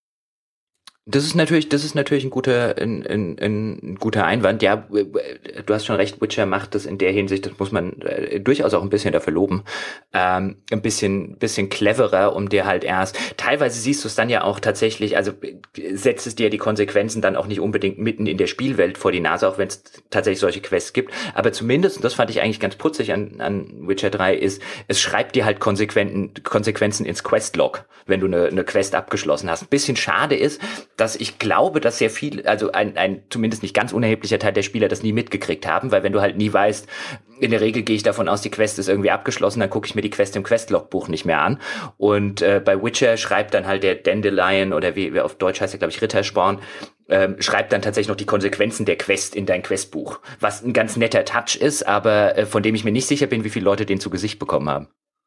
Das ist natürlich, das ist natürlich ein guter, ein, ein, ein guter Einwand. Ja, du hast schon recht, Witcher macht das in der Hinsicht, das muss man äh, durchaus auch ein bisschen dafür loben, ähm, ein bisschen, bisschen cleverer, um dir halt erst, teilweise siehst du es dann ja auch tatsächlich, also setzt es dir die Konsequenzen dann auch nicht unbedingt mitten in der Spielwelt vor die Nase, auch wenn es tatsächlich solche Quests gibt, aber zumindest, und das fand ich eigentlich ganz putzig an, an Witcher drei, ist, es schreibt dir halt Konsequenzen, Konsequenzen ins Questlog, wenn du eine, eine Quest abgeschlossen hast. Ein bisschen schade ist, dass ich glaube, dass sehr viel, also ein, ein zumindest nicht ganz unerheblicher Teil der Spieler das nie mitgekriegt haben, weil wenn du halt nie weißt, in der Regel gehe ich davon aus, die Quest ist irgendwie abgeschlossen, dann gucke ich mir die Quest im Questlogbuch nicht mehr an. Und äh, bei Witcher schreibt dann halt der Dandelion oder wie, wie auf Deutsch heißt er, glaube ich, Rittersporn, ähm, schreibt dann tatsächlich noch die Konsequenzen der Quest in dein Questbuch. Was ein ganz netter Touch ist, aber äh, von dem ich mir nicht sicher bin, wie viele Leute den zu Gesicht bekommen haben.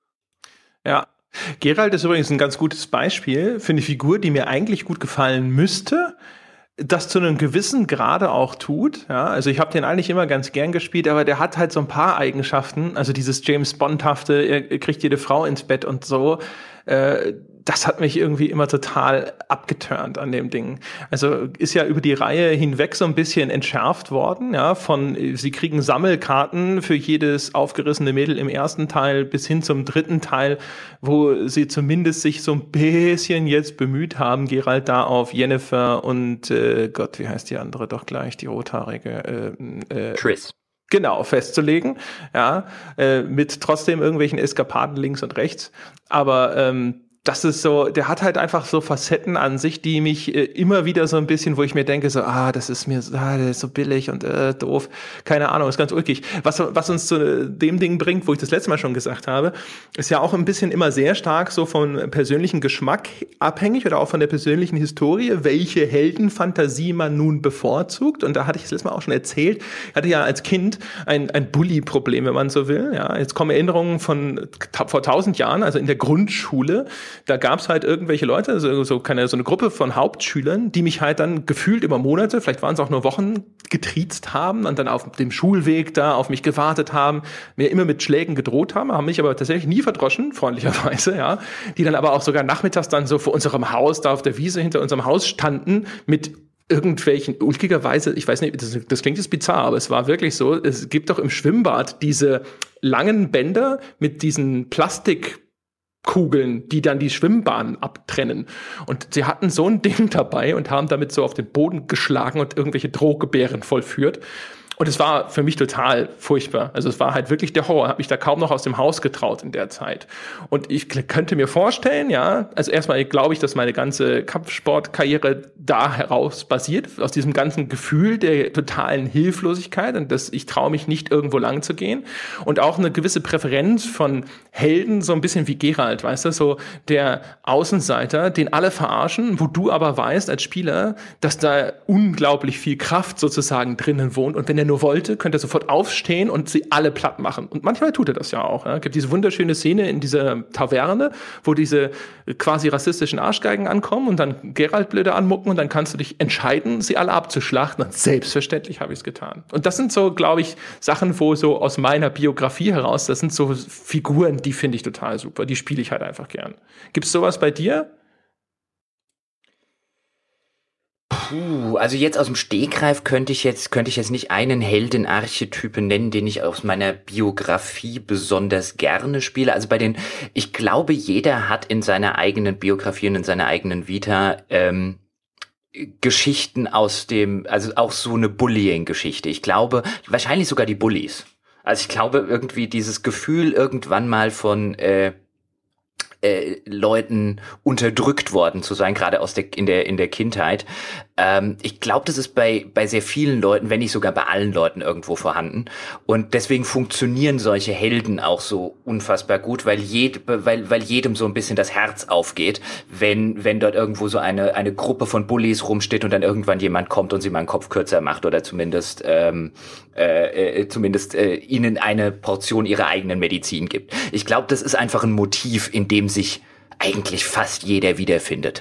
Ja. Geralt ist übrigens ein ganz gutes Beispiel für eine Figur, die mir eigentlich gut gefallen müsste, das zu einem gewissen Grade auch tut. Ja, also ich habe den eigentlich immer ganz gern gespielt, aber der hat halt so ein paar Eigenschaften, also dieses James Bond-hafte, er kriegt jede Frau ins Bett und so, äh, das hat mich irgendwie immer total abgeturnt an dem Ding. Also ist ja über die Reihe hinweg so ein bisschen entschärft worden, ja, von sie kriegen Sammelkarten für jedes aufgerissene Mädel im ersten Teil bis hin zum dritten Teil, wo sie zumindest sich so ein bisschen jetzt bemüht haben, Geralt da auf Yennefer und äh, Gott, wie heißt die andere doch gleich, die rothaarige äh, äh, Triss. Genau, festzulegen, ja, äh, mit trotzdem irgendwelchen Eskapaden links und rechts, aber ähm, das ist so, der hat halt einfach so Facetten an sich, die mich äh, immer wieder so ein bisschen, wo ich mir denke, so, ah, das ist mir ah, das ist so billig und äh, doof, keine Ahnung, ist ganz ulkig. Was, was uns zu dem Ding bringt, wo ich das letzte Mal schon gesagt habe, ist ja auch ein bisschen immer sehr stark so vom persönlichen Geschmack abhängig oder auch von der persönlichen Historie, welche Heldenfantasie man nun bevorzugt. Und da hatte ich das letzte Mal auch schon erzählt, ich hatte ja als Kind ein, ein Bully-Problem, wenn man so will. Ja, jetzt kommen Erinnerungen von ta- vor tausend Jahren, also in der Grundschule, Da gab's halt irgendwelche Leute, so, so, keine, so eine Gruppe von Hauptschülern, die mich halt dann gefühlt über Monate, vielleicht waren es auch nur Wochen, getriezt haben und dann auf dem Schulweg da auf mich gewartet haben, mir immer mit Schlägen gedroht haben, haben mich aber tatsächlich nie verdroschen, freundlicherweise, ja, die dann aber auch sogar nachmittags dann so vor unserem Haus, da auf der Wiese hinter unserem Haus standen, mit irgendwelchen, ulkigerweise, ich weiß nicht, das, das klingt jetzt bizarr, aber es war wirklich so, es gibt doch im Schwimmbad diese langen Bänder mit diesen Plastikkugeln, die dann die Schwimmbahn abtrennen. Und sie hatten so ein Ding dabei und haben damit so auf den Boden geschlagen und irgendwelche Drohgebären vollführt. Und es war für mich total furchtbar. Also es war halt wirklich der Horror. Ich habe mich da kaum noch aus dem Haus getraut in der Zeit. Und ich könnte mir vorstellen, ja, also erstmal glaube ich, dass meine ganze Kampfsportkarriere da heraus basiert, aus diesem ganzen Gefühl der totalen Hilflosigkeit und dass ich traue mich nicht, irgendwo lang zu gehen. Und auch eine gewisse Präferenz von Helden, so ein bisschen wie Geralt, weißt du, so der Außenseiter, den alle verarschen, wo du aber weißt als Spieler, dass da unglaublich viel Kraft sozusagen drinnen wohnt. Und wenn er nur wollte, könnte er sofort aufstehen und sie alle platt machen. Und manchmal tut er das ja auch. Ja. Es gibt diese wunderschöne Szene in dieser Taverne, wo diese quasi rassistischen Arschgeigen ankommen und dann Geralt blöde anmucken und dann kannst du dich entscheiden, sie alle abzuschlachten. Und selbstverständlich habe ich es getan. Und das sind so, glaube ich, Sachen, wo so aus meiner Biografie heraus, das sind so Figuren, die finde ich total super. Die spiele ich halt einfach gern. Gibt's sowas bei dir? Puh, also jetzt aus dem Stegreif könnte ich jetzt, könnte ich jetzt nicht einen Heldenarchetypen nennen, den ich aus meiner Biografie besonders gerne spiele. Also bei den, ich glaube, jeder hat in seiner eigenen Biografie und in seiner eigenen Vita, ähm, Geschichten aus dem, also auch so eine Bullying-Geschichte. Ich glaube, wahrscheinlich sogar die Bullies. Also ich glaube irgendwie dieses Gefühl irgendwann mal von, äh, Äh, Leuten unterdrückt worden zu sein, gerade aus der in der in der Kindheit. Ähm, ich glaube, das ist bei bei sehr vielen Leuten, wenn nicht sogar bei allen Leuten irgendwo vorhanden. Und deswegen funktionieren solche Helden auch so unfassbar gut, weil jed, weil weil jedem so ein bisschen das Herz aufgeht, wenn wenn dort irgendwo so eine eine Gruppe von Bullies rumsteht und dann irgendwann jemand kommt und sie mal einen Kopf kürzer macht oder zumindest ähm, äh, äh, zumindest äh, ihnen eine Portion ihrer eigenen Medizin gibt. Ich glaube, das ist einfach ein Motiv, in dem sich eigentlich fast jeder wiederfindet.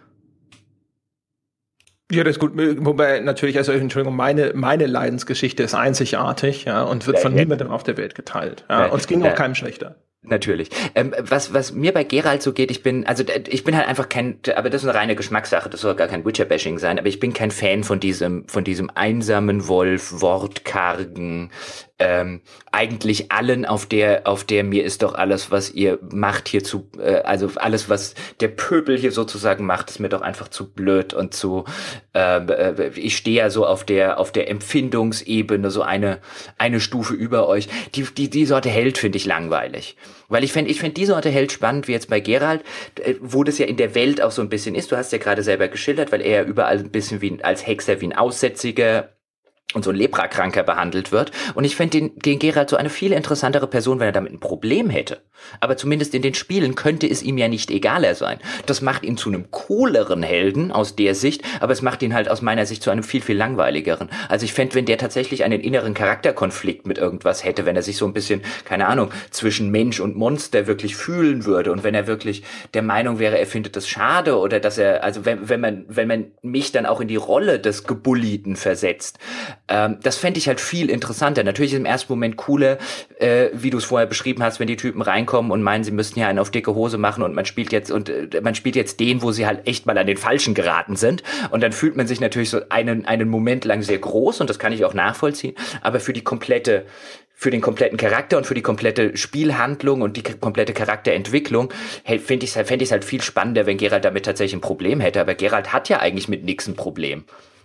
Ja, das ist gut. Wobei natürlich, also Entschuldigung, meine meine Leidensgeschichte ist einzigartig, ja, und wird ja, von ja. niemandem auf der Welt geteilt. Ja, ja, und es ging ja. auch keinem schlechter. Natürlich. Ähm, was was mir bei Geralt so geht, ich bin, also ich bin halt einfach kein, aber das ist eine reine Geschmackssache, das soll gar kein Witcher-Bashing sein, aber ich bin kein Fan von diesem, von diesem einsamen Wolf, wortkargen, ähm, eigentlich allen auf der, auf der mir ist doch alles, was ihr macht hier zu, äh, also alles, was der Pöbel hier sozusagen macht, ist mir doch einfach zu blöd und zu, äh, ich stehe ja so auf der, auf der Empfindungsebene, so eine, eine Stufe über euch. Die, die, die Sorte Held finde ich langweilig. Weil ich fände, ich fände die Sorte Held spannend, wie jetzt bei Geralt, wo das ja in der Welt auch so ein bisschen ist. Du hast ja gerade selber geschildert, weil er ja überall ein bisschen wie als Hexer, wie ein Aussätziger und so ein Leprakranker behandelt wird. Und ich fände den, den Geralt so eine viel interessantere Person, wenn er damit ein Problem hätte. Aber zumindest in den Spielen könnte es ihm ja nicht egaler sein. Das macht ihn zu einem cooleren Helden aus der Sicht, aber es macht ihn halt aus meiner Sicht zu einem viel, viel langweiligeren. Also ich fände, wenn der tatsächlich einen inneren Charakterkonflikt mit irgendwas hätte, wenn er sich so ein bisschen, keine Ahnung, zwischen Mensch und Monster wirklich fühlen würde und wenn er wirklich der Meinung wäre, er findet das schade oder dass er, also wenn, wenn man, wenn man mich dann auch in die Rolle des Gebulliten versetzt, Ähm, das fände ich halt viel interessanter. Natürlich ist im ersten Moment cooler, äh, wie du es vorher beschrieben hast, wenn die Typen reinkommen und meinen, sie müssten ja einen auf dicke Hose machen und man spielt jetzt und äh, man spielt jetzt den, wo sie halt echt mal an den Falschen geraten sind. Und dann fühlt man sich natürlich so einen einen Moment lang sehr groß und das kann ich auch nachvollziehen. Aber für die komplette für den kompletten Charakter und für die komplette Spielhandlung und die k- komplette Charakterentwicklung hey, finde ich es halt, fänd ich's halt viel spannender, wenn Geralt damit tatsächlich ein Problem hätte. Aber Geralt hat ja eigentlich mit nix ein Problem.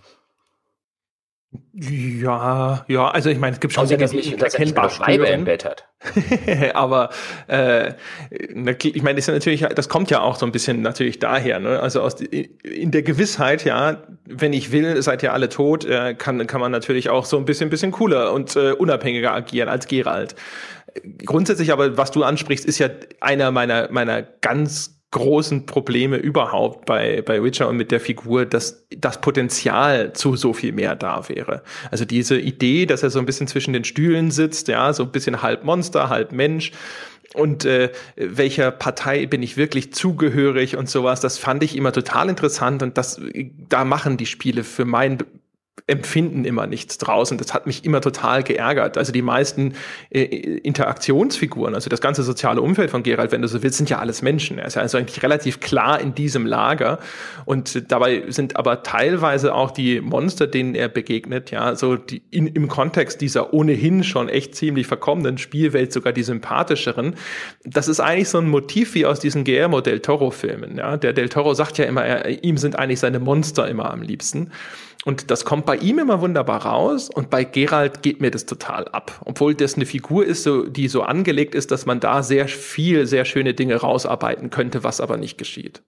Ja, ja, also ich meine, es gibt schon Dinge, die nicht erkennbar Schreibe im Bett hat. Aber äh, ich meine, das ist ja natürlich, das kommt ja auch so ein bisschen natürlich daher, ne? Also aus in der Gewissheit, ja, wenn ich will, seid ihr alle tot, äh, kann kann man natürlich auch so ein bisschen bisschen cooler und äh, unabhängiger agieren als Geralt. Grundsätzlich aber, was du ansprichst, ist ja einer meiner meiner ganz großen Probleme überhaupt bei bei Witcher und mit der Figur, dass das Potenzial zu so viel mehr da wäre. Also diese Idee, dass er so ein bisschen zwischen den Stühlen sitzt, ja, so ein bisschen halb Monster, halb Mensch, und äh, welcher Partei bin ich wirklich zugehörig und sowas. Das fand ich immer total interessant und das, da machen die Spiele für mein Empfinden immer nichts draus und das hat mich immer total geärgert. Also die meisten äh, Interaktionsfiguren, also das ganze soziale Umfeld von Geralt, wenn du so willst, sind ja alles Menschen. Er ist ja also eigentlich relativ klar in diesem Lager und dabei sind aber teilweise auch die Monster, denen er begegnet, ja, so die in, im Kontext dieser ohnehin schon echt ziemlich verkommenen Spielwelt sogar die sympathischeren. Das ist eigentlich so ein Motiv wie aus diesen Guillermo del Toro-Filmen. Ja? Der Del Toro sagt ja immer, er, ihm sind eigentlich seine Monster immer am liebsten. Und das kommt bei ihm immer wunderbar raus und bei Geralt geht mir das total ab. Obwohl das eine Figur ist, so, die so angelegt ist, dass man da sehr viel, sehr schöne Dinge rausarbeiten könnte, was aber nicht geschieht.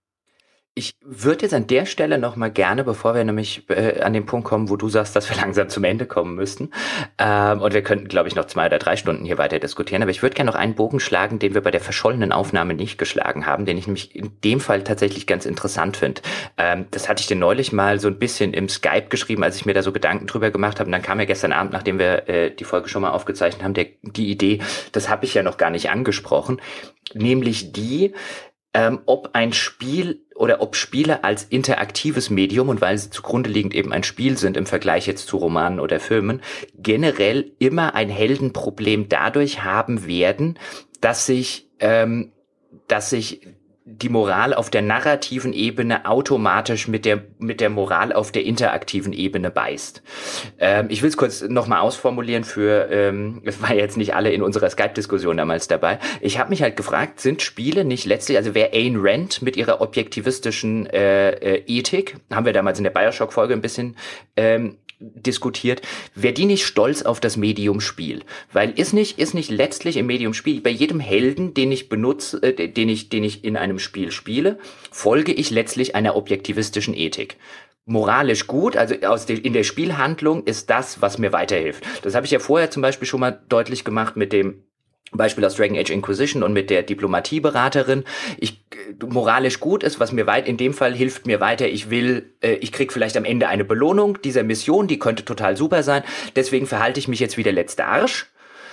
Ich würde jetzt an der Stelle noch mal gerne, bevor wir nämlich äh, an den Punkt kommen, wo du sagst, dass wir langsam zum Ende kommen müssten, ähm, und wir könnten, glaube ich, noch zwei oder drei Stunden hier weiter diskutieren, aber ich würde gerne noch einen Bogen schlagen, den wir bei der verschollenen Aufnahme nicht geschlagen haben, den ich nämlich in dem Fall tatsächlich ganz interessant finde. Ähm, das hatte ich dir neulich mal so ein bisschen im Skype geschrieben, als ich mir da so Gedanken drüber gemacht habe, und dann kam ja gestern Abend, nachdem wir äh, die Folge schon mal aufgezeichnet haben, der, die Idee, das habe ich ja noch gar nicht angesprochen, nämlich die, ähm, ob ein Spiel oder ob Spiele als interaktives Medium, und weil sie zugrunde liegend eben ein Spiel sind im Vergleich jetzt zu Romanen oder Filmen, generell immer ein Heldenproblem dadurch haben werden, dass sich, ähm, dass sich die Moral auf der narrativen Ebene automatisch mit der mit der Moral auf der interaktiven Ebene beißt. Ähm, ich will es kurz nochmal ausformulieren für, ähm, es war jetzt nicht alle in unserer Skype-Diskussion damals dabei. Ich habe mich halt gefragt, sind Spiele nicht letztlich, also wer Ayn Rand mit ihrer objektivistischen äh, äh, Ethik, haben wir damals in der Bioshock-Folge ein bisschen ähm, diskutiert, wäre die nicht stolz auf das Medium Spiel? Weil ist nicht, ist nicht letztlich im Medium Spiel, bei jedem Helden, den ich benutze, äh, den ich, den ich in einem Spiel spiele, folge ich letztlich einer objektivistischen Ethik. Moralisch gut, also aus der, in der Spielhandlung ist das, was mir weiterhilft. Das habe ich ja vorher zum Beispiel schon mal deutlich gemacht mit dem Beispiel aus Dragon Age Inquisition und mit der Diplomatieberaterin. Ich moralisch gut ist, was mir weit in dem Fall hilft mir weiter. Ich will, äh, ich krieg vielleicht am Ende eine Belohnung dieser Mission, die könnte total super sein. Deswegen verhalte ich mich jetzt wie der letzte Arsch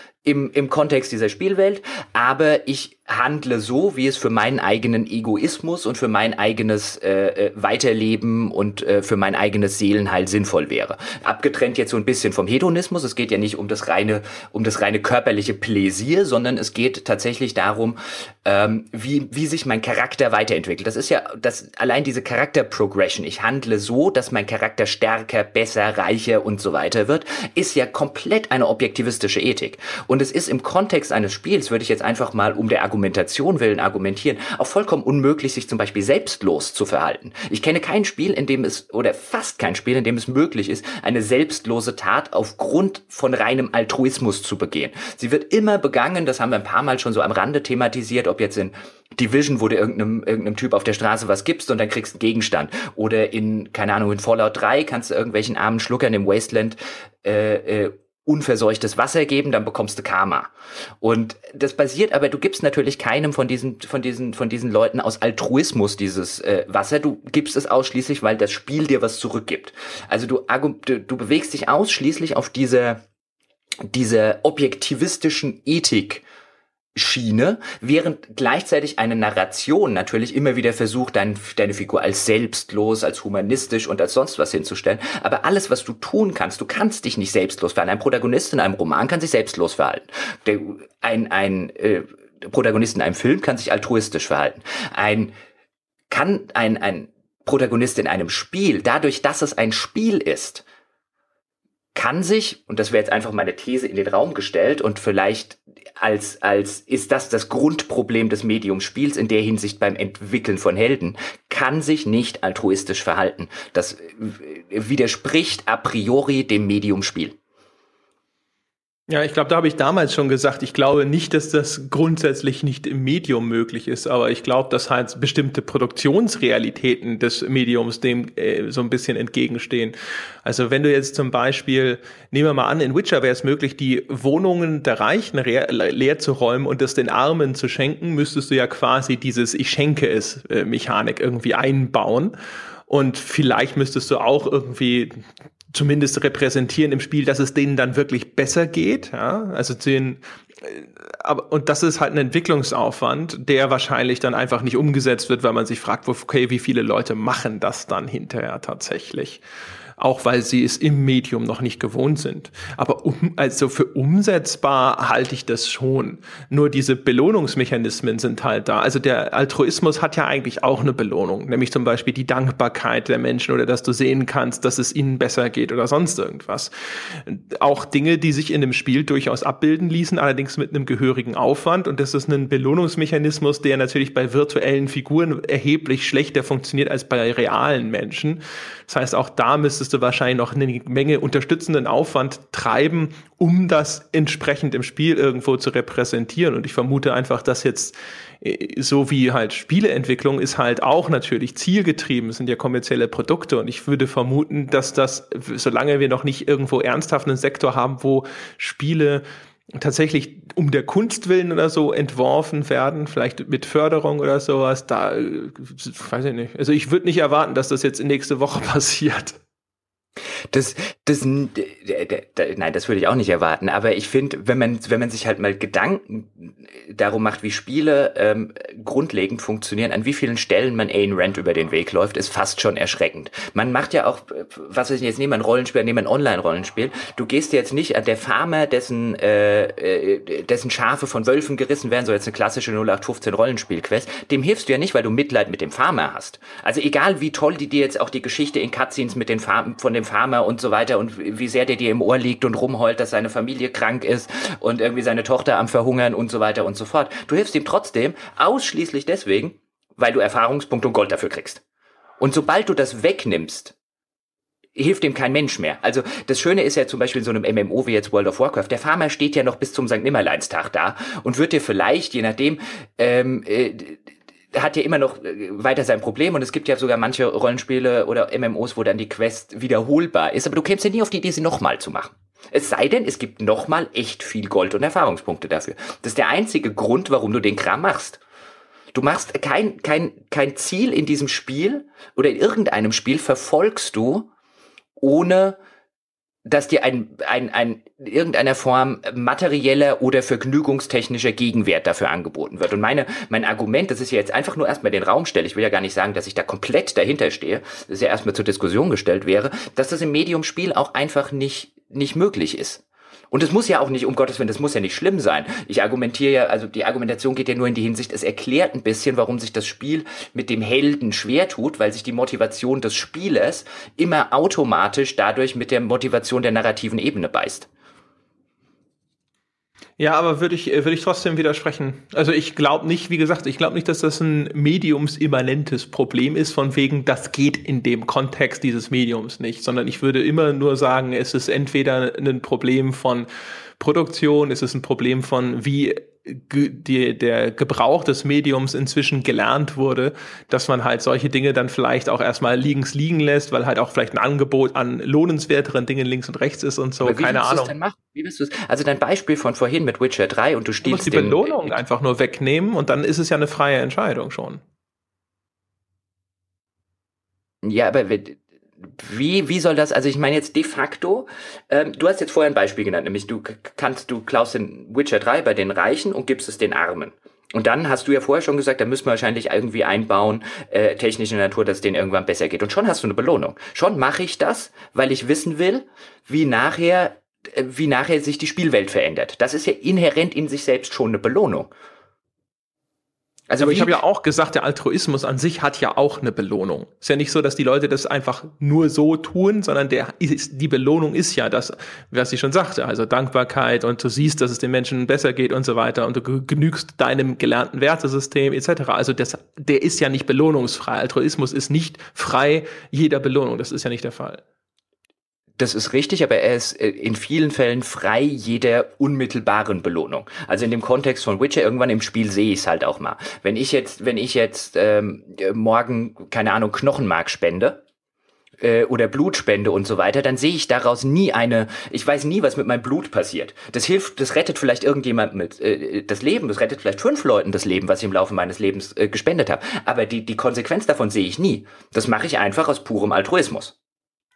im im Kontext dieser Spielwelt, aber ich handle so, wie es für meinen eigenen Egoismus und für mein eigenes äh, Weiterleben und äh, für mein eigenes Seelenheil sinnvoll wäre. Abgetrennt jetzt so ein bisschen vom Hedonismus. Es geht ja nicht um das reine, um das reine körperliche Pläsier, sondern es geht tatsächlich darum, ähm, wie wie sich mein Charakter weiterentwickelt. Das ist ja das allein diese Charakter-Progression. Ich handle so, dass mein Charakter stärker, besser, reicher und so weiter wird, ist ja komplett eine objektivistische Ethik. Und es ist im Kontext eines Spiels, würde ich jetzt einfach mal um der Argumentation willen argumentieren, auch vollkommen unmöglich, sich zum Beispiel selbstlos zu verhalten. Ich kenne kein Spiel, in dem es, oder fast kein Spiel, in dem es möglich ist, eine selbstlose Tat aufgrund von reinem Altruismus zu begehen. Sie wird immer begangen, das haben wir ein paar Mal schon so am Rande thematisiert, ob jetzt in Division, wo du irgendeinem, irgendeinem Typ auf der Straße was gibst und dann kriegst du einen Gegenstand. Oder in, keine Ahnung, in Fallout drei kannst du irgendwelchen armen Schluckern im Wasteland äh, äh, unverseuchtes Wasser geben, dann bekommst du Karma. Und das basiert, aber du gibst natürlich keinem von diesen, von diesen, von diesen Leuten aus Altruismus dieses äh, Wasser. Du gibst es ausschließlich, weil das Spiel dir was zurückgibt. Also du, du, du bewegst dich ausschließlich auf dieser, dieser objektivistischen Ethik Schiene, während gleichzeitig eine Narration natürlich immer wieder versucht, dein, deine Figur als selbstlos, als humanistisch und als sonst was hinzustellen. Aber alles, was du tun kannst, du kannst dich nicht selbstlos verhalten. Ein Protagonist in einem Roman kann sich selbstlos verhalten. Der, ein ein äh, Protagonist in einem Film kann sich altruistisch verhalten. Ein kann ein ein Protagonist in einem Spiel, dadurch, dass es ein Spiel ist, kann sich, und das wäre jetzt einfach meine These in den Raum gestellt und vielleicht als, als ist das das Grundproblem des Mediumspiels in der Hinsicht beim Entwickeln von Helden, kann sich nicht altruistisch verhalten. Das widerspricht a priori dem Mediumspiel. Ja, ich glaube, da habe ich damals schon gesagt, ich glaube nicht, dass das grundsätzlich nicht im Medium möglich ist, aber ich glaube, dass halt bestimmte Produktionsrealitäten des Mediums dem äh, so ein bisschen entgegenstehen. Also wenn du jetzt zum Beispiel, nehmen wir mal an, in Witcher wäre es möglich, die Wohnungen der Reichen leer, leer zu räumen und das den Armen zu schenken, müsstest du ja quasi dieses Ich schenke es äh, Mechanik irgendwie einbauen. Und vielleicht müsstest du auch irgendwie zumindest repräsentieren im Spiel, dass es denen dann wirklich besser geht, ja, also den, aber, und das ist halt ein Entwicklungsaufwand, der wahrscheinlich dann einfach nicht umgesetzt wird, weil man sich fragt, okay, wie viele Leute machen das dann hinterher tatsächlich? Auch weil sie es im Medium noch nicht gewohnt sind. Aber um, also für umsetzbar halte ich das schon. Nur diese Belohnungsmechanismen sind halt da. Also der Altruismus hat ja eigentlich auch eine Belohnung, nämlich zum Beispiel die Dankbarkeit der Menschen oder dass du sehen kannst, dass es ihnen besser geht oder sonst irgendwas. Auch Dinge, die sich in dem Spiel durchaus abbilden ließen, allerdings mit einem gehörigen Aufwand. Und das ist ein Belohnungsmechanismus, der natürlich bei virtuellen Figuren erheblich schlechter funktioniert als bei realen Menschen. Das heißt, auch da müsstest du wahrscheinlich noch eine Menge unterstützenden Aufwand treiben, um das entsprechend im Spiel irgendwo zu repräsentieren. Und ich vermute einfach, dass jetzt so wie halt Spieleentwicklung ist halt auch natürlich zielgetrieben, es sind ja kommerzielle Produkte. Und ich würde vermuten, dass das, solange wir noch nicht irgendwo ernsthaft einen Sektor haben, wo Spiele tatsächlich um der Kunst willen oder so entworfen werden, vielleicht mit Förderung oder sowas, da weiß ich nicht. Also ich würde nicht erwarten, dass das jetzt nächste Woche passiert. Das, das, nein, das würde ich auch nicht erwarten. Aber ich finde, wenn man, wenn man sich halt mal Gedanken darum macht, wie Spiele ähm, grundlegend funktionieren, an wie vielen Stellen man Ayn Rand über den Weg läuft, ist fast schon erschreckend. Man macht ja auch, was weiß ich jetzt, nehmen wir ein Rollenspiel, nehmen wir ein Online-Rollenspiel. Du gehst jetzt nicht an der Farmer, dessen, äh, dessen Schafe von Wölfen gerissen werden, so jetzt eine klassische null acht fünfzehn Rollenspiel-Quest. Dem hilfst du ja nicht, weil du Mitleid mit dem Farmer hast. Also egal, wie toll die dir jetzt auch die Geschichte in Cutscenes mit den Farm, von dem Farmer und so weiter und wie sehr der dir im Ohr liegt und rumheult, dass seine Familie krank ist und irgendwie seine Tochter am Verhungern und so weiter und so fort. Du hilfst ihm trotzdem ausschließlich deswegen, weil du Erfahrungspunkte und Gold dafür kriegst. Und sobald du das wegnimmst, hilft dem kein Mensch mehr. Also das Schöne ist ja zum Beispiel in so einem M M O wie jetzt World of Warcraft, der Farmer steht ja noch bis zum Sankt Nimmerleinstag da und wird dir vielleicht, je nachdem, ähm, äh, hat ja immer noch weiter sein Problem und es gibt ja sogar manche Rollenspiele oder M M Os, wo dann die Quest wiederholbar ist, aber du kämst ja nie auf die Idee, sie nochmal zu machen. Es sei denn, es gibt nochmal echt viel Gold und Erfahrungspunkte dafür. Das ist der einzige Grund, warum du den Kram machst. Du machst kein, kein, kein Ziel in diesem Spiel oder in irgendeinem Spiel verfolgst du, ohne dass dir ein, ein, ein, in irgendeiner Form materieller oder vergnügungstechnischer Gegenwert dafür angeboten wird. Und meine, mein Argument, das ist ja jetzt einfach nur erstmal den Raum stelle, ich will ja gar nicht sagen, dass ich da komplett dahinter stehe, das ist ja erstmal zur Diskussion gestellt wäre, dass das im Medium-Spiel auch einfach nicht, nicht möglich ist. Und es muss ja auch nicht, um Gottes Willen, das muss ja nicht schlimm sein. Ich argumentiere ja, also die Argumentation geht ja nur in die Hinsicht, es erklärt ein bisschen, warum sich das Spiel mit dem Helden schwer tut, weil sich die Motivation des Spielers immer automatisch dadurch mit der Motivation der narrativen Ebene beißt. Ja, aber würde ich, würde ich trotzdem widersprechen. Also ich glaube nicht, wie gesagt, ich glaube nicht, dass das ein mediumsimmanentes Problem ist, von wegen, das geht in dem Kontext dieses Mediums nicht, sondern ich würde immer nur sagen, es ist entweder ein Problem von Produktion, es ist ein Problem von, wie die, der Gebrauch des Mediums inzwischen gelernt wurde, dass man halt solche Dinge dann vielleicht auch erstmal links liegen lässt, weil halt auch vielleicht ein Angebot an lohnenswerteren Dingen links und rechts ist und so, aber wie keine willst Ahnung. Du es denn machen? Wie willst du es? Also dein Beispiel von vorhin mit Witcher drei und du stiehlst du musst die den, Belohnung äh, einfach nur wegnehmen und dann ist es ja eine freie Entscheidung schon. Ja, aber wie, wie soll das, also ich meine jetzt de facto, ähm, du hast jetzt vorher ein Beispiel genannt, nämlich du kannst, du klaust den Witcher drei bei den Reichen und gibst es den Armen. Und dann hast du ja vorher schon gesagt, da müssen wir wahrscheinlich irgendwie einbauen, äh, technische Natur, dass es denen irgendwann besser geht. Und schon hast du eine Belohnung. Schon mache ich das, weil ich wissen will, wie nachher, äh, wie nachher sich die Spielwelt verändert. Das ist ja inhärent in sich selbst schon eine Belohnung. Also aber ich habe ja auch gesagt, der Altruismus an sich hat ja auch eine Belohnung. Ist ja nicht so, dass die Leute das einfach nur so tun, sondern der ist, die Belohnung ist ja das, was ich schon sagte, also Dankbarkeit und du siehst, dass es den Menschen besser geht und so weiter und du genügst deinem gelernten Wertesystem et cetera. Also das, der ist ja nicht belohnungsfrei. Altruismus ist nicht frei jeder Belohnung. Das ist ja nicht der Fall. Das ist richtig, aber er ist in vielen Fällen frei jeder unmittelbaren Belohnung. Also in dem Kontext von Witcher, irgendwann im Spiel sehe ich es halt auch mal. Wenn ich jetzt, wenn ich jetzt ähm, morgen, keine Ahnung, Knochenmark spende äh, oder Blut spende und so weiter, dann sehe ich daraus nie eine, ich weiß nie, was mit meinem Blut passiert. Das hilft, das rettet vielleicht irgendjemand mit äh, das Leben, das rettet vielleicht fünf Leuten das Leben, was ich im Laufe meines Lebens äh, gespendet habe. Aber die, die Konsequenz davon sehe ich nie. Das mache ich einfach aus purem Altruismus.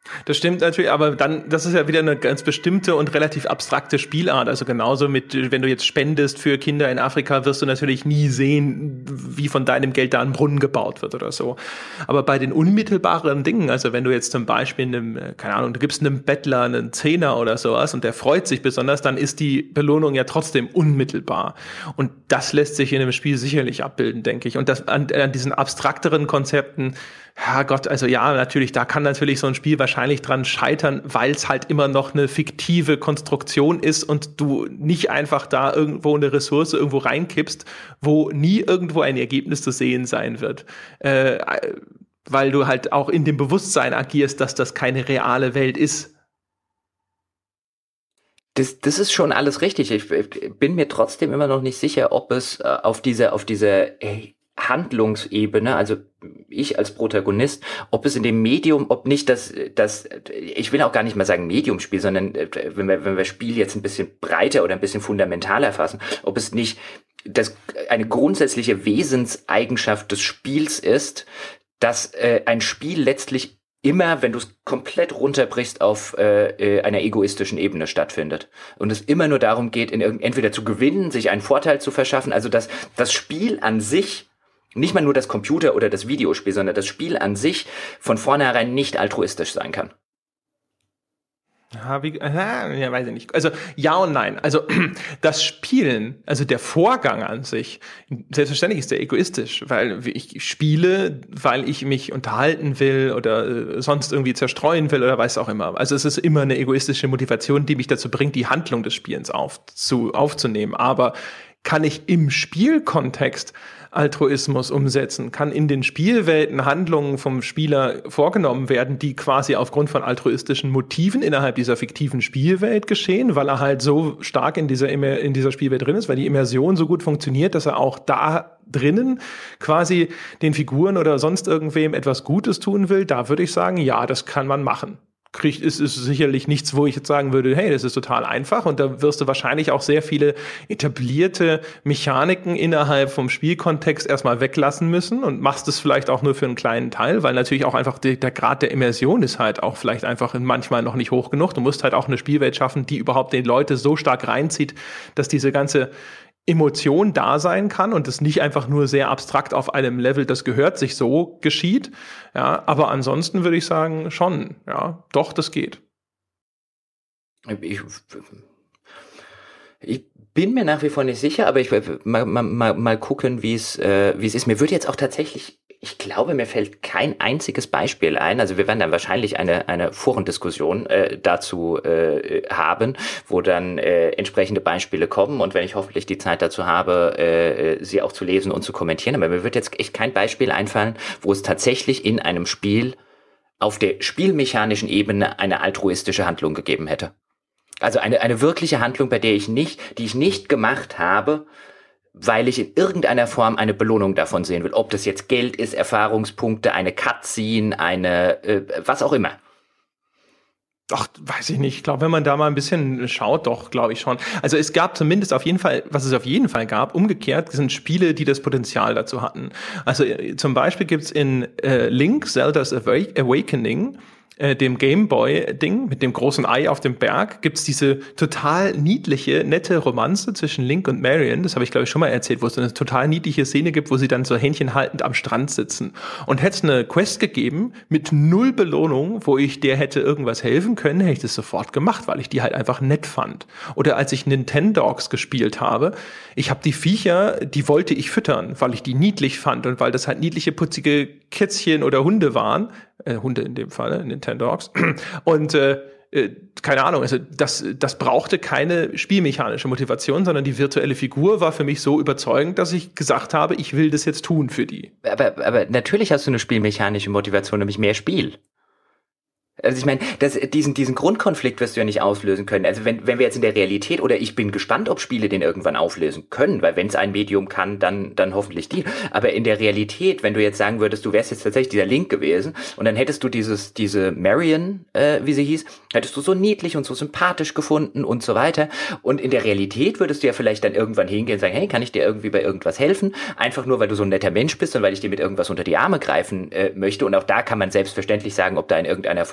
Das stimmt natürlich, aber dann, das ist ja wieder eine ganz bestimmte und relativ abstrakte Spielart. Also genauso mit, wenn du jetzt spendest für Kinder in Afrika, wirst du natürlich nie sehen, wie von deinem Geld da ein Brunnen gebaut wird oder so. Aber bei den unmittelbaren Dingen, also wenn du jetzt zum Beispiel einem, keine Ahnung, du gibst einem Bettler einen Zehner oder sowas und der freut sich besonders, dann ist die Belohnung ja trotzdem unmittelbar. Und das lässt sich in einem Spiel sicherlich abbilden, denke ich. Und das an, an diesen abstrakteren Konzepten, ja Gott, also ja, natürlich, da kann natürlich so ein Spiel wahrscheinlich dran scheitern, weil es halt immer noch eine fiktive Konstruktion ist und du nicht einfach da irgendwo eine Ressource irgendwo reinkippst, wo nie irgendwo ein Ergebnis zu sehen sein wird. Äh, weil du halt auch in dem Bewusstsein agierst, dass das keine reale Welt ist. Das, das ist schon alles richtig. Ich bin mir trotzdem immer noch nicht sicher, ob es äh, auf diese, auf diese äh, Handlungsebene, also ich als Protagonist, ob es in dem Medium, ob nicht das, das, ich will auch gar nicht mal sagen Mediumspiel, sondern wenn wir, wenn wir Spiel jetzt ein bisschen breiter oder ein bisschen fundamentaler fassen, ob es nicht das eine grundsätzliche Wesenseigenschaft des Spiels ist, dass äh, ein Spiel letztlich immer, wenn du es komplett runterbrichst, auf äh, einer egoistischen Ebene stattfindet. Und es immer nur darum geht, in irgend, entweder zu gewinnen, sich einen Vorteil zu verschaffen, also dass das Spiel an sich, nicht mal nur das Computer- oder das Videospiel, sondern das Spiel an sich von vornherein nicht altruistisch sein kann. Ja, wie, aha, ja, weiß ich nicht. Also ja und nein. Also das Spielen, also der Vorgang an sich, selbstverständlich ist der egoistisch, weil ich spiele, weil ich mich unterhalten will oder äh, sonst irgendwie zerstreuen will oder weiß auch immer. Also es ist immer eine egoistische Motivation, die mich dazu bringt, die Handlung des Spielens auf, zu, aufzunehmen. Aber kann ich im Spielkontext Altruismus umsetzen? Kann in den Spielwelten Handlungen vom Spieler vorgenommen werden, die quasi aufgrund von altruistischen Motiven innerhalb dieser fiktiven Spielwelt geschehen, weil er halt so stark in dieser, in dieser Spielwelt drin ist, weil die Immersion so gut funktioniert, dass er auch da drinnen quasi den Figuren oder sonst irgendwem etwas Gutes tun will? Da würde ich sagen, ja, das kann man machen. Kriegt, ist, ist sicherlich nichts, wo ich jetzt sagen würde, hey, das ist total einfach und da wirst du wahrscheinlich auch sehr viele etablierte Mechaniken innerhalb vom Spielkontext erstmal weglassen müssen und machst es vielleicht auch nur für einen kleinen Teil, weil natürlich auch einfach die, der Grad der Immersion ist halt auch vielleicht einfach manchmal noch nicht hoch genug. Du musst halt auch eine Spielwelt schaffen, die überhaupt den Leute so stark reinzieht, dass diese ganze Emotion da sein kann und es nicht einfach nur sehr abstrakt auf einem Level, das gehört sich so, geschieht. Ja, aber ansonsten würde ich sagen, schon, ja, doch, das geht. Ich, ich bin mir nach wie vor nicht sicher, aber ich mal, mal, mal gucken, wie es äh, wie es ist. Mir würde jetzt auch tatsächlich, ich glaube, mir fällt kein einziges Beispiel ein. Also wir werden dann wahrscheinlich eine eine Forendiskussion äh, dazu äh, haben, wo dann äh, entsprechende Beispiele kommen und wenn ich hoffentlich die Zeit dazu habe, äh, sie auch zu lesen und zu kommentieren. Aber mir wird jetzt echt kein Beispiel einfallen, wo es tatsächlich in einem Spiel auf der spielmechanischen Ebene eine altruistische Handlung gegeben hätte. Also eine eine wirkliche Handlung, bei der ich nicht, die ich nicht gemacht habe, weil ich in irgendeiner Form eine Belohnung davon sehen will. Ob das jetzt Geld ist, Erfahrungspunkte, eine Cutscene, eine, äh, was auch immer. Ach, weiß ich nicht. Ich glaube, wenn man da mal ein bisschen schaut, doch, glaube ich schon. Also es gab zumindest auf jeden Fall, was es auf jeden Fall gab, umgekehrt sind Spiele, die das Potenzial dazu hatten. Also äh, zum Beispiel gibt's in äh, Link, Zelda's Awakening, dem Gameboy-Ding mit dem großen Ei auf dem Berg, gibt's diese total niedliche, nette Romanze zwischen Link und Marion. Das habe ich, glaube ich, schon mal erzählt, wo es eine total niedliche Szene gibt, wo sie dann so Händchen haltend am Strand sitzen. Und hätte es eine Quest gegeben mit null Belohnung, wo ich der hätte irgendwas helfen können, hätte ich das sofort gemacht, weil ich die halt einfach nett fand. Oder als ich Nintendogs gespielt habe, ich habe die Viecher, die wollte ich füttern, weil ich die niedlich fand und weil das halt niedliche, putzige Kätzchen oder Hunde waren, äh, Hunde in dem Fall, Nintendogs. Und äh, äh, keine Ahnung, also das, das brauchte keine spielmechanische Motivation, sondern die virtuelle Figur war für mich so überzeugend, dass ich gesagt habe, ich will das jetzt tun für die. Aber, aber natürlich hast du eine spielmechanische Motivation, nämlich mehr Spiel. Also ich meine, das, diesen, diesen Grundkonflikt wirst du ja nicht auslösen können. Also wenn, wenn wir jetzt in der Realität, oder ich bin gespannt, ob Spiele den irgendwann auflösen können, weil wenn es ein Medium kann, dann, dann hoffentlich die. Aber in der Realität, wenn du jetzt sagen würdest, du wärst jetzt tatsächlich dieser Link gewesen und dann hättest du dieses, diese Marion, äh, wie sie hieß, hättest du so niedlich und so sympathisch gefunden und so weiter. Und in der Realität würdest du ja vielleicht dann irgendwann hingehen und sagen, hey, kann ich dir irgendwie bei irgendwas helfen? Einfach nur, weil du so ein netter Mensch bist und weil ich dir mit irgendwas unter die Arme greifen äh, möchte. Und auch da kann man selbstverständlich sagen, ob da in irgendeiner Form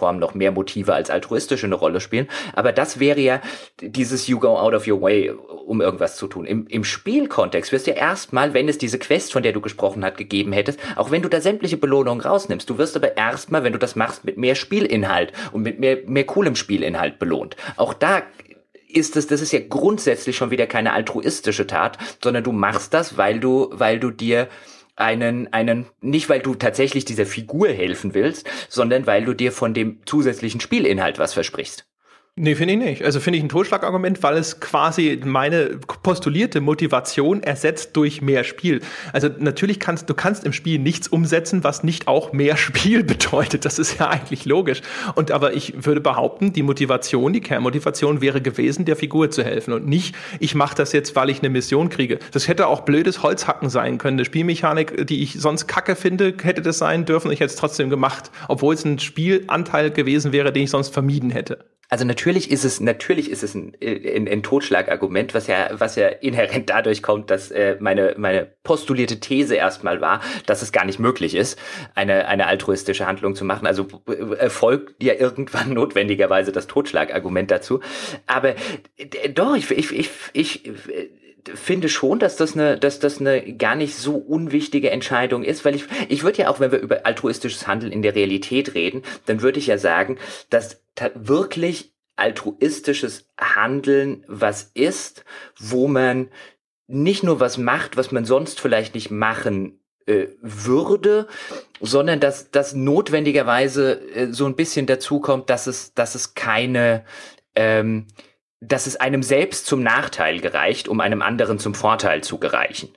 Form noch mehr Motive als altruistische eine Rolle spielen. Aber das wäre ja dieses You go out of your way, um irgendwas zu tun. Im, im Spielkontext wirst du ja erstmal, wenn es diese Quest, von der du gesprochen hast, gegeben hättest, auch wenn du da sämtliche Belohnungen rausnimmst, du wirst aber erstmal, wenn du das machst, mit mehr Spielinhalt und mit mehr, mehr coolem Spielinhalt belohnt. Auch da ist es, das ist ja grundsätzlich schon wieder keine altruistische Tat, sondern du machst das, weil du, weil du dir einen, einen, nicht weil du tatsächlich dieser Figur helfen willst, sondern weil du dir von dem zusätzlichen Spielinhalt was versprichst. Nee, finde ich nicht. Also finde ich ein Totschlagargument, weil es quasi meine postulierte Motivation ersetzt durch mehr Spiel. Also natürlich kannst du kannst im Spiel nichts umsetzen, was nicht auch mehr Spiel bedeutet. Das ist ja eigentlich logisch. Und aber ich würde behaupten, die Motivation, die Kernmotivation wäre gewesen, der Figur zu helfen und nicht, ich mache das jetzt, weil ich eine Mission kriege. Das hätte auch blödes Holzhacken sein können. Eine Spielmechanik, die ich sonst kacke finde, hätte das sein dürfen. Ich hätte es trotzdem gemacht, obwohl es ein Spielanteil gewesen wäre, den ich sonst vermieden hätte. Also natürlich ist es natürlich ist es ein, ein, ein Totschlagargument, was ja was ja inhärent dadurch kommt, dass äh, meine meine postulierte These erstmal war, dass es gar nicht möglich ist, eine eine altruistische Handlung zu machen. Also äh, folgt ja irgendwann notwendigerweise das Totschlagargument dazu. Aber äh, doch ich ich ich, ich äh, finde schon, dass das eine, dass das eine gar nicht so unwichtige Entscheidung ist, weil ich, ich würde ja auch, wenn wir über altruistisches Handeln in der Realität reden, dann würde ich ja sagen, dass wirklich altruistisches Handeln was ist, wo man nicht nur was macht, was man sonst vielleicht nicht machen äh, würde, sondern dass das notwendigerweise äh, so ein bisschen dazu kommt, dass es, dass es keine ähm, dass es einem selbst zum Nachteil gereicht, um einem anderen zum Vorteil zu gereichen.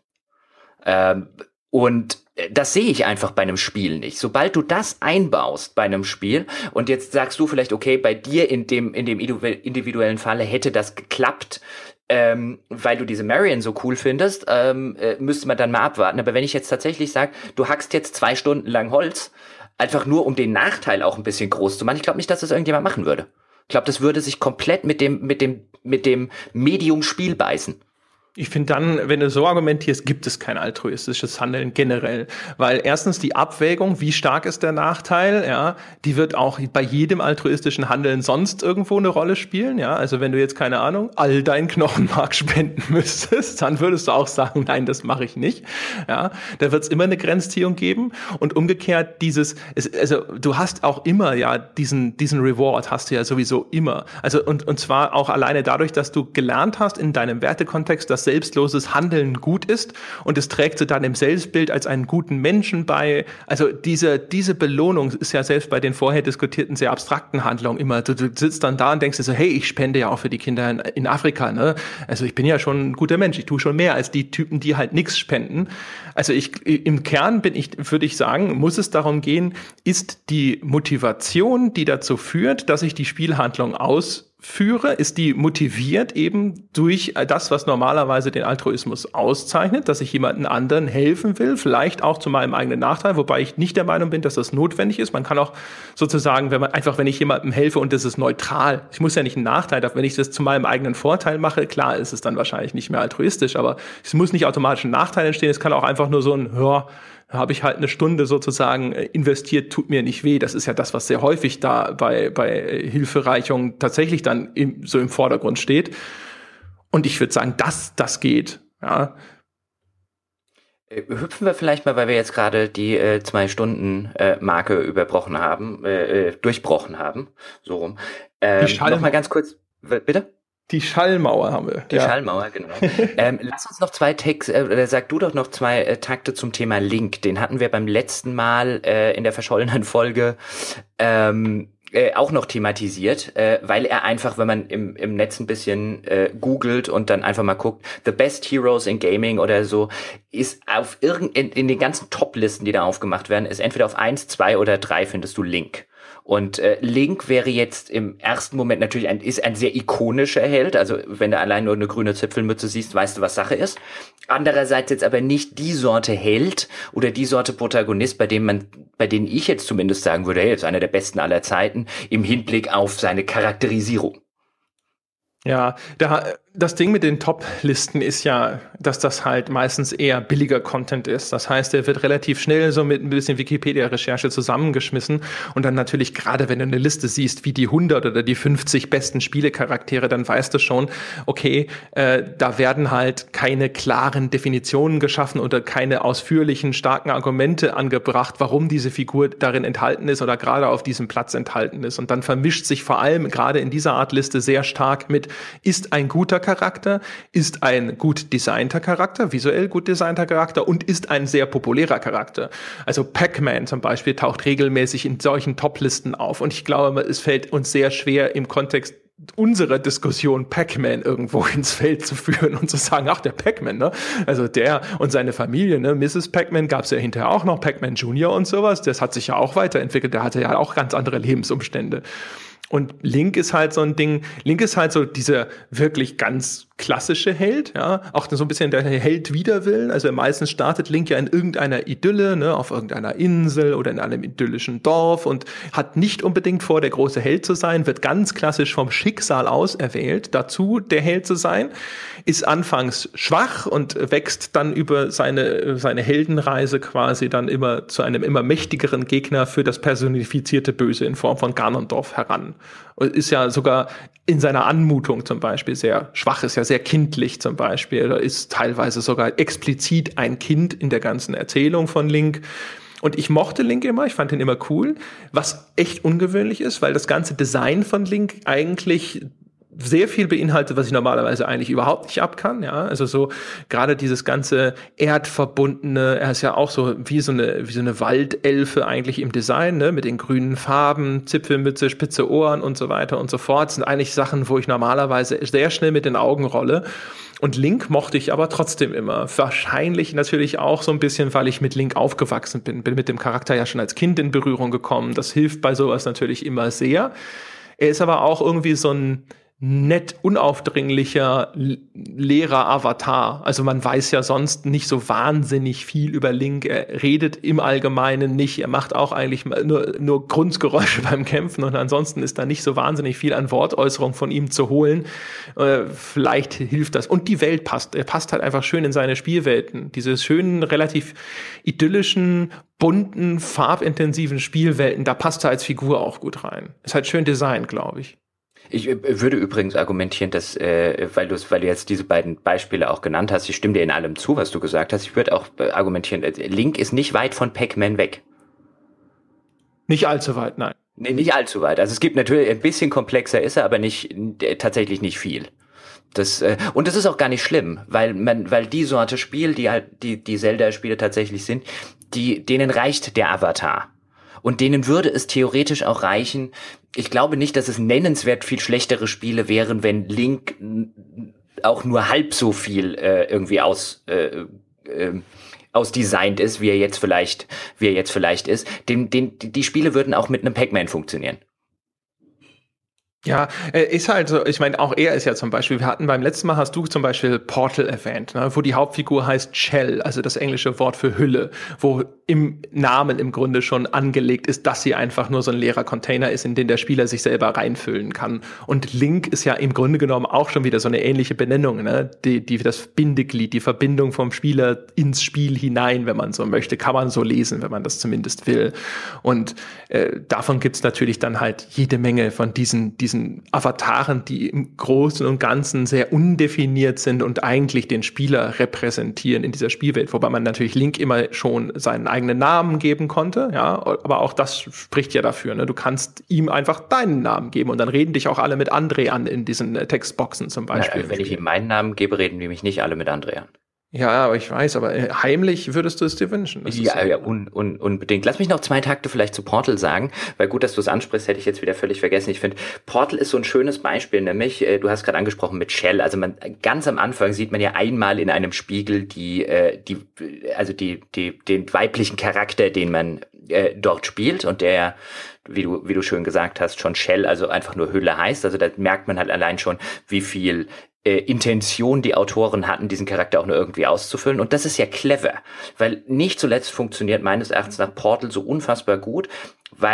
Ähm, und das sehe ich einfach bei einem Spiel nicht. Sobald du das einbaust bei einem Spiel und jetzt sagst du vielleicht, okay, bei dir in dem in dem individuellen Falle hätte das geklappt, ähm, weil du diese Marion so cool findest, ähm, äh, müsste man dann mal abwarten. Aber wenn ich jetzt tatsächlich sage, du hackst jetzt zwei Stunden lang Holz, einfach nur um den Nachteil auch ein bisschen groß zu machen, ich glaube nicht, dass das irgendjemand machen würde. Ich glaube, das würde sich komplett mit dem, mit dem, mit dem Medium Spiel beißen. Ich finde dann, wenn du so argumentierst, gibt es kein altruistisches Handeln generell. Weil erstens die Abwägung, wie stark ist der Nachteil, ja, die wird auch bei jedem altruistischen Handeln sonst irgendwo eine Rolle spielen, ja. Also wenn du jetzt, keine Ahnung, all dein Knochenmark spenden müsstest, dann würdest du auch sagen, nein, das mache ich nicht, ja. Da wird es immer eine Grenzziehung geben und umgekehrt dieses, also du hast auch immer, ja, diesen, diesen Reward hast du ja sowieso immer. Also und, und zwar auch alleine dadurch, dass du gelernt hast in deinem Wertekontext, dass selbstloses Handeln gut ist und es trägt zu deinem Selbstbild als einen guten Menschen bei. Also diese, diese Belohnung ist ja selbst bei den vorher diskutierten sehr abstrakten Handlungen immer. Du, du sitzt dann da und denkst dir so, hey, ich spende ja auch für die Kinder in, in Afrika, ne? Also ich bin ja schon ein guter Mensch, ich tue schon mehr als die Typen, die halt nichts spenden. Also ich, im Kern bin ich, würde ich sagen, muss es darum gehen, ist die Motivation, die dazu führt, dass ich die Spielhandlung aus führe, ist die motiviert eben durch das, was normalerweise den Altruismus auszeichnet, dass ich jemanden anderen helfen will, vielleicht auch zu meinem eigenen Nachteil, wobei ich nicht der Meinung bin, dass das notwendig ist. Man kann auch sozusagen, wenn man einfach, wenn ich jemandem helfe und das ist neutral, ich muss ja nicht einen Nachteil haben, wenn ich das zu meinem eigenen Vorteil mache, klar ist es dann wahrscheinlich nicht mehr altruistisch, aber es muss nicht automatisch ein Nachteil entstehen, es kann auch einfach nur so ein, ja, da habe ich halt eine Stunde sozusagen investiert, tut mir nicht weh. Das ist ja das, was sehr häufig da bei, bei Hilfereichung tatsächlich dann im, so im Vordergrund steht. Und ich würde sagen, das, das geht, ja. Hüpfen wir vielleicht mal, weil wir jetzt gerade die äh, zwei Stunden äh, Marke überbrochen haben, äh, durchbrochen haben, so rum. Ähm, noch mal ganz kurz, bitte? Die Schallmauer haben wir. Die ja. Schallmauer, genau. ähm, lass uns noch zwei Takes, äh, oder sag du doch noch zwei äh, Takte zum Thema Link. Den hatten wir beim letzten Mal äh, in der verschollenen Folge ähm, äh, auch noch thematisiert, äh, weil er einfach, wenn man im, im Netz ein bisschen äh, googelt und dann einfach mal guckt, The Best Heroes in Gaming oder so, ist auf irgend in, in den ganzen Top-Listen, die da aufgemacht werden, ist entweder auf eins, zwei oder drei findest du Link. Und äh, Link wäre jetzt im ersten Moment natürlich ein, ist ein sehr ikonischer Held. Also wenn du allein nur eine grüne Zipfelmütze siehst, weißt du, was Sache ist. Andererseits jetzt aber nicht die Sorte Held oder die Sorte Protagonist, bei dem man, bei denen ich jetzt zumindest sagen würde, hey, ist einer der besten aller Zeiten im Hinblick auf seine Charakterisierung. Ja, da Das Ding mit den Top-Listen ist ja, dass das halt meistens eher billiger Content ist. Das heißt, der wird relativ schnell so mit ein bisschen Wikipedia-Recherche zusammengeschmissen. Und dann natürlich, gerade wenn du eine Liste siehst, wie die hundert oder die fünfzig besten Spielecharaktere, dann weißt du schon, okay, äh, da werden halt keine klaren Definitionen geschaffen oder keine ausführlichen, starken Argumente angebracht, warum diese Figur darin enthalten ist oder gerade auf diesem Platz enthalten ist. Und dann vermischt sich vor allem gerade in dieser Art Liste sehr stark mit, ist ein guter Charakter, ist ein gut designter Charakter, visuell gut designter Charakter und ist ein sehr populärer Charakter. Also Pac-Man zum Beispiel taucht regelmäßig in solchen Top-Listen auf und ich glaube, es fällt uns sehr schwer im Kontext unserer Diskussion Pac-Man irgendwo ins Feld zu führen und zu sagen, ach, der Pac-Man, ne? Also der und seine Familie, ne? Misses Pac-Man gab es ja hinterher auch noch, Pac-Man Junior und sowas, das hat sich ja auch weiterentwickelt, der hatte ja auch ganz andere Lebensumstände. Und Link ist halt so ein Ding, Link ist halt so dieser wirklich ganz klassische Held, ja, auch so ein bisschen der Held wider Willen. Also meistens startet Link ja in irgendeiner Idylle, ne, auf irgendeiner Insel oder in einem idyllischen Dorf und hat nicht unbedingt vor, der große Held zu sein, wird ganz klassisch vom Schicksal aus erwählt, dazu der Held zu sein, ist anfangs schwach und wächst dann über seine, seine Heldenreise quasi dann immer zu einem immer mächtigeren Gegner für das personifizierte Böse in Form von Ganondorf heran. Ist ja sogar in seiner Anmutung zum Beispiel sehr schwach, ist ja sehr kindlich zum Beispiel, oder ist teilweise sogar explizit ein Kind in der ganzen Erzählung von Link. Und ich mochte Link immer, ich fand ihn immer cool, was echt ungewöhnlich ist, weil das ganze Design von Link eigentlich sehr viel beinhaltet, was ich normalerweise eigentlich überhaupt nicht ab kann, ja, also so gerade dieses ganze erdverbundene, er ist ja auch so wie so eine wie so eine Waldelfe eigentlich im Design, ne, mit den grünen Farben, Zipfelmütze, spitze Ohren und so weiter und so fort, das sind eigentlich Sachen, wo ich normalerweise sehr schnell mit den Augen rolle. Und Link mochte ich aber trotzdem immer. Wahrscheinlich natürlich auch so ein bisschen, weil ich mit Link aufgewachsen bin, bin mit dem Charakter ja schon als Kind in Berührung gekommen. Das hilft bei sowas natürlich immer sehr. Er ist aber auch irgendwie so ein nett unaufdringlicher Lehrer-Avatar. Also man weiß ja sonst nicht so wahnsinnig viel über Link. Er redet im Allgemeinen nicht. Er macht auch eigentlich nur, nur Grunzgeräusche beim Kämpfen und ansonsten ist da nicht so wahnsinnig viel an Wortäußerung von ihm zu holen. Äh, vielleicht hilft das. Und die Welt passt. Er passt halt einfach schön in seine Spielwelten. Diese schönen, relativ idyllischen, bunten, farbintensiven Spielwelten, da passt er als Figur auch gut rein. Ist halt schön designt, glaube ich. Ich würde übrigens argumentieren, dass, äh, weil du weil du jetzt diese beiden Beispiele auch genannt hast, ich stimme dir in allem zu, was du gesagt hast, ich würde auch argumentieren, Link ist nicht weit von Pac-Man weg. Nicht allzu weit, nein. Nee, nicht allzu weit. Also es gibt natürlich, ein bisschen komplexer ist er, aber nicht, tatsächlich nicht viel. Das, äh, und das ist auch gar nicht schlimm, weil man, weil die Sorte Spiel, die halt, die, die Zelda-Spiele tatsächlich sind, die, denen reicht der Avatar. Und denen würde es theoretisch auch reichen. Ich glaube nicht, dass es nennenswert viel schlechtere Spiele wären, wenn Link auch nur halb so viel äh, irgendwie aus äh, äh, ausdesignt ist, wie er jetzt vielleicht, wie er jetzt vielleicht ist. Den, den, die Spiele würden auch mit einem Pac-Man funktionieren. Ja, ist halt so, ich meine, auch er ist ja zum Beispiel, wir hatten beim letzten Mal, hast du zum Beispiel Portal erwähnt, ne, wo die Hauptfigur heißt Shell, also das englische Wort für Hülle, wo im Namen im Grunde schon angelegt ist, dass sie einfach nur so ein leerer Container ist, in den der Spieler sich selber reinfüllen kann. Und Link ist ja im Grunde genommen auch schon wieder so eine ähnliche Benennung, ne, die, die das Bindeglied, die Verbindung vom Spieler ins Spiel hinein, wenn man so möchte, kann man so lesen, wenn man das zumindest will. Und äh, davon gibt's natürlich dann halt jede Menge von diesen, diesen diesen Avataren, die im Großen und Ganzen sehr undefiniert sind und eigentlich den Spieler repräsentieren in dieser Spielwelt, wobei man natürlich Link immer schon seinen eigenen Namen geben konnte, ja, aber auch das spricht ja dafür, ne? Du kannst ihm einfach deinen Namen geben und dann reden dich auch alle mit André an in diesen äh, Textboxen zum Beispiel. Ja, wenn ich ihm meinen Namen gebe, reden die mich nicht alle mit André an. Ja, aber ich weiß, aber heimlich würdest du es dir wünschen. Das ja, ist ja, un, un, unbedingt. Lass mich noch zwei Takte vielleicht zu Portal sagen, weil gut, dass du es ansprichst, hätte ich jetzt wieder völlig vergessen. Ich finde, Portal ist so ein schönes Beispiel, nämlich, äh, du hast gerade angesprochen mit Shell, also man, ganz am Anfang sieht man ja einmal in einem Spiegel die, äh, die, also die, die, den weiblichen Charakter, den man äh, dort spielt und der, wie du, wie du schön gesagt hast, schon Shell, also einfach nur Hülle heißt, also da merkt man halt allein schon, wie viel Äh, Intention die Autoren hatten, diesen Charakter auch nur irgendwie auszufüllen. Und das ist ja clever, weil nicht zuletzt funktioniert meines Erachtens nach Portal so unfassbar gut, weil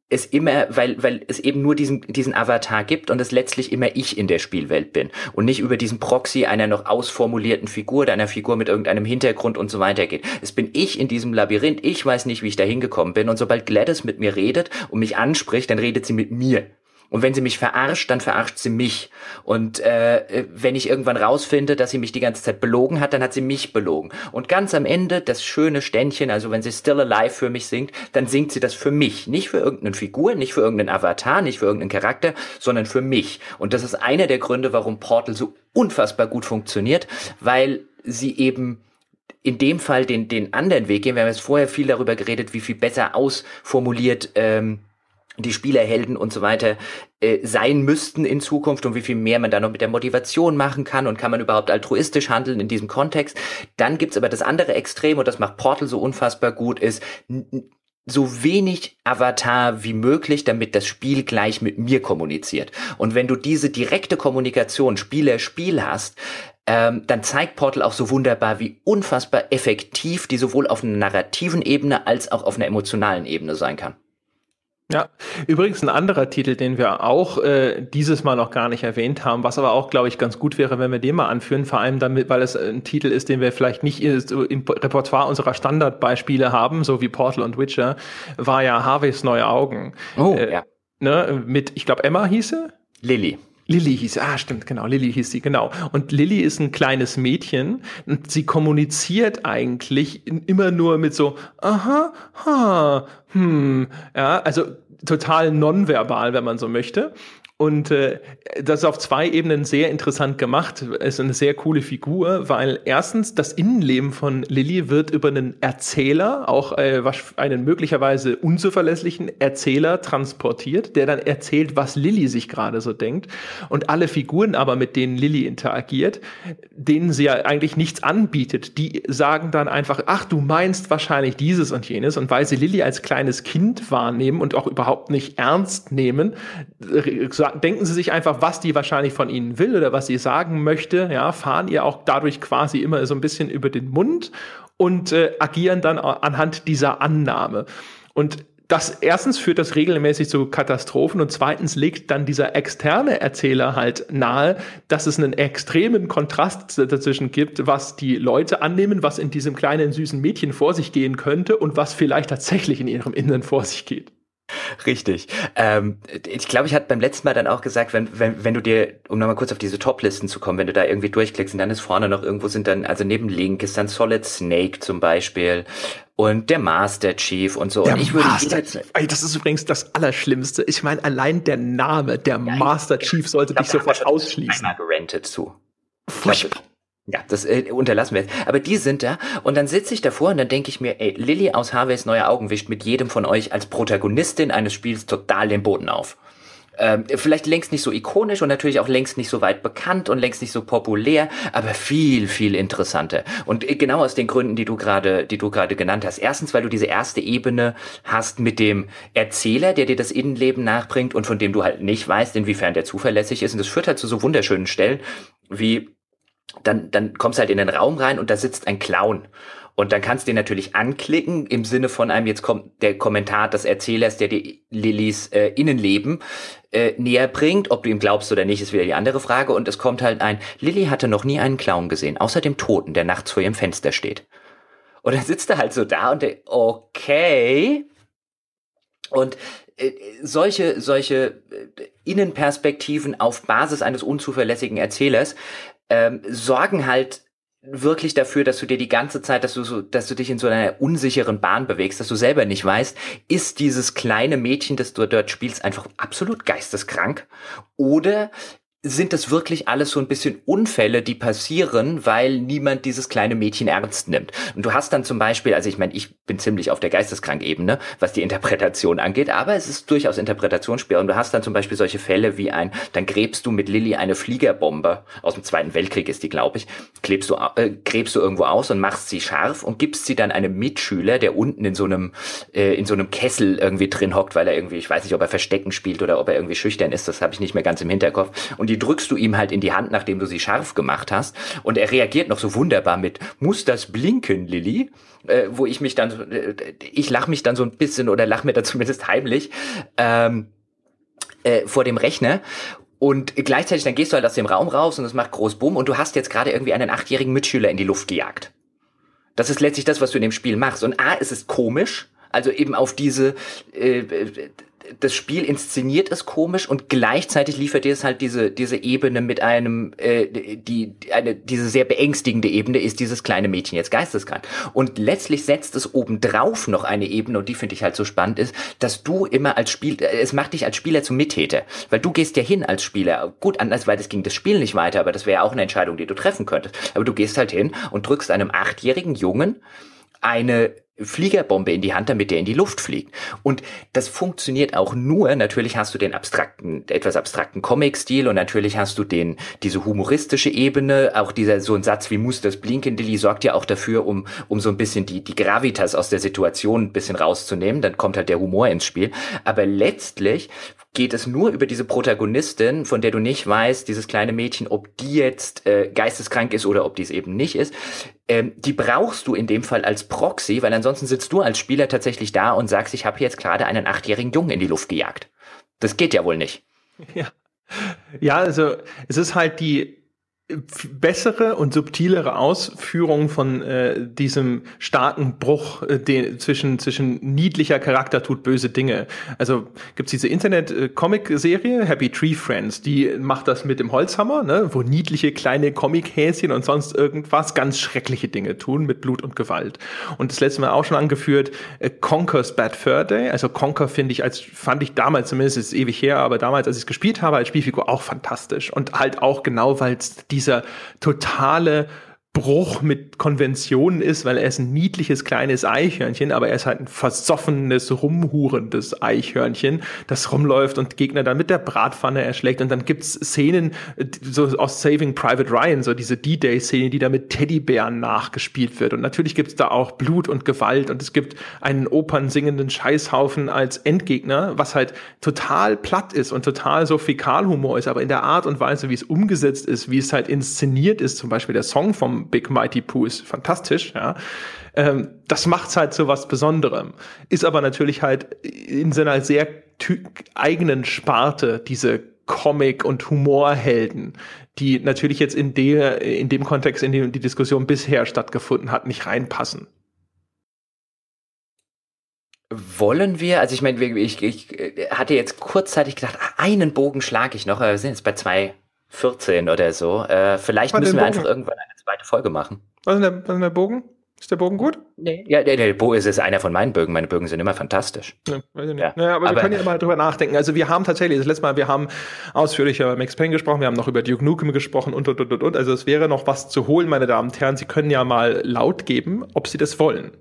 es immer, weil weil es eben nur diesen diesen Avatar gibt und es letztlich immer ich in der Spielwelt bin und nicht über diesen Proxy einer noch ausformulierten Figur oder einer Figur mit irgendeinem Hintergrund und so weiter geht. Es bin ich in diesem Labyrinth, ich weiß nicht, wie ich da hingekommen bin und sobald Gladys mit mir redet und mich anspricht, dann redet sie mit mir. Und wenn sie mich verarscht, dann verarscht sie mich. Und äh, wenn ich irgendwann rausfinde, dass sie mich die ganze Zeit belogen hat, dann hat sie mich belogen. Und ganz am Ende, das schöne Ständchen, also wenn sie Still Alive für mich singt, dann singt sie das für mich. Nicht für irgendeine Figur, nicht für irgendeinen Avatar, nicht für irgendeinen Charakter, sondern für mich. Und das ist einer der Gründe, warum Portal so unfassbar gut funktioniert, weil sie eben in dem Fall den, den anderen Weg gehen. Wir haben jetzt vorher viel darüber geredet, wie viel besser ausformuliert ähm, die Spielerhelden und so weiter äh, sein müssten in Zukunft und wie viel mehr man da noch mit der Motivation machen kann und kann man überhaupt altruistisch handeln in diesem Kontext. Dann gibt's aber das andere Extrem und das macht Portal so unfassbar gut, ist n- so wenig Avatar wie möglich, damit das Spiel gleich mit mir kommuniziert. Und wenn du diese direkte Kommunikation Spieler-Spiel hast, ähm, dann zeigt Portal auch so wunderbar, wie unfassbar effektiv die sowohl auf einer narrativen Ebene als auch auf einer emotionalen Ebene sein kann. Ja, übrigens ein anderer Titel, den wir auch äh, dieses Mal noch gar nicht erwähnt haben, was aber auch, glaube ich, ganz gut wäre, wenn wir den mal anführen, vor allem damit, weil es ein Titel ist, den wir vielleicht nicht so im Repertoire unserer Standardbeispiele haben, so wie Portal und Witcher, war ja Harveys Neue Augen. Oh, äh, ja. Ne, mit, ich glaube, Emma hieße? Lilly. Lilly hieß sie, ah stimmt, genau, Lilly hieß sie, genau. Und Lilly ist ein kleines Mädchen und sie kommuniziert eigentlich immer nur mit so, aha, ha, hm, ja, also total nonverbal, wenn man so möchte. Und äh, das ist auf zwei Ebenen sehr interessant gemacht. Es ist eine sehr coole Figur, weil erstens das Innenleben von Lilly wird über einen Erzähler, auch äh, einen möglicherweise unzuverlässlichen Erzähler transportiert, der dann erzählt, was Lilly sich gerade so denkt. Und alle Figuren aber, mit denen Lilly interagiert, denen sie ja eigentlich nichts anbietet, die sagen dann einfach, ach, du meinst wahrscheinlich dieses und jenes. Und weil sie Lilly als kleines Kind wahrnehmen und auch überhaupt nicht ernst nehmen, denken sie sich einfach, was die wahrscheinlich von ihnen will oder was sie sagen möchte, ja, fahren ihr auch dadurch quasi immer so ein bisschen über den Mund und äh, agieren dann anhand dieser Annahme. Und das erstens führt das regelmäßig zu Katastrophen und zweitens legt dann dieser externe Erzähler halt nahe, dass es einen extremen Kontrast dazwischen gibt, was die Leute annehmen, was in diesem kleinen süßen Mädchen vor sich gehen könnte und was vielleicht tatsächlich in ihrem Inneren vor sich geht. Richtig. Ähm, ich glaube, ich hatte beim letzten Mal dann auch gesagt, wenn, wenn, wenn du dir, um nochmal kurz auf diese Top-Listen zu kommen, wenn du da irgendwie durchklickst und dann ist vorne noch irgendwo sind dann, also neben Link ist dann Solid Snake zum Beispiel und der Master Chief und so. Der und ich würde Master Chief, ey, das ist übrigens das Allerschlimmste. Ich meine, allein der Name, der ja, Master Chief sollte dich sofort ausschließen. Einmal gerentet zu. Furchtbar. Ja, das äh, unterlassen wir jetzt. Aber die sind da und dann sitze ich davor und dann denke ich mir, ey, Lilly aus Harveys Neue Augen wischt mit jedem von euch als Protagonistin eines Spiels total den Boden auf. Ähm, vielleicht längst nicht so ikonisch und natürlich auch längst nicht so weit bekannt und längst nicht so populär, aber viel, viel interessanter. Und genau aus den Gründen, die du gerade, die du gerade genannt hast. Erstens, weil du diese erste Ebene hast mit dem Erzähler, der dir das Innenleben nachbringt und von dem du halt nicht weißt, inwiefern der zuverlässig ist. Und das führt halt zu so wunderschönen Stellen wie Dann, dann kommst du halt in den Raum rein und da sitzt ein Clown. Und dann kannst du den natürlich anklicken, im Sinne von einem, jetzt kommt der Kommentar des Erzählers, der dir Lillys äh, Innenleben äh, näher bringt. Ob du ihm glaubst oder nicht, ist wieder die andere Frage. Und es kommt halt ein, Lilly hatte noch nie einen Clown gesehen, außer dem Toten, der nachts vor ihrem Fenster steht. Und dann sitzt er halt so da und der, okay. Und äh, solche, solche äh, Innenperspektiven auf Basis eines unzuverlässigen Erzählers Ähm, sorgen halt wirklich dafür, dass du dir die ganze Zeit, dass du so, dass du dich in so einer unsicheren Bahn bewegst, dass du selber nicht weißt, ist dieses kleine Mädchen, das du dort spielst, einfach absolut geisteskrank oder sind das wirklich alles so ein bisschen Unfälle, die passieren, weil niemand dieses kleine Mädchen ernst nimmt. Und du hast dann zum Beispiel, also ich meine, ich bin ziemlich auf der Geisteskrank-Ebene, was die Interpretation angeht, aber es ist durchaus Interpretationsspiel. Und du hast dann zum Beispiel solche Fälle wie ein, dann gräbst du mit Lilly eine Fliegerbombe, aus dem Zweiten Weltkrieg ist die, glaube ich, klebst du, äh, gräbst du irgendwo aus und machst sie scharf und gibst sie dann einem Mitschüler, der unten in so einem, äh, in so einem Kessel irgendwie drin hockt, weil er irgendwie, ich weiß nicht, ob er Verstecken spielt oder ob er irgendwie schüchtern ist, das habe ich nicht mehr ganz im Hinterkopf. Und und die drückst du ihm halt in die Hand, nachdem du sie scharf gemacht hast und er reagiert noch so wunderbar mit, muss das blinken, Lilly? Äh, wo ich mich dann, äh, ich lach mich dann so ein bisschen oder lach mir da zumindest heimlich ähm, äh, vor dem Rechner. Und gleichzeitig, dann gehst du halt aus dem Raum raus und es macht groß Bumm und du hast jetzt gerade irgendwie einen achtjährigen Mitschüler in die Luft gejagt. Das ist letztlich das, was du in dem Spiel machst. Und A, es ist komisch, also eben auf diese, äh, das Spiel inszeniert es komisch und gleichzeitig liefert dir es halt diese diese Ebene mit einem, äh, die eine diese sehr beängstigende Ebene ist dieses kleine Mädchen jetzt geisteskrank. Und letztlich setzt es obendrauf noch eine Ebene und die finde ich halt so spannend ist, dass du immer als Spiel, es macht dich als Spieler zum Mittäter, weil du gehst ja hin als Spieler, gut, anders, weil das ging das Spiel nicht weiter, aber das wäre ja auch eine Entscheidung, die du treffen könntest. Aber du gehst halt hin und drückst einem achtjährigen Jungen eine Fliegerbombe in die Hand, damit der in die Luft fliegt. Und das funktioniert auch nur, natürlich hast du den abstrakten, etwas abstrakten Comic-Stil und natürlich hast du den, diese humoristische Ebene, auch dieser, so ein Satz wie muss das blinken, Lilly sorgt ja auch dafür, um, um so ein bisschen die, die Gravitas aus der Situation ein bisschen rauszunehmen, dann kommt halt der Humor ins Spiel. Aber letztlich geht es nur über diese Protagonistin, von der du nicht weißt, dieses kleine Mädchen, ob die jetzt äh, geisteskrank ist oder ob die es eben nicht ist. Ähm, die brauchst du in dem Fall als Proxy, weil ansonsten sitzt du als Spieler tatsächlich da und sagst, ich habe jetzt gerade einen achtjährigen Jungen in die Luft gejagt. Das geht ja wohl nicht. Ja, ja, also es ist halt die bessere und subtilere Ausführung von äh, diesem starken Bruch äh, den, zwischen zwischen niedlicher Charakter tut böse Dinge. Also gibt's diese Internet-Comic-Serie Happy Tree Friends, die macht das mit dem Holzhammer, ne, wo niedliche kleine Comic-Häschen und sonst irgendwas ganz schreckliche Dinge tun mit Blut und Gewalt. Und das letzte Mal auch schon angeführt, äh, Conker's Bad Fur Day. Also Conker finde ich als fand ich damals, zumindest ist es ewig her, aber damals, als ich es gespielt habe, als Spielfigur auch fantastisch und halt auch genau, weil es die dieser totale Bruch mit Konventionen ist, weil er ist ein niedliches kleines Eichhörnchen, aber er ist halt ein versoffenes, rumhurendes Eichhörnchen, das rumläuft und Gegner dann mit der Bratpfanne erschlägt. Und dann gibt's Szenen so aus Saving Private Ryan, so diese D-Day-Szene, die da mit Teddybären nachgespielt wird. Und natürlich gibt's da auch Blut und Gewalt und es gibt einen opernsingenden Scheißhaufen als Endgegner, was halt total platt ist und total so Fäkalhumor ist, aber in der Art und Weise, wie es umgesetzt ist, wie es halt inszeniert ist, zum Beispiel der Song vom Big Mighty Pooh ist fantastisch, ja. Ähm, das macht's halt so was Besonderem. Ist aber natürlich halt in seiner sehr ty- eigenen Sparte diese Comic- und Humorhelden, die natürlich jetzt in der, in dem Kontext, in dem die Diskussion bisher stattgefunden hat, nicht reinpassen. Wollen wir, also ich meine, ich, ich hatte jetzt kurzzeitig gedacht, einen Bogen schlage ich noch, aber wir sind jetzt bei zwei vierzehn oder so. Äh, vielleicht Was müssen wir Bogen? einfach irgendwann eine zweite Folge machen. Was ist der, was ist der Bogen? Ist der Bogen gut? Nee. Ja, der, der Bogen ist, ist einer von meinen Bögen. Meine Bögen sind immer fantastisch. Ja, weiß ich nicht. Ja, Naja, aber, aber wir können ja mal drüber nachdenken. Also wir haben tatsächlich, das letzte Mal, wir haben ausführlich über Max Payne gesprochen, wir haben noch über Duke Nukem gesprochen und, und, und, und, und. Also es wäre noch was zu holen, meine Damen und Herren. Sie können ja mal laut geben, ob Sie das wollen.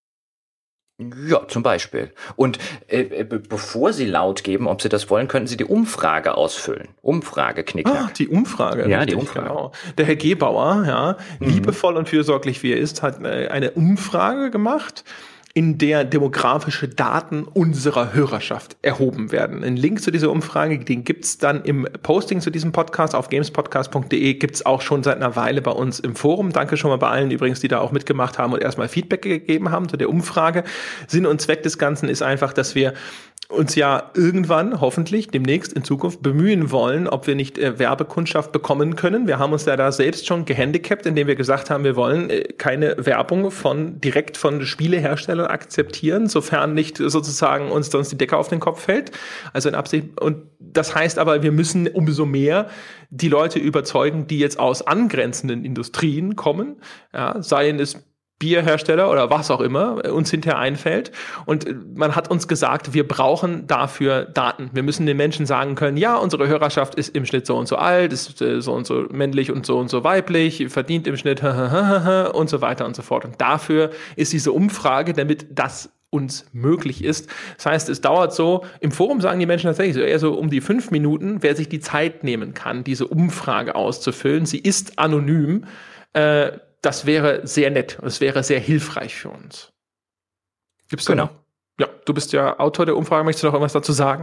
Ja, zum Beispiel. Und äh, be- bevor Sie laut geben, ob Sie das wollen, könnten Sie die Umfrage ausfüllen. Umfrage, Knickknack. Ah, die Umfrage. Ja, richtig, die Umfrage. Genau. Der Herr Gebauer, ja, Mhm. liebevoll und fürsorglich wie er ist, hat äh, eine Umfrage gemacht, in der demografische Daten unserer Hörerschaft erhoben werden. Ein Link zu dieser Umfrage, den gibt's dann im Posting zu diesem Podcast auf gamespodcast punkt de, gibt's auch schon seit einer Weile bei uns im Forum. Danke schon mal bei allen übrigens, die da auch mitgemacht haben und erstmal Feedback gegeben haben zu der Umfrage. Sinn und Zweck des Ganzen ist einfach, dass wir uns ja irgendwann, hoffentlich, demnächst in Zukunft bemühen wollen, ob wir nicht äh, Werbekundschaft bekommen können. Wir haben uns ja da selbst schon gehandicapt, indem wir gesagt haben, wir wollen äh, keine Werbung von direkt von Spieleherstellern akzeptieren, sofern nicht sozusagen uns sonst die Decke auf den Kopf fällt. Also in Absicht. Und das heißt aber, wir müssen umso mehr die Leute überzeugen, die jetzt aus angrenzenden Industrien kommen, ja, seien es Bierhersteller oder was auch immer uns hinterher einfällt. Und man hat uns gesagt, wir brauchen dafür Daten. Wir müssen den Menschen sagen können, ja, unsere Hörerschaft ist im Schnitt so und so alt, ist so und so männlich und so und so weiblich, verdient im Schnitt und so weiter und so fort. Und dafür ist diese Umfrage, damit das uns möglich ist. Das heißt, es dauert so, im Forum sagen die Menschen tatsächlich so eher so um die fünf Minuten, wer sich die Zeit nehmen kann, diese Umfrage auszufüllen. Sie ist anonym. Äh, Das wäre sehr nett. Das wäre sehr hilfreich für uns. Gibt's Genau. noch? Ja, du bist ja Autor der Umfrage. Möchtest du noch irgendwas dazu sagen? Nein.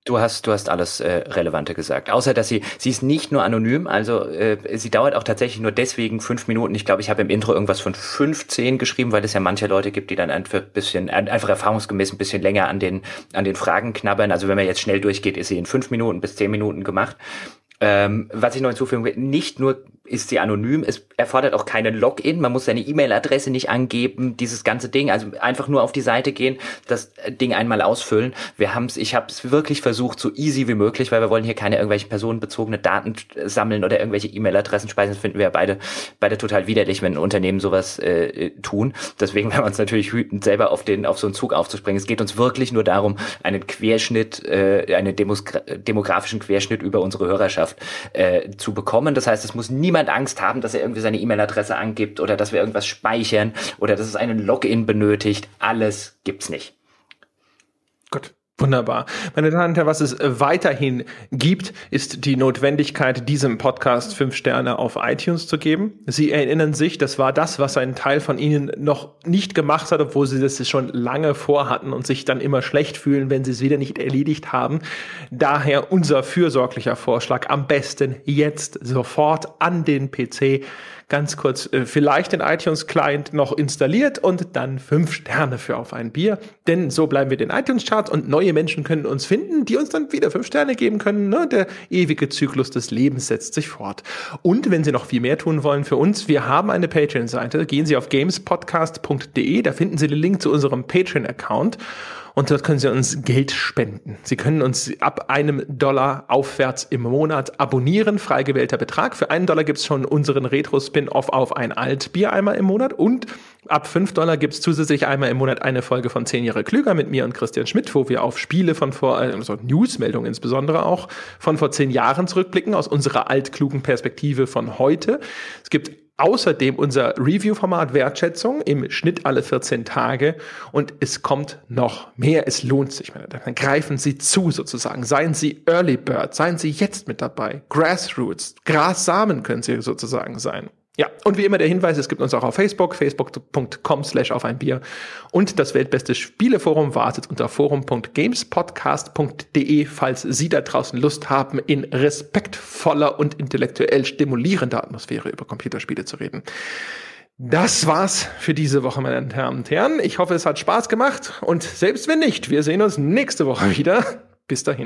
Du hast, du hast alles äh, Relevante gesagt. Außer, dass sie, sie ist nicht nur anonym, also äh, sie dauert auch tatsächlich nur deswegen fünf Minuten. Ich glaube, ich habe im Intro irgendwas von fünfzehn geschrieben, weil es ja manche Leute gibt, die dann einfach ein bisschen, einfach erfahrungsgemäß ein bisschen länger an den, an den Fragen knabbern. Also wenn man jetzt schnell durchgeht, ist sie in fünf Minuten bis zehn Minuten gemacht. Ähm, was ich noch hinzufügen will, nicht nur ist sie anonym, es erfordert auch keinen Login, man muss seine E-Mail-Adresse nicht angeben, dieses ganze Ding, also einfach nur auf die Seite gehen, das Ding einmal ausfüllen. Wir haben's, ich habe es wirklich versucht, so easy wie möglich, weil wir wollen hier keine irgendwelchen personenbezogene Daten sammeln oder irgendwelche E-Mail-Adressen speisen. Das finden wir ja beide, beide total widerlich, wenn Unternehmen sowas äh, tun. Deswegen werden wir uns natürlich hüten, selber auf den, auf so einen Zug aufzuspringen. Es geht uns wirklich nur darum, einen Querschnitt, äh, einen Demogra- demografischen Querschnitt über unsere Hörerschaft äh, zu bekommen. Das heißt, es muss niemand Angst haben, dass er irgendwie seine E-Mail-Adresse angibt oder dass wir irgendwas speichern oder dass es einen Login benötigt. Alles gibt's nicht. Gut. Wunderbar. Meine Damen und Herren, was es weiterhin gibt, ist die Notwendigkeit, diesem Podcast fünf Sterne auf iTunes zu geben. Sie erinnern sich, das war das, was ein Teil von Ihnen noch nicht gemacht hat, obwohl Sie das schon lange vorhatten und sich dann immer schlecht fühlen, wenn Sie es wieder nicht erledigt haben. Daher unser fürsorglicher Vorschlag, am besten jetzt sofort an den P C ganz kurz äh, vielleicht den iTunes-Client noch installiert und dann fünf Sterne für Auf ein Bier. Denn so bleiben wir den iTunes-Charts und neue Menschen können uns finden, die uns dann wieder fünf Sterne geben können. Ne? Der ewige Zyklus des Lebens setzt sich fort. Und wenn Sie noch viel mehr tun wollen für uns, wir haben eine Patreon-Seite. Gehen Sie auf gamespodcast punkt de, da finden Sie den Link zu unserem Patreon-Account. Und dort können Sie uns Geld spenden. Sie können uns ab einem Dollar aufwärts im Monat abonnieren, frei gewählter Betrag. Für einen Dollar gibt's schon unseren Retro-Spin-Off auf ein Altbier einmal im Monat. Und ab fünf Dollar gibt's zusätzlich einmal im Monat eine Folge von zehn Jahre klüger mit mir und Christian Schmidt, wo wir auf Spiele von vor, also Newsmeldungen insbesondere auch, von vor zehn Jahren zurückblicken, aus unserer altklugen Perspektive von heute. Es gibt außerdem unser Review-Format Wertschätzung im Schnitt alle vierzehn Tage und es kommt noch mehr. Es lohnt sich, meine Damen. Dann greifen Sie zu sozusagen. Seien Sie Early Bird, seien Sie jetzt mit dabei. Grassroots, Grassamen können Sie sozusagen sein. Ja, und wie immer der Hinweis, es gibt uns auch auf Facebook, facebook punkt com slash auf ein Bier. Und das weltbeste Spieleforum wartet unter forum punkt gamespodcast punkt de, falls Sie da draußen Lust haben, in respektvoller und intellektuell stimulierender Atmosphäre über Computerspiele zu reden. Das war's für diese Woche, meine Damen und Herren. Ich hoffe, es hat Spaß gemacht. Und selbst wenn nicht, wir sehen uns nächste Woche wieder. Bis dahin.